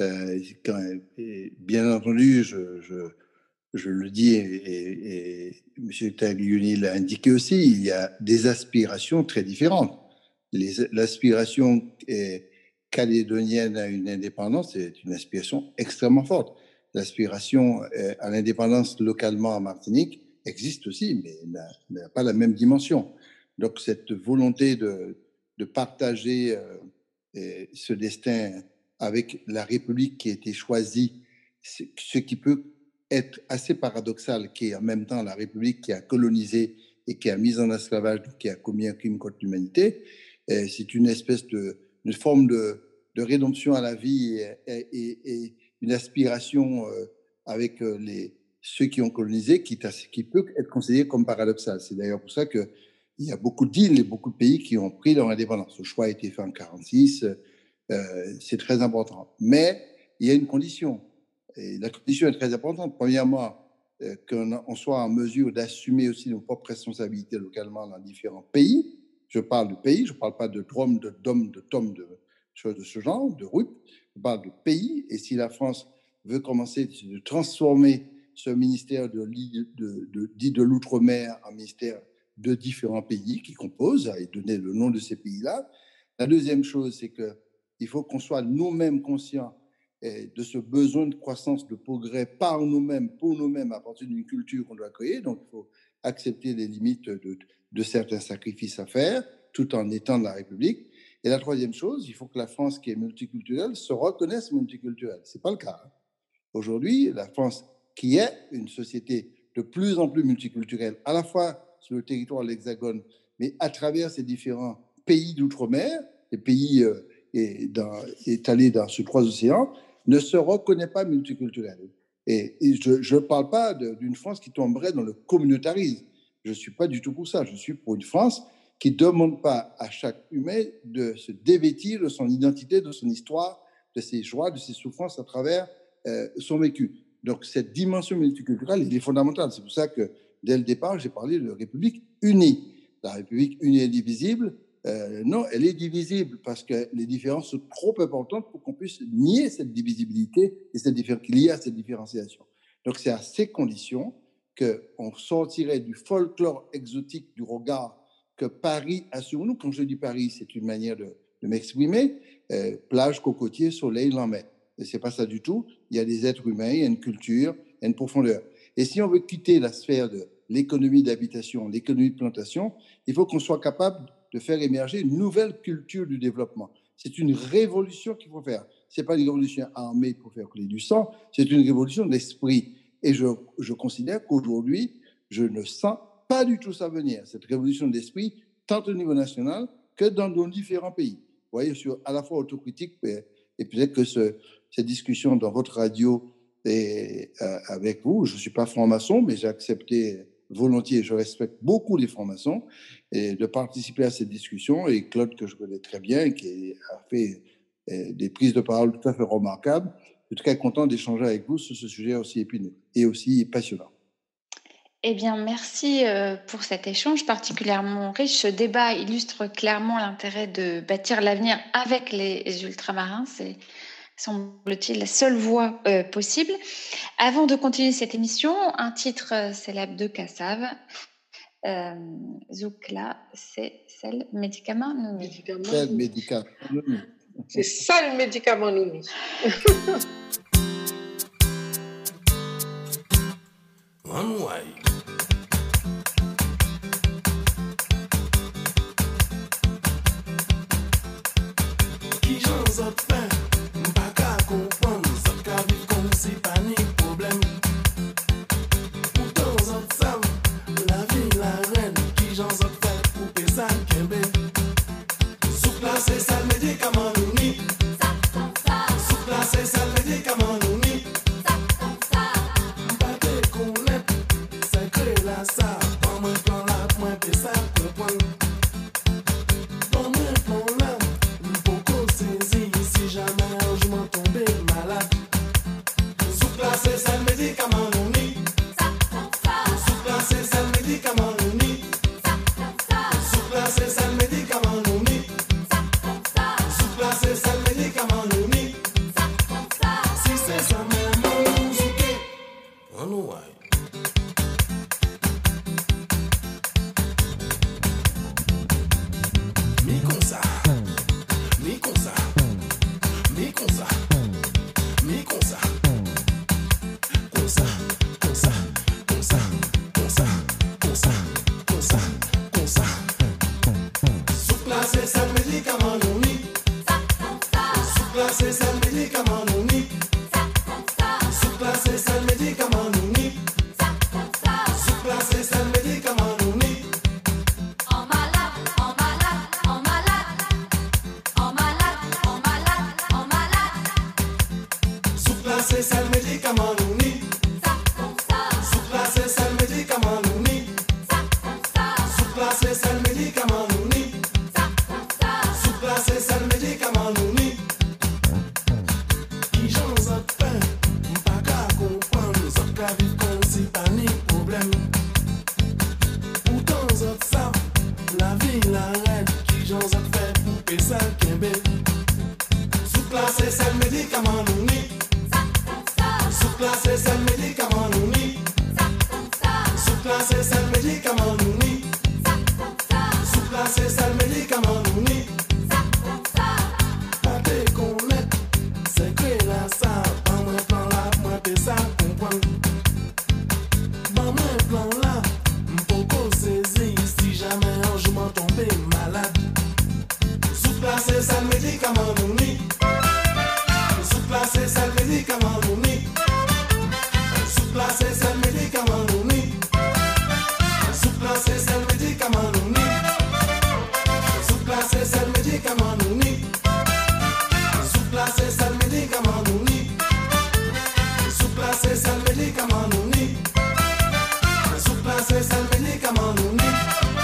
Bien entendu, je le dis, et M. Taglioni l'a indiqué aussi, il y a des aspirations très différentes. L'aspiration calédonienne à une indépendance est une aspiration extrêmement forte. L'aspiration à l'indépendance localement en Martinique existe aussi, mais n'a pas la même dimension. Donc cette volonté de partager ce destin avec la République qui a été choisie, ce qui peut être assez paradoxal, qui est en même temps la République qui a colonisé et qui a mis en esclavage, qui a commis un crime contre l'humanité. C'est une espèce de forme de rédemption à la vie et une aspiration avec ceux qui ont colonisé qui peut être considérée comme paradoxale. C'est d'ailleurs pour ça qu'il y a beaucoup d'îles et beaucoup de pays qui ont pris leur indépendance. Le choix a été fait en 1946, c'est très important. Mais il y a une condition, et la condition est très importante. Premièrement, qu'on soit en mesure d'assumer aussi nos propres responsabilités localement dans différents pays. Je parle de pays, je ne parle pas de drum, de dom, de tom, de choses de ce genre, de route. Je parle de pays. Et si la France veut commencer de transformer ce ministère dit de l'outre-mer en ministère de différents pays qui composent et donner le nom de ces pays-là. La deuxième chose, c'est qu'il faut qu'on soit nous-mêmes conscients de ce besoin de croissance, de progrès par nous-mêmes, pour nous-mêmes, à partir d'une culture qu'on doit créer. Donc, il faut accepter les limites de certains sacrifices à faire, tout en étant de la République. Et la troisième chose, il faut que la France, qui est multiculturelle, se reconnaisse multiculturelle. Ce n'est pas le cas. Aujourd'hui, la France, qui est une société de plus en plus multiculturelle, à la fois sur le territoire de l'Hexagone, mais à travers ces différents pays d'outre-mer, les pays étalés dans ces trois océans, ne se reconnaît pas multiculturelle. Et je ne parle pas d'une France qui tomberait dans le communautarisme. Je ne suis pas du tout pour ça. Je suis pour une France qui ne demande pas à chaque humain de se dévêtir de son identité, de son histoire, de ses joies, de ses souffrances à travers son vécu. Donc, cette dimension multiculturelle, elle est fondamentale. C'est pour ça que, dès le départ, j'ai parlé de République unie. La République unie est divisible. Non, elle est divisible parce que les différences sont trop importantes pour qu'on puisse nier cette divisibilité et qu'il y a cette différenciation. Donc, c'est à ces conditions qu'on sortirait du folklore exotique du regard que Paris a sur nous. Quand je dis Paris, c'est une manière de m'exprimer. Plage, cocotier, soleil, lendemain. Et ce n'est pas ça du tout. Il y a des êtres humains, il y a une culture, il y a une profondeur. Et si on veut quitter la sphère de l'économie d'habitation, l'économie de plantation, il faut qu'on soit capable de faire émerger une nouvelle culture du développement. C'est une révolution qu'il faut faire. Ce n'est pas une révolution armée pour faire couler du sang, c'est une révolution d'esprit. Et je considère qu'aujourd'hui, je ne sens pas du tout ça venir, cette révolution d'esprit, tant au niveau national que dans nos différents pays. Vous voyez, sur à la fois autocritique, et peut-être que cette discussion dans votre radio et avec vous, je ne suis pas franc-maçon, mais j'ai accepté volontiers, je respecte beaucoup les francs-maçons, et de participer à cette discussion. Et Claude, que je connais très bien, qui a fait des prises de parole tout à fait remarquables, je suis très content d'échanger avec vous sur ce sujet aussi épineux et aussi passionnant.
Eh bien, merci pour cet échange particulièrement riche. Ce débat illustre clairement l'intérêt de bâtir l'avenir avec les ultramarins. C'est, semble-t-il, la seule voie possible. Avant de continuer cette émission, un titre célèbre de Kassav. Zoukla, c'est Sel Médicament Noumi.
Sel Médicament Noumi.
C'est ça le médicament Noumi.
One way. Qui j'en fait, m'pas qu'à
comprendre, ça qu'a vivre comme si pas ni problème. Pourtant, on savent, la vie, la reine, qui j'en ai fait pour payer ça, qu'embé. Sous place, c'est ça le médicament, nous ni. Sous place, c'est ça le médicament, nous ni. Pas de connaître, c'est que là, ça, pas moins plan là, moins payer ça, comprendre. Pas moins plan là, beaucoup saisi, si jamais un jour m'en tomber malade. Sous place, c'est ça le médicament, nous ni. Sous place, c'est ça le médicament, nous ni. Sous place, c'est ça le médicament, nous ni. Sous place, c'est ça le médicament, nous ni. Si c'est ça même, on nous souquait. On nous voit. Mi comme ça, mi comme ça, mi comme ça, mi comme ça, comme ça, comme ça, comme ça, comme ça, comme ça, comme ça, comme ça. Sous place, c'est ça le médicament, nous ni. Sous place, c'est ça le médicament, nous ni. Sous place, c'est ça le médicament, nous ni. Sous place, c'est ça le médicament, nous ni. Sous place, c'est ça le médicament, nous ni. Sous place, c'est ça le médicament, nous ni. Sous place, c'est ça le médicament, nous ni. Sous place, c'est ça le médicament, nous ni. Qui j'en ai fait, pas qu'à comprendre, ça qu'à vivre comme si pas ni problème. Pourtant, ça savent, la vie, la reine, qui j'en ai fait pour payer ça, qu'embé. Sous place, c'est ça le médicament, nous ni. Sous place, c'est ça le médicament, nous ni. Sous place, c'est ça le médicament, nous ni. Sous place, c'est ça le médicament, nous ni. Pas de connaître, c'est que là, ça, pas moins plan là, moins payer ça, comprendre. Pas moins plan là, m'poko saisi, si jamais un jour m'en tomber malade. Sous place, c'est ça le médicament, nous ni. Sous place, c'est ça le médicament, nous ni. Sous place, c'est ça le médicament, nous ni. Sous place, c'est ça le médicament, nous ni. Sous place, c'est ça le médicament, nous ni. Sous place, c'est ça le médicament, nous ni. Sous place, c'est ça le médicament, nous ni. Sous place, c'est ça le médicament, nous ni.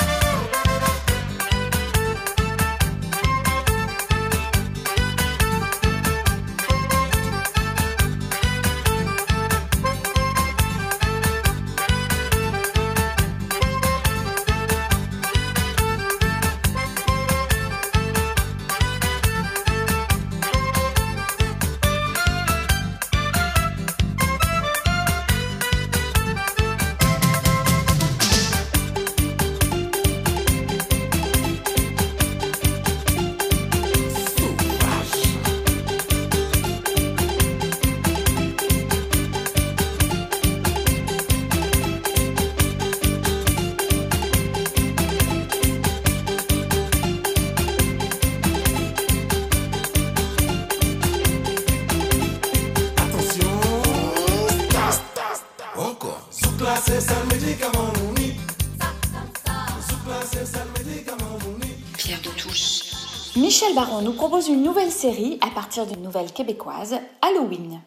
Pierre de Touche.
Michel Baron nous propose une nouvelle série à partir d'une nouvelle québécoise, Halloween.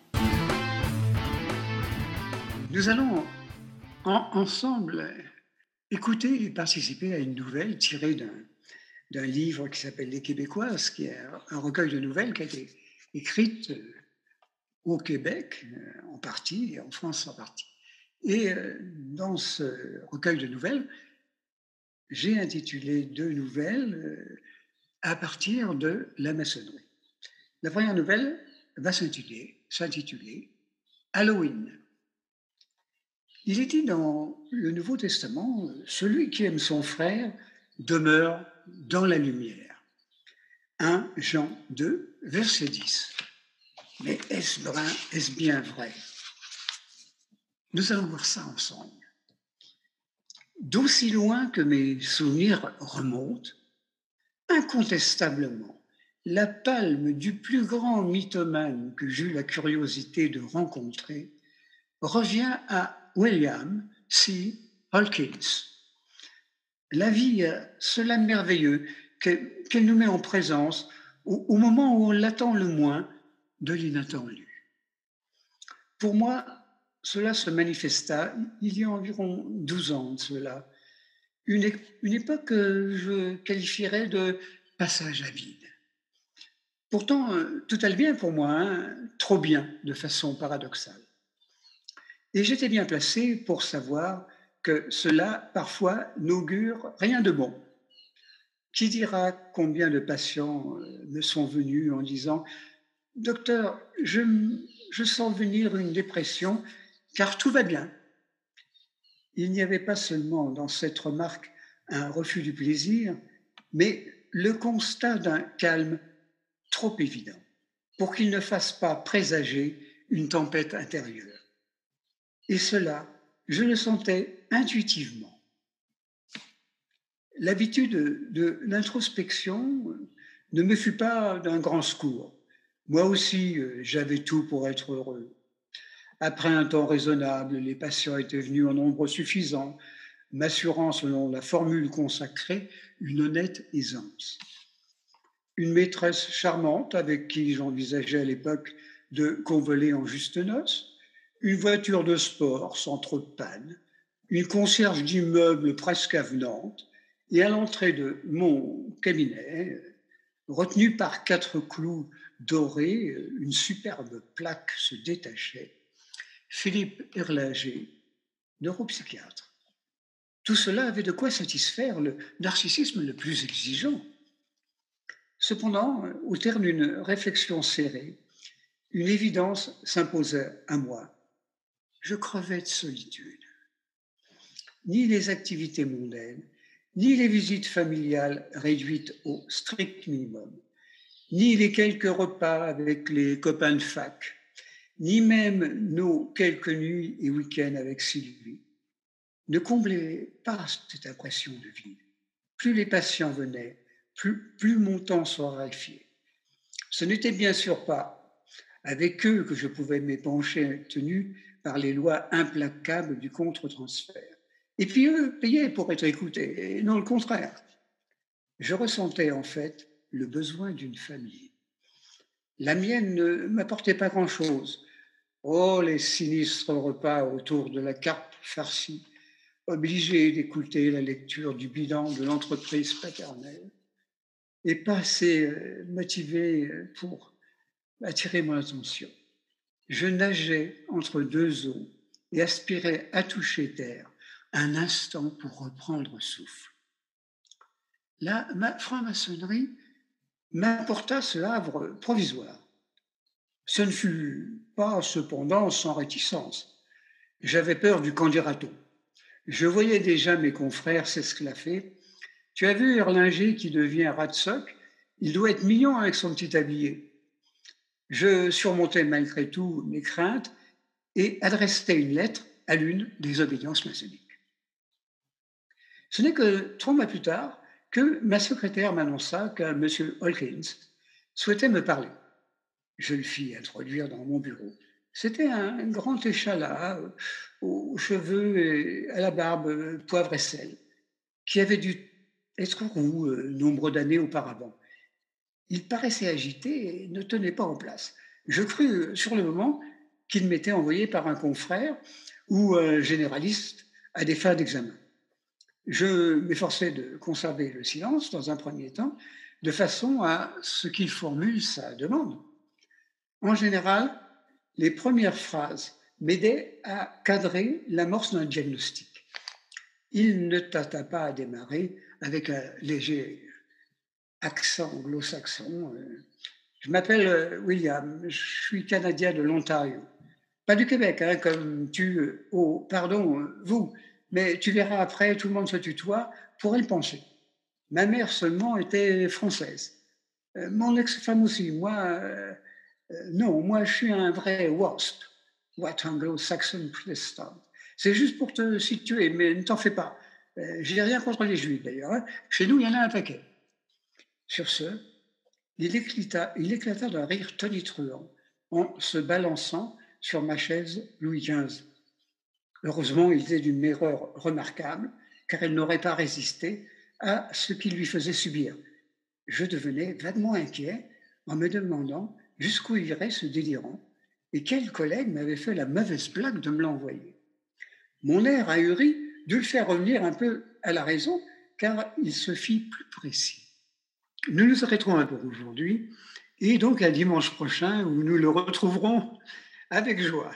Nous allons ensemble écouter et participer à une nouvelle tirée d'un livre qui s'appelle Les Québécoises, qui est un recueil de nouvelles qui a été écrite au Québec en partie et en France en partie. Et dans ce recueil de nouvelles, j'ai intitulé 2 nouvelles à partir de la maçonnerie. La première nouvelle va s'intituler Halloween. Il est dit dans le Nouveau Testament, « Celui qui aime son frère demeure dans la lumière ». 1 Jean 2, verset 10. Mais est-ce bien vrai? Nous allons voir ça ensemble. D'aussi loin que mes souvenirs remontent, incontestablement, la palme du plus grand mythomane que j'eus la curiosité de rencontrer revient à William C. Hawkins. La vie a cela de merveilleux qu'elle nous met en présence au moment où on l'attend le moins de l'inattendu. Pour moi, cela se manifesta il y a environ 12 ans de cela, une époque que je qualifierais de passage à vide. Pourtant, tout allait bien pour moi, hein, trop bien de façon paradoxale. Et j'étais bien placé pour savoir que cela, parfois, n'augure rien de bon. Qui dira combien de patients me sont venus en disant « Docteur, je sens venir une dépression, car tout va bien. » Il n'y avait pas seulement dans cette remarque un refus du plaisir, mais le constat d'un calme trop évident pour qu'il ne fasse pas présager une tempête intérieure. Et cela, je le sentais intuitivement. L'habitude de l'introspection ne me fut pas d'un grand secours. Moi aussi, j'avais tout pour être heureux. Après un temps raisonnable, les patients étaient venus en nombre suffisant, m'assurant, selon la formule consacrée, une honnête aisance. Une maîtresse charmante avec qui j'envisageais à l'époque de convoler en juste noces, une voiture de sport sans trop de panne, une concierge d'immeuble presque avenante, et à l'entrée de mon cabinet, retenu par 4 clous dorés, une superbe plaque se détachait. Philippe Erlanger, neuropsychiatre. Tout cela avait de quoi satisfaire le narcissisme le plus exigeant. Cependant, au terme d'une réflexion serrée, une évidence s'imposait à moi. Je crevais de solitude. Ni les activités mondaines, ni les visites familiales réduites au strict minimum, ni les quelques repas avec les copains de fac, ni même nos quelques nuits et week-ends avec Sylvie, ne comblaient pas cette impression de vide. Plus les patients venaient, plus mon temps se raréfiait. Ce n'était bien sûr pas avec eux que je pouvais m'épancher tenu par les lois implacables du contre-transfert. Et puis eux payaient pour être écoutés, et non le contraire. Je ressentais en fait le besoin d'une famille. La mienne ne m'apportait pas grand-chose. Oh, les sinistres repas autour de la carpe farcie, obligés d'écouter la lecture du bilan de l'entreprise paternelle, et pas assez motivés pour attirer mon attention. Je nageais entre 2 eaux et aspirais à toucher terre un instant pour reprendre souffle. La franc-maçonnerie m'apporta ce havre provisoire. Ce ne fut pas cependant sans réticence. J'avais peur du qu'en dira-t-on. Je voyais déjà mes confrères s'esclaffer. Tu as vu Erlinger qui devient Ratsock? Il doit être mignon avec son petit tablier. Je surmontais malgré tout mes craintes et adressai une lettre à l'une des obédiences maçonniques. Ce n'est que 3 mois plus tard que ma secrétaire m'annonça qu'un M. Hawkins souhaitait me parler. Je le fis introduire dans mon bureau. C'était un grand échalas aux cheveux et à la barbe poivre et sel, qui avait dû être roux nombre d'années auparavant. Il paraissait agité et ne tenait pas en place. Je crus sur le moment qu'il m'était envoyé par un confrère ou un généraliste à des fins d'examen. Je m'efforçai de conserver le silence dans un premier temps, de façon à ce qu'il formule sa demande. En général, les premières phrases m'aidaient à cadrer l'amorce d'un diagnostic. Il ne tâta pas à démarrer avec un léger accent anglo-saxon. Je m'appelle William, je suis Canadien de l'Ontario. Pas du Québec, hein, comme tu... Oh, pardon, vous, mais tu verras après, tout le monde se tutoie, pourrait le penser. Ma mère seulement était française. Mon ex-femme aussi. Non, moi je suis un vrai WASP, White Anglo-Saxon Protestant. C'est juste pour te situer, mais ne t'en fais pas. J'ai rien contre les Juifs d'ailleurs. Hein. Chez nous, il y en a un paquet. Sur ce, il éclata d'un rire tonitruant en se balançant sur ma chaise Louis XV. Heureusement, il était d'une maigreur remarquable, car elle n'aurait pas résisté à ce qu'il lui faisait subir. Je devenais vaguement inquiet en me demandant jusqu'où irait ce délirant et quel collègue m'avait fait la mauvaise blague de me l'envoyer. Mon air ahuri dut le faire revenir un peu à la raison, car il se fit plus précis. Nous nous arrêterons un peu aujourd'hui, et donc à dimanche prochain où nous le retrouverons avec joie.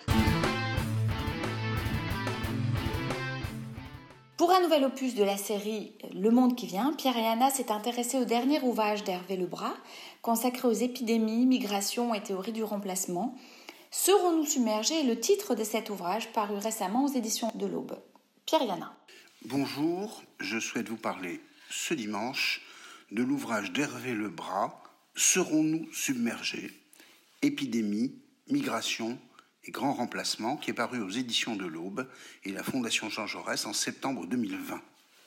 Pour un nouvel opus de la série Le Monde qui vient, Pierre et Anna s'est intéressé au dernier ouvrage d'Hervé Lebras, consacré aux épidémies, migrations et théories du remplacement. Serons-nous submergés est le titre de cet ouvrage paru récemment aux éditions de l'Aube. Pierre et Anna.
Bonjour, je souhaite vous parler ce dimanche de l'ouvrage d'Hervé Lebras, Serons-nous submergés ? Épidémie, migration et grand remplacement, qui est paru aux éditions de l'Aube et la Fondation Jean Jaurès en septembre 2020.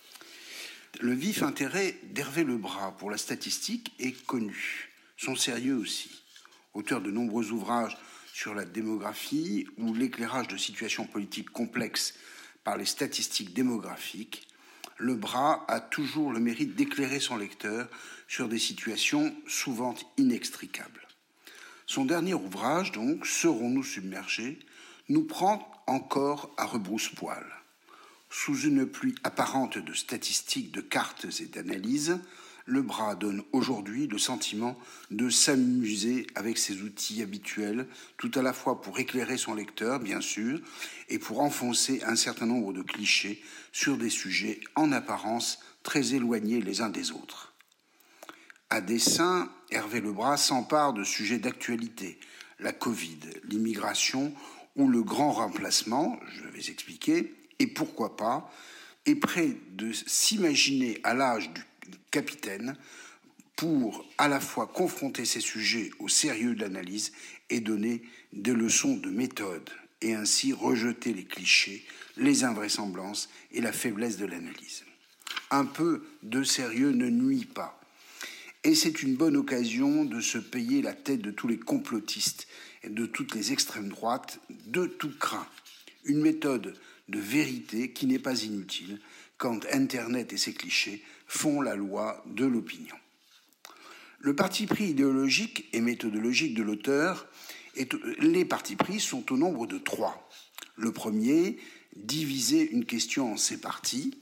Le vif intérêt d'Hervé Lebras pour la statistique est connu, son sérieux aussi. Auteur de nombreux ouvrages sur la démographie ou l'éclairage de situations politiques complexes par les statistiques démographiques, Lebras a toujours le mérite d'éclairer son lecteur sur des situations souvent inextricables. Son dernier ouvrage, donc, Serons-nous submergés, nous prend encore à rebrousse-poil. Sous une pluie apparente de statistiques, de cartes et d'analyses, Lebras donne aujourd'hui le sentiment de s'amuser avec ses outils habituels, tout à la fois pour éclairer son lecteur, bien sûr, et pour enfoncer un certain nombre de clichés sur des sujets en apparence très éloignés les uns des autres. À dessein, Hervé Lebras s'empare de sujets d'actualité, la Covid, l'immigration ou le grand remplacement, je vais expliquer, et pourquoi pas, est prêt de s'imaginer à l'âge du capitaine pour à la fois confronter ces sujets au sérieux de l'analyse et donner des leçons de méthode, et ainsi rejeter les clichés, les invraisemblances et la faiblesse de l'analyse. Un peu de sérieux ne nuit pas. Et c'est une bonne occasion de se payer la tête de tous les complotistes et de toutes les extrêmes droites de tout crin. Une méthode de vérité qui n'est pas inutile quand Internet et ses clichés font la loi de l'opinion. Le parti pris idéologique et méthodologique de l'auteur, les partis pris sont au nombre de 3. Le premier, diviser une question en ses parties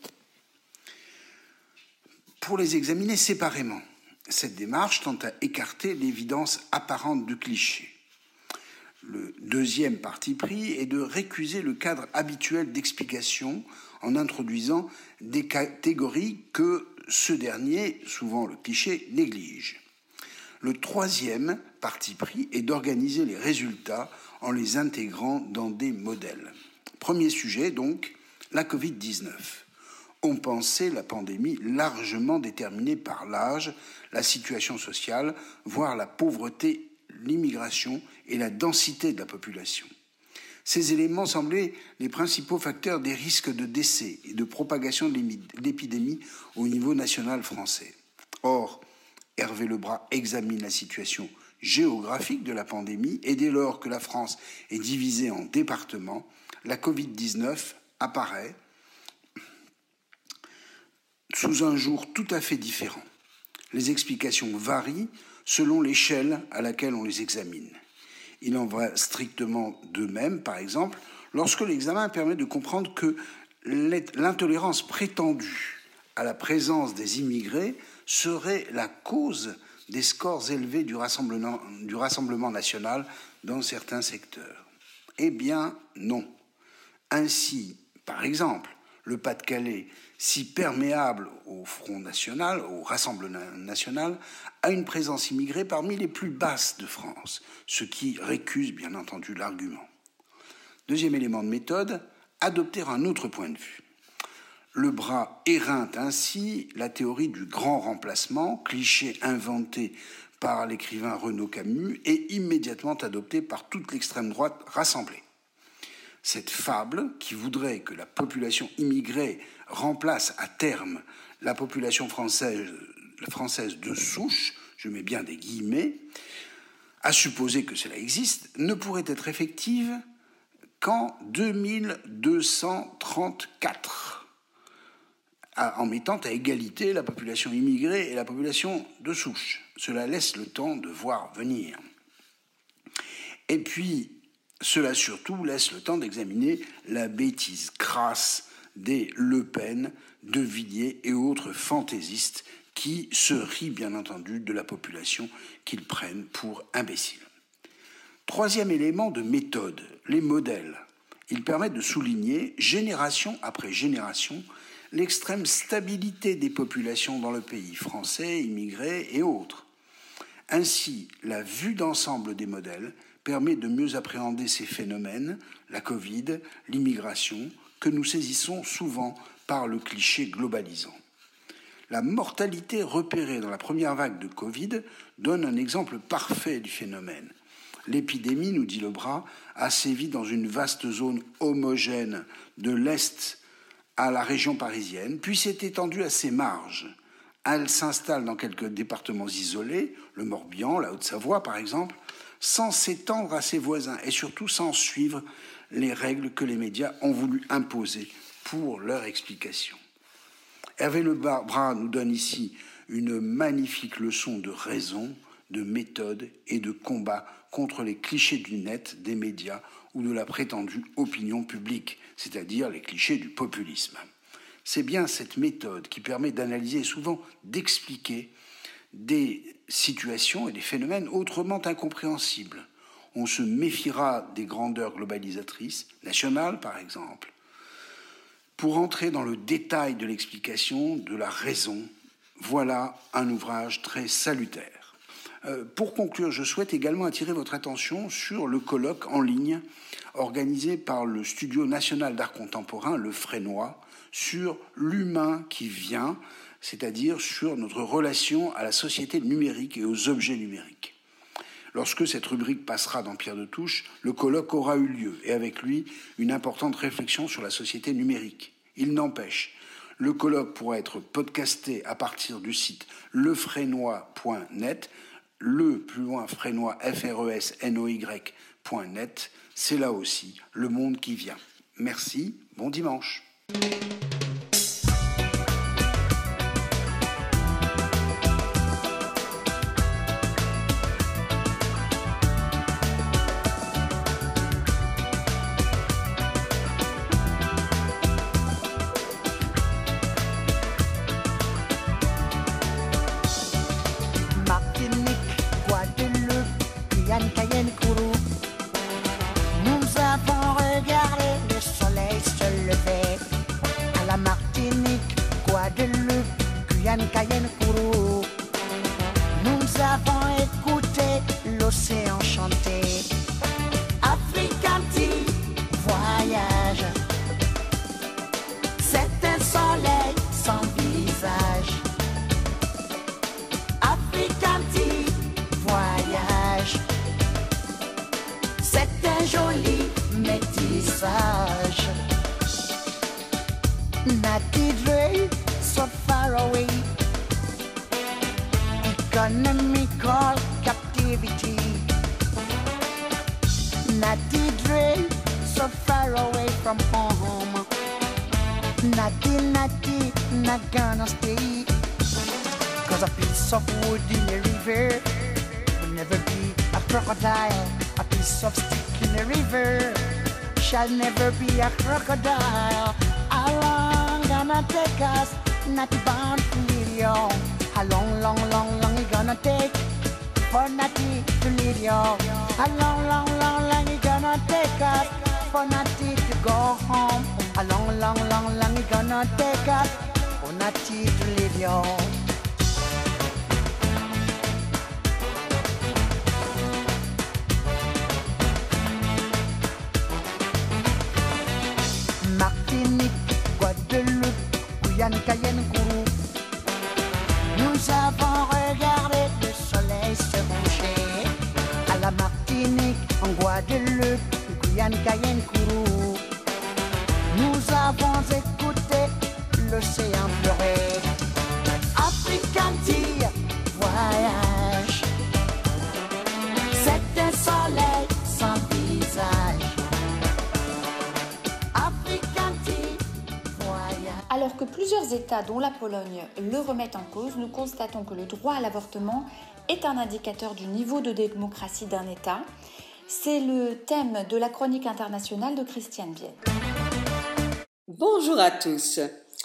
pour les examiner séparément. Cette démarche tente à écarter l'évidence apparente du cliché. Le deuxième parti pris est de récuser le cadre habituel d'explication en introduisant des catégories que ce dernier, souvent le cliché, néglige. Le troisième parti pris est d'organiser les résultats en les intégrant dans des modèles. Premier sujet donc, la Covid-19. On pensait la pandémie largement déterminée par l'âge, la situation sociale, voire la pauvreté, l'immigration et la densité de la population. Ces éléments semblaient les principaux facteurs des risques de décès et de propagation de l'épidémie au niveau national français. Or, Hervé Lebras examine la situation géographique de la pandémie et dès lors que la France est divisée en départements, la Covid-19 apparaît sous un jour tout à fait différent. Les explications varient selon l'échelle à laquelle on les examine. Il en va strictement de même, par exemple, lorsque l'examen permet de comprendre que l'intolérance prétendue à la présence des immigrés serait la cause des scores élevés du Rassemblement national dans certains secteurs. Eh bien, non. Ainsi, par exemple, le Pas-de-Calais, si perméable au Front National, au Rassemblement national, a une présence immigrée parmi les plus basses de France, ce qui récuse bien entendu l'argument. Deuxième élément de méthode, adopter un autre point de vue. Lebras éreinte ainsi la théorie du grand remplacement, cliché inventé par l'écrivain Renaud Camus et immédiatement adopté par toute l'extrême droite rassemblée. Cette fable, qui voudrait que la population immigrée remplace à terme la population française de souche, je mets bien des guillemets, à supposer que cela existe, ne pourrait être effective qu'en 2234, en mettant à égalité la population immigrée et la population de souche. Cela laisse le temps de voir venir. Et puis, cela surtout laisse le temps d'examiner la bêtise crasse des Le Pen, de Villiers et autres fantaisistes qui se rient bien entendu de la population qu'ils prennent pour imbécile. Troisième élément de méthode, les modèles. Ils permettent de souligner, génération après génération, l'extrême stabilité des populations dans le pays, français, immigrés et autres. Ainsi, la vue d'ensemble des modèles permet de mieux appréhender ces phénomènes, la Covid, l'immigration, que nous saisissons souvent par le cliché globalisant. La mortalité repérée dans la première vague de Covid donne un exemple parfait du phénomène. L'épidémie, nous dit Lebras, a sévi dans une vaste zone homogène de l'Est à la région parisienne, puis s'est étendue à ses marges. Elle s'installe dans quelques départements isolés, le Morbihan, la Haute-Savoie par exemple, sans s'étendre à ses voisins et surtout sans suivre les règles que les médias ont voulu imposer pour leur explication. Hervé Lebras nous donne ici une magnifique leçon de raison, de méthode et de combat contre les clichés du net, des médias ou de la prétendue opinion publique, c'est-à-dire les clichés du populisme. C'est bien cette méthode qui permet d'analyser et souvent d'expliquer des situations et des phénomènes autrement incompréhensibles. On se méfiera des grandeurs globalisatrices, nationales par exemple. Pour entrer dans le détail de l'explication, de la raison, voilà un ouvrage très salutaire. Pour conclure, je souhaite également attirer votre attention sur le colloque en ligne organisé par le Studio national d'art contemporain, le Frénois, sur l'humain qui vient, c'est-à-dire sur notre relation à la société numérique et aux objets numériques. Lorsque cette rubrique passera dans Pierre de Touche, le colloque aura eu lieu, et avec lui, une importante réflexion sur la société numérique. Il n'empêche, le colloque pourra être podcasté à partir du site lefrénois.net, Frénois, FRESNOY.net. C'est là aussi le monde qui vient. Merci, bon dimanche.
Cayenne, Kourou. Nous avons écouté l'océan chanter. Africanti voyage. C'est un soleil sans visage. Africanti voyage. C'est un joli métissage. Nati Dre, so far away. Economical captivity. Natty Dre, so far away from home. Natty, not gonna stay. Cause a piece of wood in a river will never be a crocodile. A piece of stick in a river shall never be a crocodile. How long gonna take us? Natty bound to lead you. How long, long, long, long it gonna take for Natty to lead you? How long, long, long, long it gonna take us for Natty to go home? How long, long, long, long it gonna take us for Natty to lead you? Martinique, Guadeloupe, Guyane, Cayenne, Kourou. Nous avons regardé le soleil se coucher. À la Martinique, en Guadeloupe, Guyane, Cayenne, Kourou. Nous avons écouté l'océan pleurer. Africanti voyage.
Alors que plusieurs États, dont la Pologne, le remettent en cause, nous constatons que le droit à l'avortement est un indicateur du niveau de démocratie d'un État. C'est le thème de la chronique internationale de Christiane Bienne.
Bonjour à tous.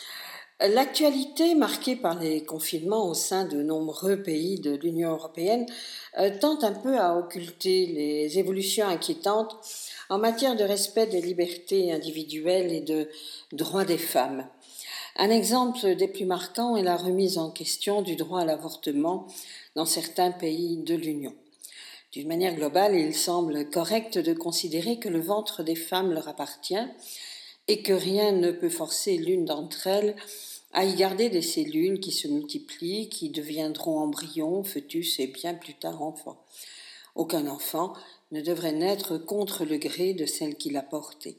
L'actualité marquée par les confinements au sein de nombreux pays de l'Union européenne tente un peu à occulter les évolutions inquiétantes en matière de respect des libertés individuelles et de droits des femmes. Un exemple des plus marquants est la remise en question du droit à l'avortement dans certains pays de l'Union. D'une manière globale, il semble correct de considérer que le ventre des femmes leur appartient et que rien ne peut forcer l'une d'entre elles à y garder des cellules qui se multiplient, qui deviendront embryons, fœtus et bien plus tard enfants. Aucun enfant ne devrait naître contre le gré de celle qui l'a porté.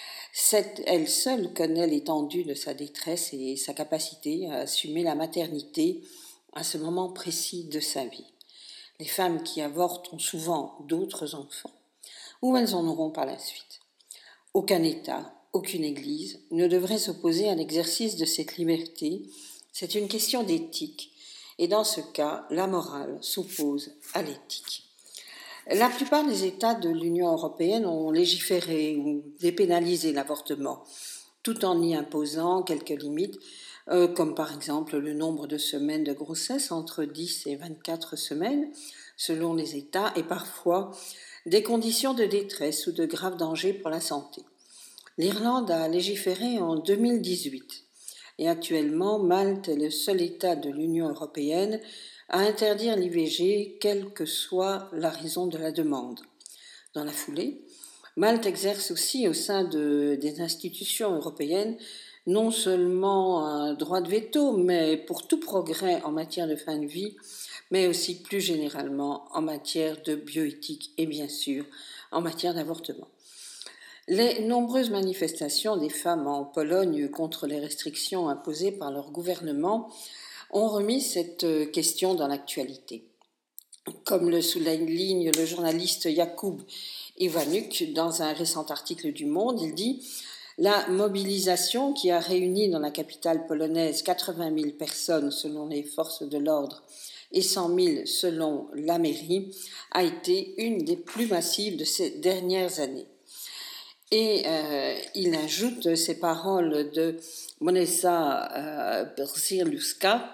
Elle seule connaît l'étendue de sa détresse et sa capacité à assumer la maternité à ce moment précis de sa vie. Les femmes qui avortent ont souvent d'autres enfants, ou elles en auront par la suite. Aucun État, aucune Église ne devrait s'opposer à l'exercice de cette liberté. C'est une question d'éthique, et dans ce cas, la morale s'oppose à l'éthique. La plupart des États de l'Union européenne ont légiféré ou dépénalisé l'avortement, tout en y imposant quelques limites, comme par exemple le nombre de semaines de grossesse, entre 10 et 24 semaines, selon les États, et parfois des conditions de détresse ou de graves dangers pour la santé. L'Irlande a légiféré en 2018, et actuellement Malte est le seul État de l'Union européenne à interdire l'IVG, quelle que soit la raison de la demande. Dans la foulée, Malte exerce aussi au sein des institutions européennes non seulement un droit de veto, mais pour tout progrès en matière de fin de vie, mais aussi plus généralement en matière de bioéthique et bien sûr en matière d'avortement. Les nombreuses manifestations des femmes en Pologne contre les restrictions imposées par leur gouvernement ont remis cette question dans l'actualité. Comme le souligne le journaliste Jakub Iwaniuk dans un récent article du Monde, il dit « La mobilisation qui a réuni dans la capitale polonaise 80 000 personnes selon les forces de l'ordre et 100 000 selon la mairie a été une des plus massives de ces dernières années. » Et il ajoute ces paroles de Monesa Brziluska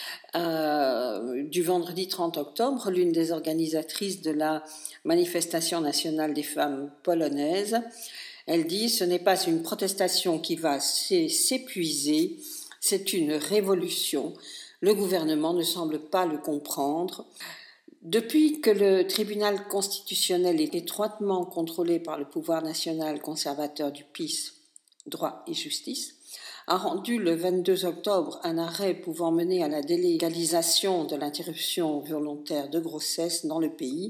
du vendredi 30 octobre, l'une des organisatrices de la manifestation nationale des femmes polonaises. Elle dit « Ce n'est pas une protestation qui va s'épuiser, c'est une révolution. Le gouvernement ne semble pas le comprendre. » Depuis que le tribunal constitutionnel est étroitement contrôlé par le pouvoir national conservateur du PiS, Droit et Justice, a rendu le 22 octobre un arrêt pouvant mener à la délégalisation de l'interruption volontaire de grossesse dans le pays,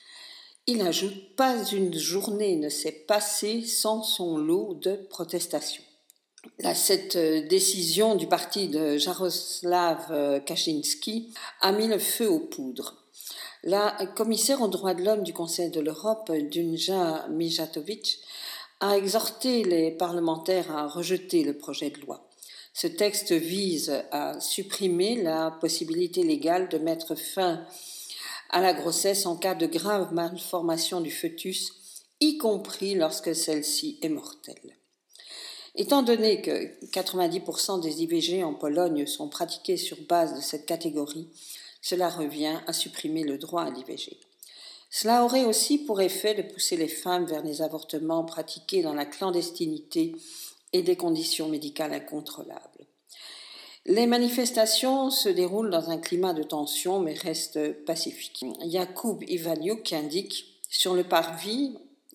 il ajoute « Pas une journée ne s'est passée sans son lot de protestations ». Cette décision du parti de Jarosław Kaczyński a mis le feu aux poudres. La commissaire aux droits de l'homme du Conseil de l'Europe, Dunja Mijatovic, a exhorté les parlementaires à rejeter le projet de loi. Ce texte vise à supprimer la possibilité légale de mettre fin à la grossesse en cas de grave malformation du fœtus, y compris lorsque celle-ci est mortelle. Étant donné que 90% des IVG en Pologne sont pratiquées sur base de cette catégorie, cela revient à supprimer le droit à l'IVG. Cela aurait aussi pour effet de pousser les femmes vers des avortements pratiqués dans la clandestinité et des conditions médicales incontrôlables. Les manifestations se déroulent dans un climat de tension mais restent pacifiques. Jakub Iwaniuk indique sur le parvis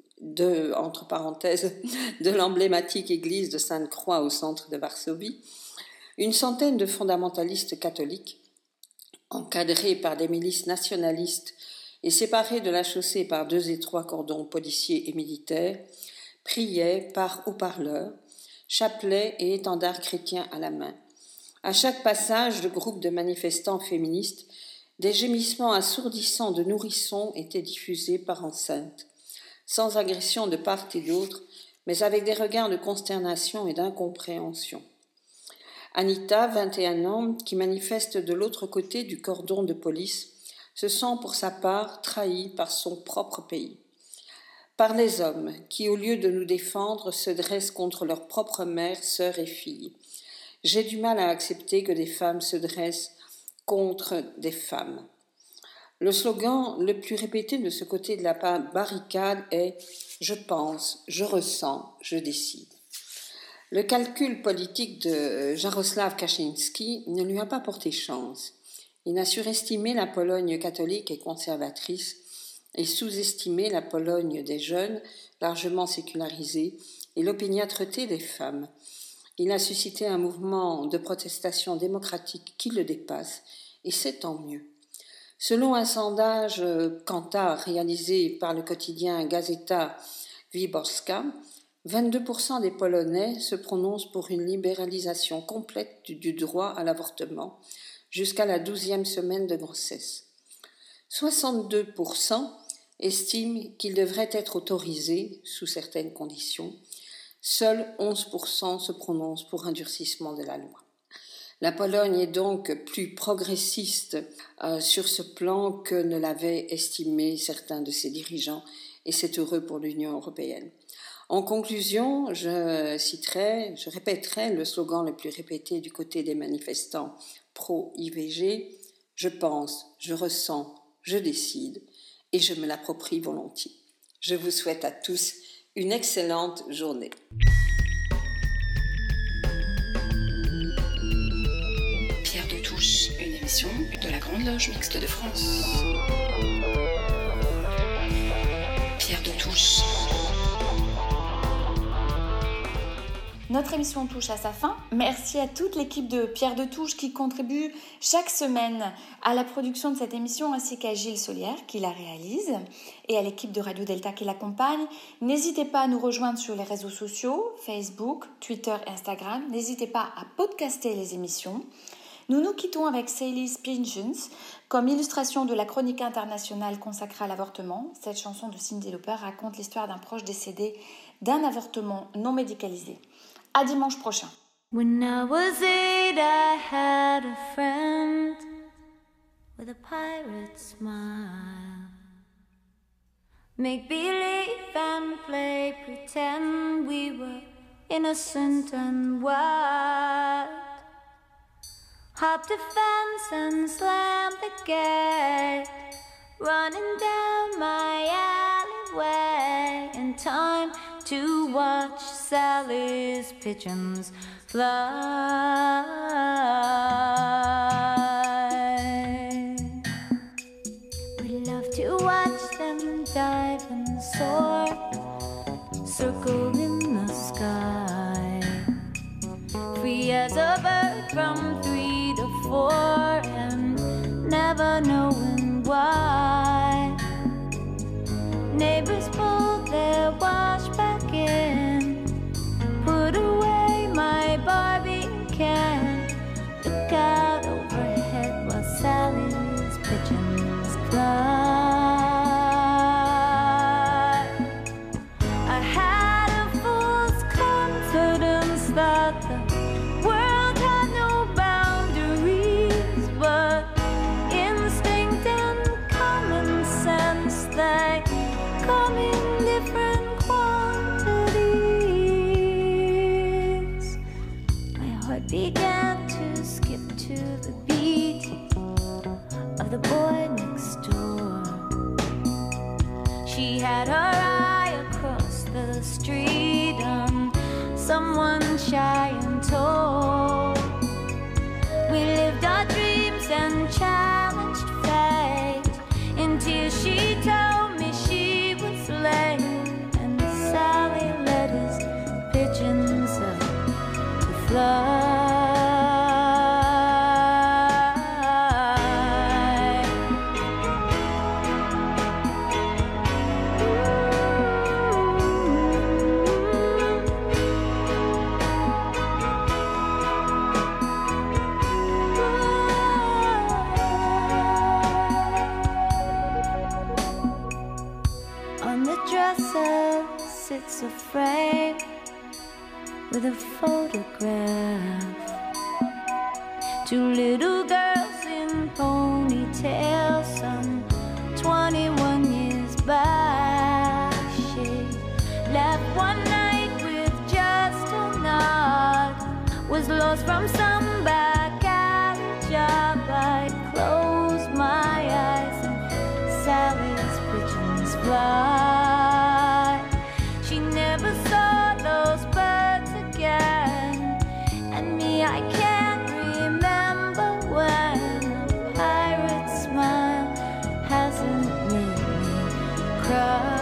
entre parenthèses, de l'emblématique église de Sainte-Croix au centre de Varsovie, une centaine de fondamentalistes catholiques, encadrés par des milices nationalistes et séparés de la chaussée par 2 étroits cordons policiers et militaires, priaient par haut-parleurs, chapelets et étendards chrétiens à la main. À chaque passage de groupes de manifestants féministes, des gémissements assourdissants de nourrissons étaient diffusés par enceinte, sans agression de part et d'autre, mais avec des regards de consternation et d'incompréhension. Anita, 21 ans, qui manifeste de l'autre côté du cordon de police, se sent pour sa part trahie par son propre pays. Par les hommes qui, au lieu de nous défendre, se dressent contre leurs propres mères, sœurs et filles. J'ai du mal à accepter que des femmes se dressent contre des femmes. Le slogan le plus répété de ce côté de la barricade est « Je pense, je ressens, je décide ». Le calcul politique de Jaroslaw Kaczynski ne lui a pas porté chance. Il a surestimé la Pologne catholique et conservatrice et sous-estimé la Pologne des jeunes, largement sécularisée, et l'opiniâtreté des femmes. Il a suscité un mouvement de protestation démocratique qui le dépasse, et c'est tant mieux. Selon un sondage Kantar réalisé par le quotidien Gazeta Wyborcza, 22% des Polonais se prononcent pour une libéralisation complète du droit à l'avortement jusqu'à la 12e semaine de grossesse. 62% estiment qu'il devrait être autorisé sous certaines conditions. Seuls 11% se prononcent pour un durcissement de la loi. La Pologne est donc plus progressiste sur ce plan que ne l'avaient estimé certains de ses dirigeants, et c'est heureux pour l'Union européenne. En conclusion, je répéterai le slogan le plus répété du côté des manifestants pro-IVG, « Je pense, je ressens, je décide » et je me l'approprie volontiers. Je vous souhaite à tous une excellente journée.
Pierre de Touche, une émission de la Grande Loge Mixte de France. Pierre de Touche.
Notre émission touche à sa fin. Merci à toute l'équipe de Pierre de Touche qui contribue chaque semaine à la production de cette émission, ainsi qu'à Gilles Solière qui la réalise et à l'équipe de Radio Delta qui l'accompagne. N'hésitez pas à nous rejoindre sur les réseaux sociaux, Facebook, Twitter, Instagram. N'hésitez pas à podcaster les émissions. Nous nous quittons avec Sally's Pigeons comme illustration de la chronique internationale consacrée à l'avortement. Cette chanson de Cyndi Lauper raconte l'histoire d'un proche décédé d'un avortement non médicalisé. À dimanche prochain.
When I was 8, I had a friend with a pirate smile. Make believe and play pretend we were innocent and wild. Hopped the fence and slammed the gate, running down my alleyway in time to watch Sally's pigeons fly. We love to watch them dive and soar, circle in the sky, free as a bird from 3 to 4 and never knowing why. Neighbors pulled their wash back in, put away my Barbie can. Look out overhead while Sally's pigeons fly. I had a fool's confidence that the world had no boundaries, but instinct and common sense, they come in different quantities. My heart began to skip to the beat of the boy next door. She had her eye across the street on someone shy and tall. We lived our dreams and challenged fate until she told me she was late, and Sally let his pigeons up to fly. On the dresser sits a frame with a photograph Two little girls in ponytails, some 21 years back. She left one night with just a nod, was lost from some back alley job. I'd close my eyes and Sally's pigeons fly. She never saw those birds again, and me, I can't remember when a pirate's smile hasn't made me cry.